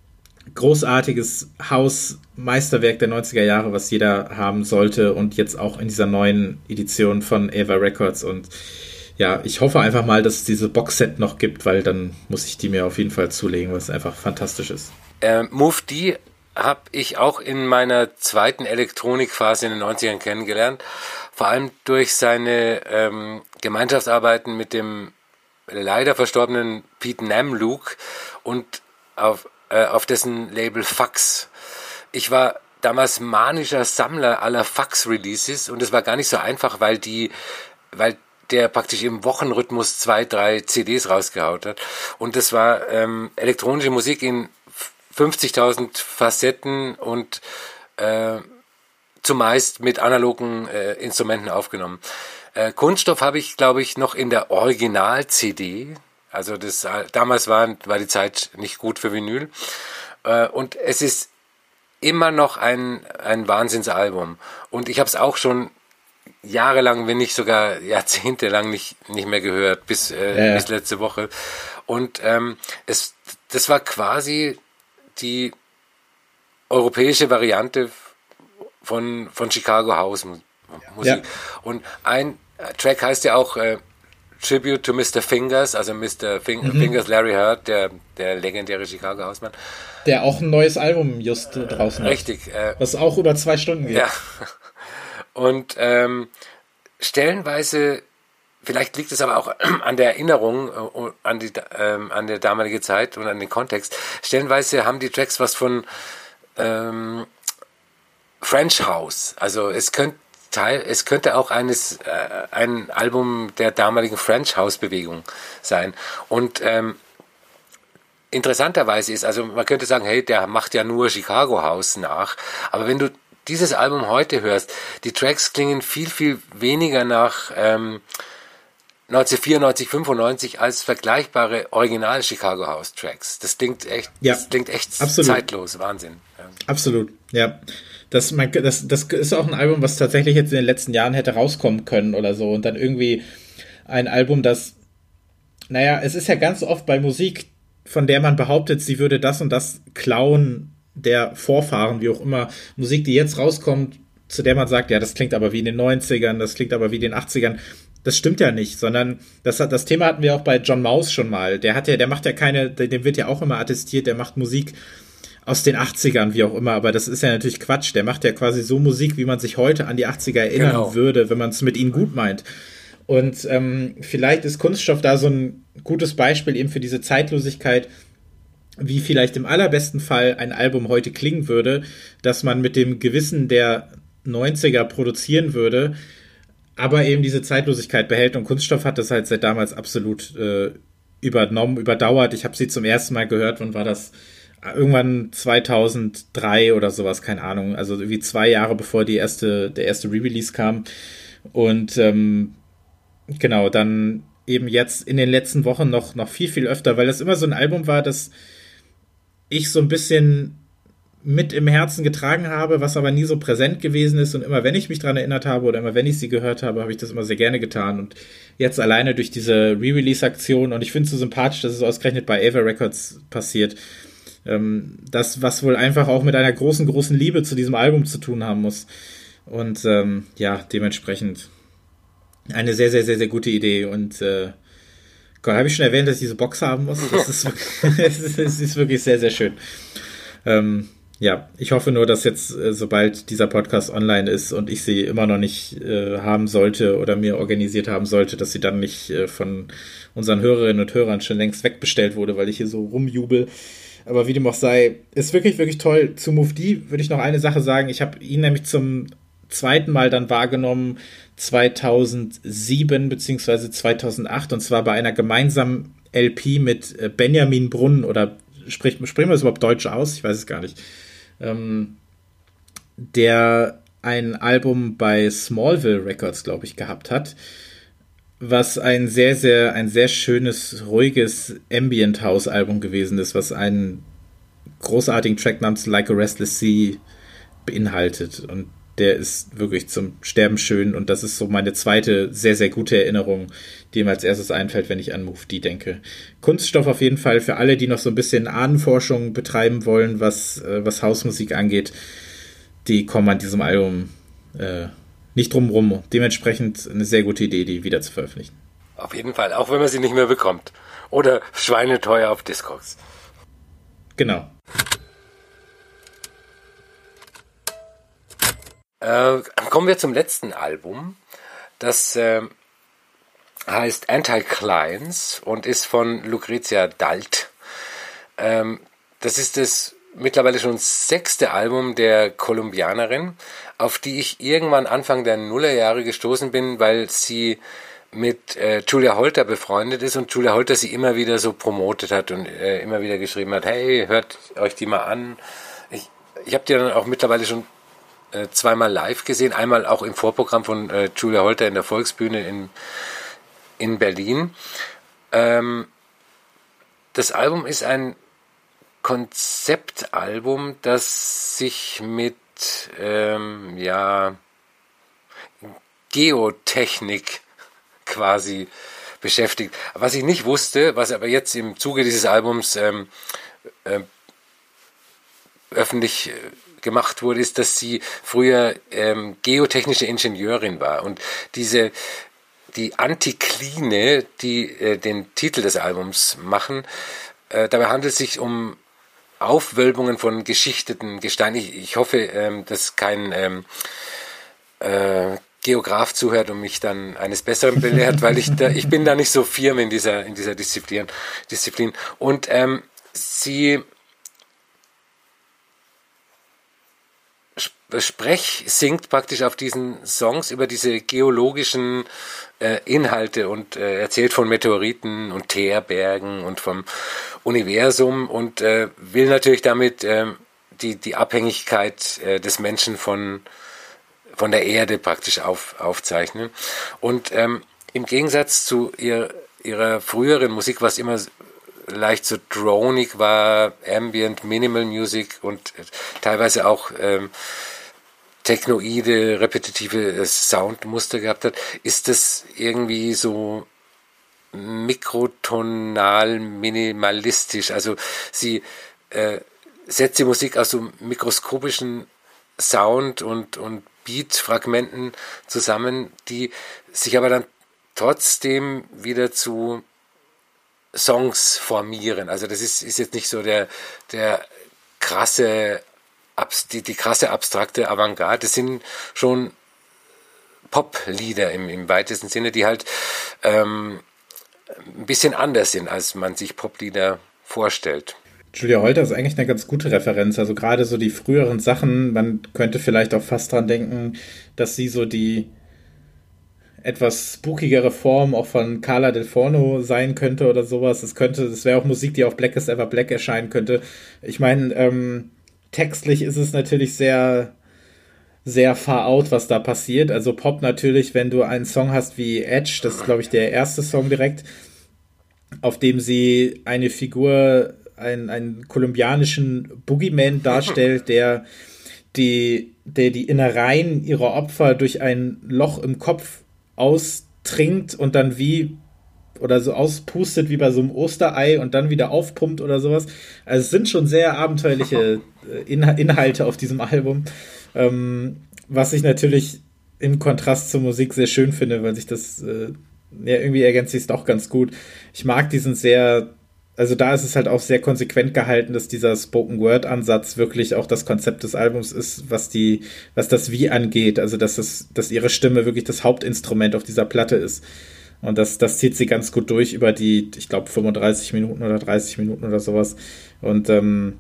Großartiges Haus-Meisterwerk der neunziger Jahre, was jeder haben sollte und jetzt auch in dieser neuen Edition von Ava Records und ja, ich hoffe einfach mal, dass es diese Boxset noch gibt, weil dann muss ich die mir auf jeden Fall zulegen, weil es einfach fantastisch ist.
Äh, Move D habe ich auch in meiner zweiten Elektronikphase in den neunzigern kennengelernt. Vor allem durch seine ähm, Gemeinschaftsarbeiten mit dem leider verstorbenen Pete Namlook und auf, äh, auf dessen Label Fax. Ich war damals manischer Sammler aller Fax-Releases und es war gar nicht so einfach, weil die, weil der praktisch im Wochenrhythmus zwei, drei C Ds rausgehaut hat. Und das war ähm, elektronische Musik in fünfzigtausend Facetten und äh, zumeist mit analogen äh, Instrumenten aufgenommen. Äh, Kunststoff habe ich, glaube ich, noch in der Original-C D. Also das damals war, war die Zeit nicht gut für Vinyl. Äh, und es ist immer noch ein, ein Wahnsinnsalbum. Und ich habe es auch schon jahrelang, wenn nicht sogar jahrzehntelang nicht, nicht mehr gehört, bis, äh, ja. bis letzte Woche. Und ähm, es, das war quasi die europäische Variante von, von Chicago House Musik. Ja. Und ein Track heißt ja auch äh, Tribute to Mister Fingers, also Mister Fing- mhm. Fingers Larry Heard, der, der legendäre Chicago Hausmann.
Der auch ein neues Album just äh, draußen hat.
Richtig. Äh,
was auch über zwei Stunden geht.
Ja. Und ähm, stellenweise, vielleicht liegt es aber auch an der Erinnerung, äh, an die ähm, an der damalige Zeit und an den Kontext, stellenweise haben die Tracks was von ähm, French House. Also es könnte Teil, es könnte auch eines äh, ein Album der damaligen French House Bewegung sein. Und ähm, interessanterweise ist, also man könnte sagen, hey, der macht ja nur Chicago House nach. Aber wenn du dieses Album heute hörst, die Tracks klingen viel, viel weniger nach ähm, neunzehnhundertvierundneunzig, fünfundneunzig als vergleichbare Original Chicago House Tracks. Das klingt echt, ja, das klingt echt absolut zeitlos, Wahnsinn. Ja.
Absolut, ja. Das, man, das, das ist auch ein Album, was tatsächlich jetzt in den letzten Jahren hätte rauskommen können oder so. Und dann irgendwie ein Album, das, naja, es ist ja ganz oft bei Musik, von der man behauptet, sie würde das und das klauen, der Vorfahren, wie auch immer, Musik, die jetzt rauskommt, zu der man sagt, ja, das klingt aber wie in den neunzigern, das klingt aber wie in den achtzigern. Das stimmt ja nicht, sondern das, hat, das Thema hatten wir auch bei John Maus schon mal. Der hat ja, der macht ja keine, dem wird ja auch immer attestiert, der macht Musik aus den achtzigern, wie auch immer, aber das ist ja natürlich Quatsch. Der macht ja quasi so Musik, wie man sich heute an die achtziger erinnern genau. würde, wenn man es mit ihnen gut meint. Und ähm, vielleicht ist Kunststoff da so ein gutes Beispiel eben für diese Zeitlosigkeit, wie vielleicht im allerbesten Fall ein Album heute klingen würde, dass man mit dem Gewissen der neunziger produzieren würde, aber eben diese Zeitlosigkeit behält, und Kunststoff hat das halt seit damals absolut äh, übernommen, überdauert. Ich habe sie zum ersten Mal gehört, wann war das? Irgendwann zweitausenddrei oder sowas, keine Ahnung. Also irgendwie zwei Jahre bevor die erste, der erste Re-Release kam. Und ähm, genau, dann eben jetzt in den letzten Wochen noch, noch viel, viel öfter, weil das immer so ein Album war, das ich so ein bisschen mit im Herzen getragen habe, was aber nie so präsent gewesen ist. Und immer wenn ich mich dran erinnert habe oder immer wenn ich sie gehört habe, habe ich das immer sehr gerne getan. Und jetzt alleine durch diese Re-Release-Aktion, und ich finde es so sympathisch, dass es ausgerechnet bei Ava Records passiert, ähm, das, was wohl einfach auch mit einer großen, großen Liebe zu diesem Album zu tun haben muss. Und ähm, ja, dementsprechend eine sehr, sehr, sehr, sehr gute Idee. Und äh, Gott, habe ich schon erwähnt, dass ich diese Box haben muss? Das ist, das ist wirklich sehr, sehr schön. Ähm, ja, ich hoffe nur, dass jetzt, äh, sobald dieser Podcast online ist und ich sie immer noch nicht äh, haben sollte oder mir organisiert haben sollte, dass sie dann nicht äh, von unseren Hörerinnen und Hörern schon längst wegbestellt wurde, weil ich hier so rumjubel. Aber wie dem auch sei, ist wirklich, wirklich toll. Zu Move D würde ich noch eine Sache sagen. Ich habe ihn nämlich zum zweiten Mal dann wahrgenommen, zweitausendsieben beziehungsweise zweitausendacht, und zwar bei einer gemeinsamen L P mit Benjamin Brunn, oder spricht, sprechen wir das überhaupt Deutsch aus? Ich weiß es gar nicht. Ähm, der ein Album bei Smallville Records, glaube ich, gehabt hat, was ein sehr, sehr, ein sehr schönes, ruhiges Ambient House Album gewesen ist, was einen großartigen Track namens Like a Restless Sea beinhaltet. Und der ist wirklich zum Sterben schön, und das ist so meine zweite sehr, sehr gute Erinnerung, die mir als erstes einfällt, wenn ich an Move D denke. Kunststoff auf jeden Fall für alle, die noch so ein bisschen Ahnenforschung betreiben wollen, was, äh, was Hausmusik angeht, die kommen an diesem Album äh, nicht drum rum. Dementsprechend eine sehr gute Idee, die wieder zu veröffentlichen.
Auf jeden Fall, auch wenn man sie nicht mehr bekommt. Oder schweineteuer auf Discogs.
Genau.
Äh, kommen wir zum letzten Album. Das äh, heißt Anti-Clients und ist von Lucrezia Dalt. Ähm, das ist das mittlerweile schon sechste Album der Kolumbianerin, auf die ich irgendwann Anfang der Nullerjahre gestoßen bin, weil sie mit äh, Julia Holter befreundet ist und Julia Holter sie immer wieder so promotet hat und äh, immer wieder geschrieben hat, hey, hört euch die mal an. Ich, ich habe die dann auch mittlerweile schon äh, zweimal live gesehen, einmal auch im Vorprogramm von äh, Julia Holter in der Volksbühne in, in Berlin. Ähm, das Album ist ein Konzeptalbum, das sich mit ähm, ja, Geotechnik quasi beschäftigt. Was ich nicht wusste, was aber jetzt im Zuge dieses Albums ähm, äh, öffentlich äh, gemacht wurde, ist, dass sie früher ähm, geotechnische Ingenieurin war. Und diese die Antikline, die äh, den Titel des Albums machen, äh, dabei handelt es sich um Aufwölbungen von geschichteten Gesteinen. Ich, ich hoffe, ähm, dass kein ähm, äh, Geograf zuhört und mich dann eines Besseren belehrt, weil ich da, ich bin da nicht so firm in dieser in dieser Disziplin. Disziplin. Und ähm, sie Sprech singt praktisch auf diesen Songs über diese geologischen äh, Inhalte und äh, erzählt von Meteoriten und Teerbergen und vom Universum und äh, will natürlich damit äh, die die Abhängigkeit äh, des Menschen von von der Erde praktisch auf, aufzeichnen. Und ähm, im Gegensatz zu ihr, ihrer früheren Musik, was immer leicht so dronig war, Ambient, Minimal Music und äh, teilweise auch ähm, technoide, repetitive Soundmuster gehabt hat, ist das irgendwie so mikrotonal minimalistisch. Also sie äh, setzt die Musik aus so mikroskopischen Sound und, und Beat-Fragmenten zusammen, die sich aber dann trotzdem wieder zu Songs formieren. Also das ist, ist jetzt nicht so der, der krasse Die, die krasse abstrakte Avantgarde, das sind schon Pop-Lieder im, im weitesten Sinne, die halt ähm, ein bisschen anders sind, als man sich Pop-Lieder vorstellt.
Julia Holter ist eigentlich eine ganz gute Referenz, also gerade so die früheren Sachen, man könnte vielleicht auch fast dran denken, dass sie so die etwas spookigere Form auch von Carla Del Forno sein könnte oder sowas. Es könnte, es wäre auch Musik, die auf Black is Ever Black erscheinen könnte. Ich meine, ähm, textlich ist es natürlich sehr, sehr far out, was da passiert. Also Pop natürlich, wenn du einen Song hast wie Edge, das ist, glaube ich, der erste Song direkt, auf dem sie eine Figur, einen, einen kolumbianischen Boogeyman darstellt, der die, der die Innereien ihrer Opfer durch ein Loch im Kopf austrinkt und dann wie oder so auspustet wie bei so einem Osterei und dann wieder aufpumpt oder sowas. Also es sind schon sehr abenteuerliche In- Inhalte auf diesem Album, ähm, was ich natürlich im Kontrast zur Musik sehr schön finde, weil sich das äh, ja, irgendwie ergänzt sich es doch ganz gut. Ich mag diesen sehr, also da ist es halt auch sehr konsequent gehalten, dass dieser Spoken-Word-Ansatz wirklich auch das Konzept des Albums ist, was die, was das Wie angeht, also dass es, dass ihre Stimme wirklich das Hauptinstrument auf dieser Platte ist. Und das, das zieht sie ganz gut durch über die, ich glaube, fünfunddreißig Minuten oder dreißig Minuten oder sowas. Und ähm,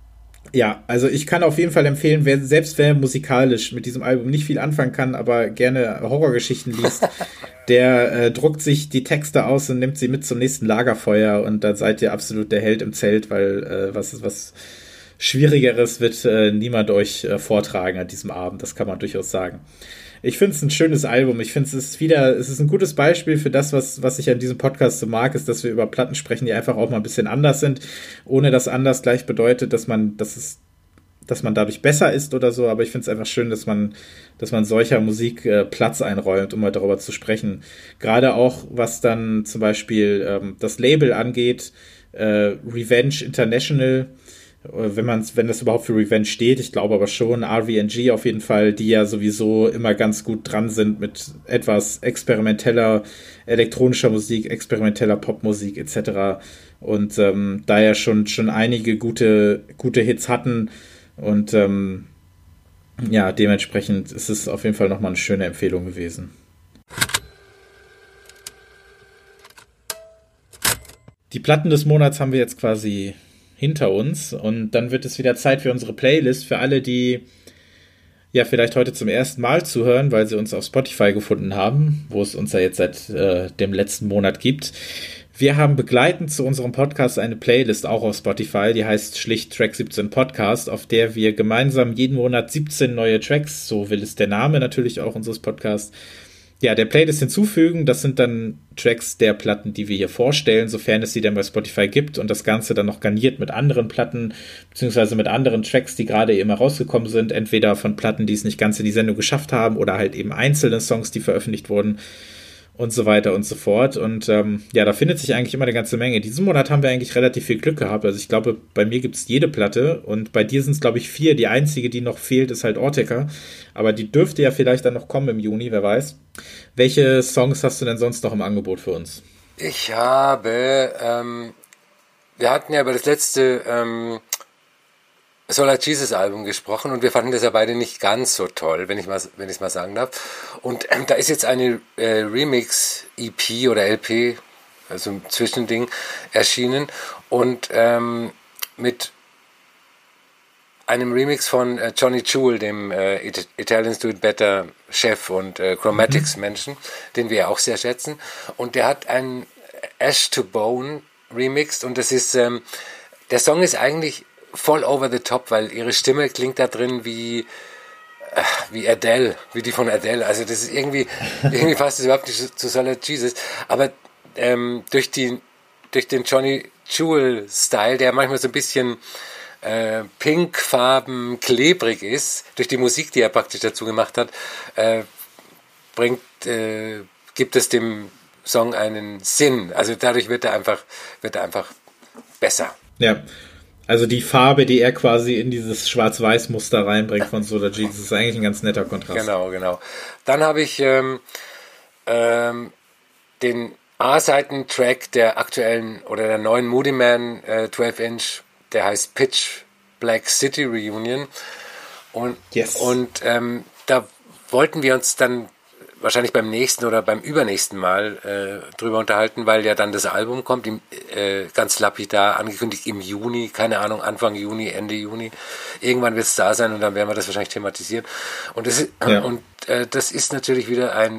ja, also ich kann auf jeden Fall empfehlen, wer, selbst wer musikalisch mit diesem Album nicht viel anfangen kann, aber gerne Horrorgeschichten liest, der äh, druckt sich die Texte aus und nimmt sie mit zum nächsten Lagerfeuer und da seid ihr absolut der Held im Zelt, weil äh, was, was Schwierigeres wird äh, niemand euch äh, vortragen an diesem Abend, das kann man durchaus sagen. Ich finde es ein schönes Album. Ich finde es ist wieder, es ist ein gutes Beispiel für das, was, was ich an diesem Podcast so mag, ist, dass wir über Platten sprechen, die einfach auch mal ein bisschen anders sind, ohne dass anders gleich bedeutet, dass man, dass es, dass man dadurch besser ist oder so. Aber ich finde es einfach schön, dass man, dass man solcher Musik äh, Platz einräumt, um mal darüber zu sprechen. Gerade auch, was dann zum Beispiel ähm, das Label angeht, äh, Revenge International. Wenn man, wenn das überhaupt für Revenge steht, ich glaube aber schon, R V N G auf jeden Fall, die ja sowieso immer ganz gut dran sind mit etwas experimenteller elektronischer Musik, experimenteller Popmusik et cetera. Und ähm, da ja schon, schon einige gute, gute Hits hatten und ähm, ja, dementsprechend ist es auf jeden Fall nochmal eine schöne Empfehlung gewesen. Die Platten des Monats haben wir jetzt quasi hinter uns und dann wird es wieder Zeit für unsere Playlist, für alle, die ja vielleicht heute zum ersten Mal zuhören, weil sie uns auf Spotify gefunden haben, wo es uns ja jetzt seit äh, dem letzten Monat gibt. Wir haben begleitend zu unserem Podcast eine Playlist auch auf Spotify, die heißt schlicht Track siebzehn Podcast, auf der wir gemeinsam jeden Monat siebzehn neue Tracks, so will es der Name natürlich auch unseres Podcasts, ja, der Playlist hinzufügen. Das sind dann Tracks der Platten, die wir hier vorstellen, sofern es sie denn bei Spotify gibt und das Ganze dann noch garniert mit anderen Platten, beziehungsweise mit anderen Tracks, die gerade eben herausgekommen sind, entweder von Platten, die es nicht ganz in die Sendung geschafft haben oder halt eben einzelne Songs, die veröffentlicht wurden und so weiter und so fort. Und ähm, ja, da findet sich eigentlich immer eine ganze Menge. Diesen Monat haben wir eigentlich relativ viel Glück gehabt. Also ich glaube, bei mir gibt es jede Platte und bei dir sind es, glaube ich, vier. Die einzige, die noch fehlt, ist halt Ortega. Aber die dürfte ja vielleicht dann noch kommen im Juni, wer weiß. Welche Songs hast du denn sonst noch im Angebot für uns?
Ich habe, ähm, wir hatten ja über das letzte ähm, Solar Jesus Album gesprochen und wir fanden das ja beide nicht ganz so toll, wenn ich mal, wenn ich es mal sagen darf. Und ähm, da ist jetzt eine äh, Remix-E P oder L P, also ein Zwischending, erschienen und ähm, mit einem Remix von äh, Johnny Jewel, dem äh, It- Italians Do It Better Chef und äh, Chromatics Menschen, den wir ja auch sehr schätzen. Und der hat einen Ash to Bone remixed und das ist, ähm, der Song ist eigentlich voll over the top, weil ihre Stimme klingt da drin wie äh, wie Adele, wie die von Adele. Also das ist irgendwie, irgendwie passt das überhaupt nicht zu Solar Jesus. Aber ähm, durch die durch den Johnny Jewel Style, der manchmal so ein bisschen äh, pinkfarben klebrig ist, durch die Musik, die er praktisch dazu gemacht hat, äh, bringt äh, gibt es dem Song einen Sinn. Also dadurch wird er einfach wird er einfach besser.
Ja. Also die Farbe, die er quasi in dieses Schwarz-Weiß-Muster reinbringt von Solar Jesus, ist eigentlich ein ganz netter Kontrast.
Genau, genau. Dann habe ich ähm, ähm, den A-Seiten-Track der aktuellen oder der neuen Moody Man äh, zwölf Inch, der heißt Pitch Black City Reunion. Und,
yes.
und ähm, da wollten wir uns dann wahrscheinlich beim nächsten oder beim übernächsten Mal äh, drüber unterhalten, weil ja dann das Album kommt, im, äh, ganz lapidar angekündigt im Juni, keine Ahnung, Anfang Juni, Ende Juni. Irgendwann wird es da sein und dann werden wir das wahrscheinlich thematisieren. Und das ist,
ja.
und, äh, das ist natürlich wieder ein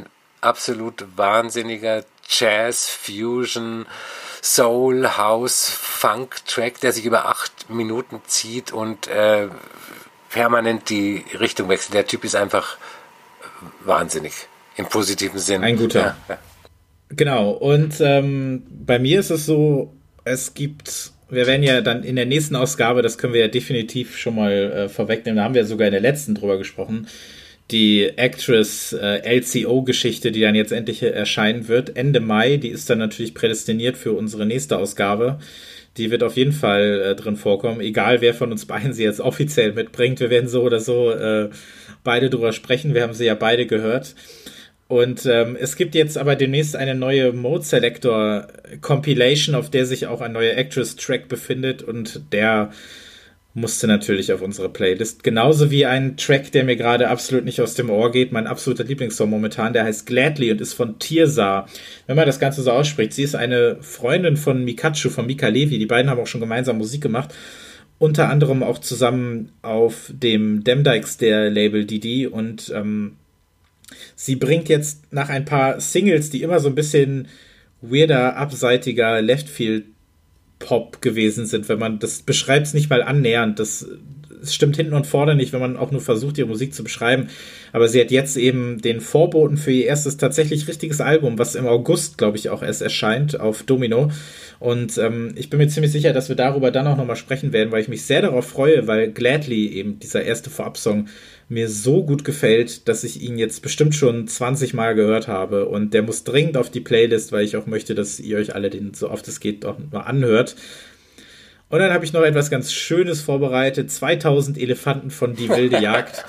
absolut wahnsinniger Jazz, Fusion, Soul, House, Funk-Track, der sich über acht Minuten zieht und äh, permanent die Richtung wechselt. Der Typ ist einfach wahnsinnig, im positiven Sinn.
Ein guter. Ja, ja. Genau, und ähm, bei mir ist es so, es gibt, wir werden ja dann in der nächsten Ausgabe, das können wir ja definitiv schon mal äh, vorwegnehmen, da haben wir sogar in der letzten drüber gesprochen, die Actress äh, L C O-Geschichte, die dann jetzt endlich erscheinen wird, Ende Mai, die ist dann natürlich prädestiniert für unsere nächste Ausgabe. Die wird auf jeden Fall äh, drin vorkommen, egal wer von uns beiden sie jetzt offiziell mitbringt. Wir werden so oder so äh, beide drüber sprechen, wir haben sie ja beide gehört. Und ähm, es gibt jetzt aber demnächst eine neue Mode Selector Compilation, auf der sich auch ein neuer Actress-Track befindet und der musste natürlich auf unsere Playlist. Genauso wie ein Track, der mir gerade absolut nicht aus dem Ohr geht, mein absoluter Lieblingssong momentan, der heißt Gladly und ist von Tirza. Wenn man das Ganze so ausspricht, sie ist eine Freundin von Mikachu, von Mika Levi, die beiden haben auch schon gemeinsam Musik gemacht, unter anderem auch zusammen auf dem Demdikes der Label Didi und ähm, sie bringt jetzt nach ein paar Singles, die immer so ein bisschen weirder, abseitiger Leftfield-Pop gewesen sind, wenn man, das beschreibt es nicht mal annähernd, das, das stimmt hinten und vorne nicht, wenn man auch nur versucht, ihre Musik zu beschreiben, aber sie hat jetzt eben den Vorboten für ihr erstes tatsächlich richtiges Album, was im August, glaube ich, auch erst erscheint, auf Domino, und ähm, ich bin mir ziemlich sicher, dass wir darüber dann auch nochmal sprechen werden, weil ich mich sehr darauf freue, weil Gladly, eben dieser erste Vorabsong, mir so gut gefällt, dass ich ihn jetzt bestimmt schon zwanzig Mal gehört habe und der muss dringend auf die Playlist, weil ich auch möchte, dass ihr euch alle den so oft es geht auch mal anhört. Und dann habe ich noch etwas ganz Schönes vorbereitet, zweitausend Elefanten von Die wilde Jagd.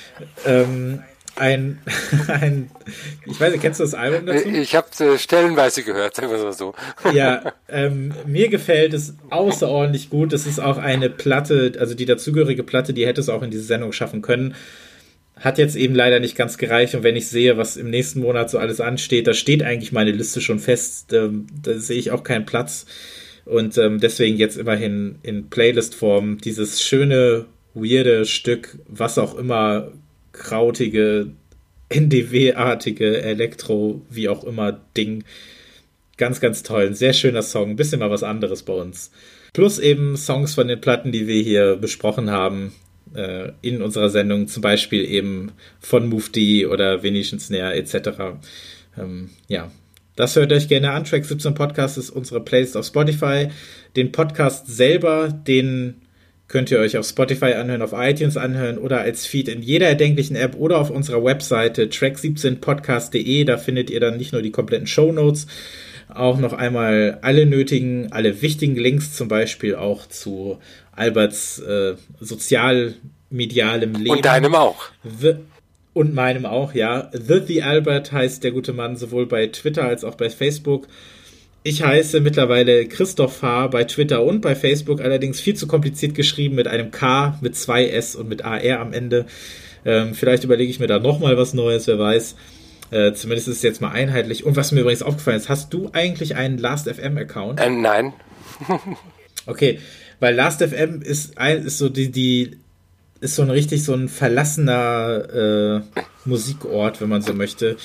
ähm, ein, ein, ich weiß nicht, kennst du das Album dazu?
Ich habe äh, stellenweise gehört, sagen wir es mal so.
Ja, ähm, mir gefällt es außerordentlich gut. Das ist auch eine Platte, also die dazugehörige Platte, die hätte es auch in diese Sendung schaffen können. Hat jetzt eben leider nicht ganz gereicht. Und wenn ich sehe, was im nächsten Monat so alles ansteht, da steht eigentlich meine Liste schon fest. Ähm, da sehe ich auch keinen Platz. Und ähm, deswegen jetzt immerhin in Playlist-Form dieses schöne, weirde Stück, was auch immer, krautige, N D W-artige Elektro, wie auch immer, Ding. Ganz, ganz toll. Ein sehr schöner Song. Ein bisschen mal was anderes bei uns. Plus eben Songs von den Platten, die wir hier besprochen haben äh, in unserer Sendung. Zum Beispiel eben von Move D oder Venetian Snare et cetera. Ähm, ja, das hört euch gerne an. Track siebzehn Podcast ist unsere Playlist auf Spotify. Den Podcast selber, den könnt ihr euch auf Spotify anhören, auf iTunes anhören oder als Feed in jeder erdenklichen App oder auf unserer Webseite track siebzehn podcast punkt de. Da findet ihr dann nicht nur die kompletten Shownotes, auch noch einmal alle nötigen, alle wichtigen Links, zum Beispiel auch zu Alberts äh, sozialmedialem Leben.
Und deinem auch.
The, und meinem auch, ja. The The Albert heißt der gute Mann sowohl bei Twitter als auch bei Facebook. Ich heiße mittlerweile Christoph H. bei Twitter und bei Facebook, allerdings viel zu kompliziert geschrieben mit einem K, mit zwei S und mit A R am Ende. Ähm, vielleicht überlege ich mir da nochmal was Neues, wer weiß. Äh, zumindest ist es jetzt mal einheitlich. Und was mir übrigens aufgefallen ist, hast du eigentlich einen Last F M-Account?
Äh, nein.
Okay, weil Last F M ist, ein, ist so die, die ist so ein richtig so ein verlassener äh, Musikort, wenn man so möchte.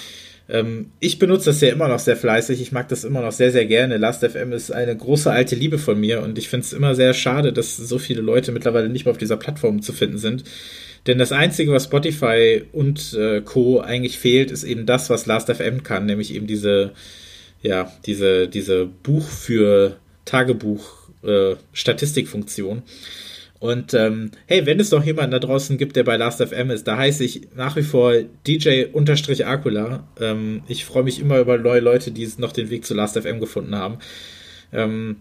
Ich benutze das ja immer noch sehr fleißig. Ich mag das immer noch sehr, sehr gerne. Last F M ist eine große alte Liebe von mir und ich finde es immer sehr schade, dass so viele Leute mittlerweile nicht mehr auf dieser Plattform zu finden sind. Denn das Einzige, was Spotify und äh, Co. eigentlich fehlt, ist eben das, was Last F M kann, nämlich eben diese, ja, diese, diese Buch für Tagebuch äh, Statistikfunktion. Und ähm, hey, wenn es doch jemanden da draußen gibt, der bei Last F M ist, da heiße ich nach wie vor D J-Akula. Ähm, ich freue mich immer über neue Leute, die noch den Weg zu Last F M gefunden haben. Ähm,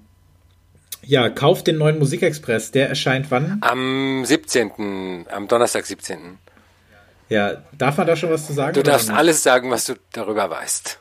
ja, kauft den neuen Musikexpress. Der erscheint wann?
Am siebzehnten Am Donnerstag, siebzehnten
Ja, darf man da schon was zu sagen?
Du darfst alles sagen, was du darüber weißt.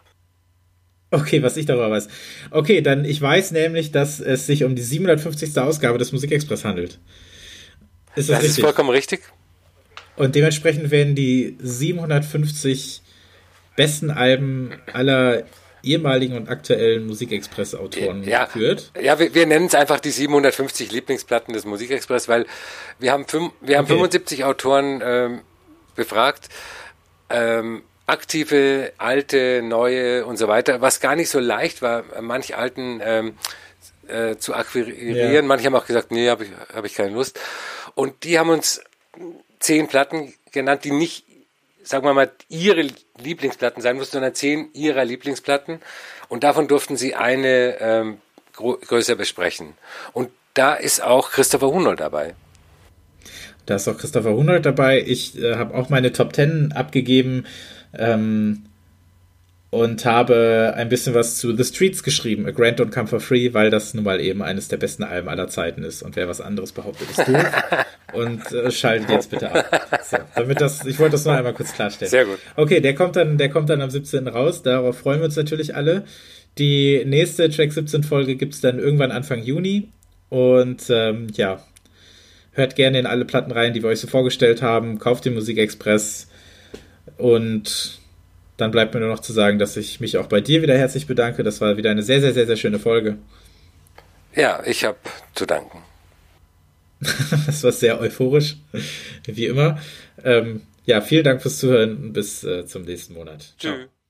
Okay, was ich darüber weiß. Okay, dann ich weiß nämlich, dass es sich um die siebenhundertfünfzigste Ausgabe des Musikexpress handelt. Ist das, das richtig?
Ist vollkommen richtig.
Und dementsprechend werden die siebenhundertfünfzig besten Alben aller ehemaligen und aktuellen Musikexpress-Autoren
ja,
geführt.
Ja, wir, wir nennen es einfach die siebenhundertfünfzig Lieblingsplatten des Musikexpress, weil wir haben, fünf, wir haben okay. fünfundsiebzig Autoren ähm, befragt. Ähm, aktive, alte, neue und so weiter, was gar nicht so leicht war, manch alten ähm, äh, zu akquirieren. Ja. Manche haben auch gesagt, nee, habe ich, hab ich keine Lust. Und die haben uns zehn Platten genannt, die nicht, sagen wir mal, ihre Lieblingsplatten sein mussten, sondern zehn ihrer Lieblingsplatten. Und davon durften sie eine ähm, gro- größer besprechen. Und da ist auch Christopher Hunold dabei.
Da ist auch Christopher Hunold dabei. Ich äh, habe auch meine Top Ten abgegeben ähm, und habe ein bisschen was zu The Streets geschrieben, A Grant Don't Come For Free, weil das nun mal eben eines der besten Alben aller Zeiten ist. Und wer was anderes behauptet, ist doof. Und äh, schaltet jetzt bitte ab. So, damit das, ich wollte das noch einmal kurz klarstellen.
Sehr gut.
Okay, der kommt dann, der kommt dann am siebzehnten raus. Darauf freuen wir uns natürlich alle. Die nächste Track siebzehn Folge gibt es dann irgendwann Anfang Juni. Und ähm, ja, hört gerne in alle Platten rein, die wir euch so vorgestellt haben. Kauft den Musikexpress. Und dann bleibt mir nur noch zu sagen, dass ich mich auch bei dir wieder herzlich bedanke. Das war wieder eine sehr, sehr, sehr, sehr schöne Folge.
Ja, ich habe zu danken.
Das war sehr euphorisch, wie immer. Ähm, ja, vielen Dank fürs Zuhören und bis äh, zum nächsten Monat.
Tschüss.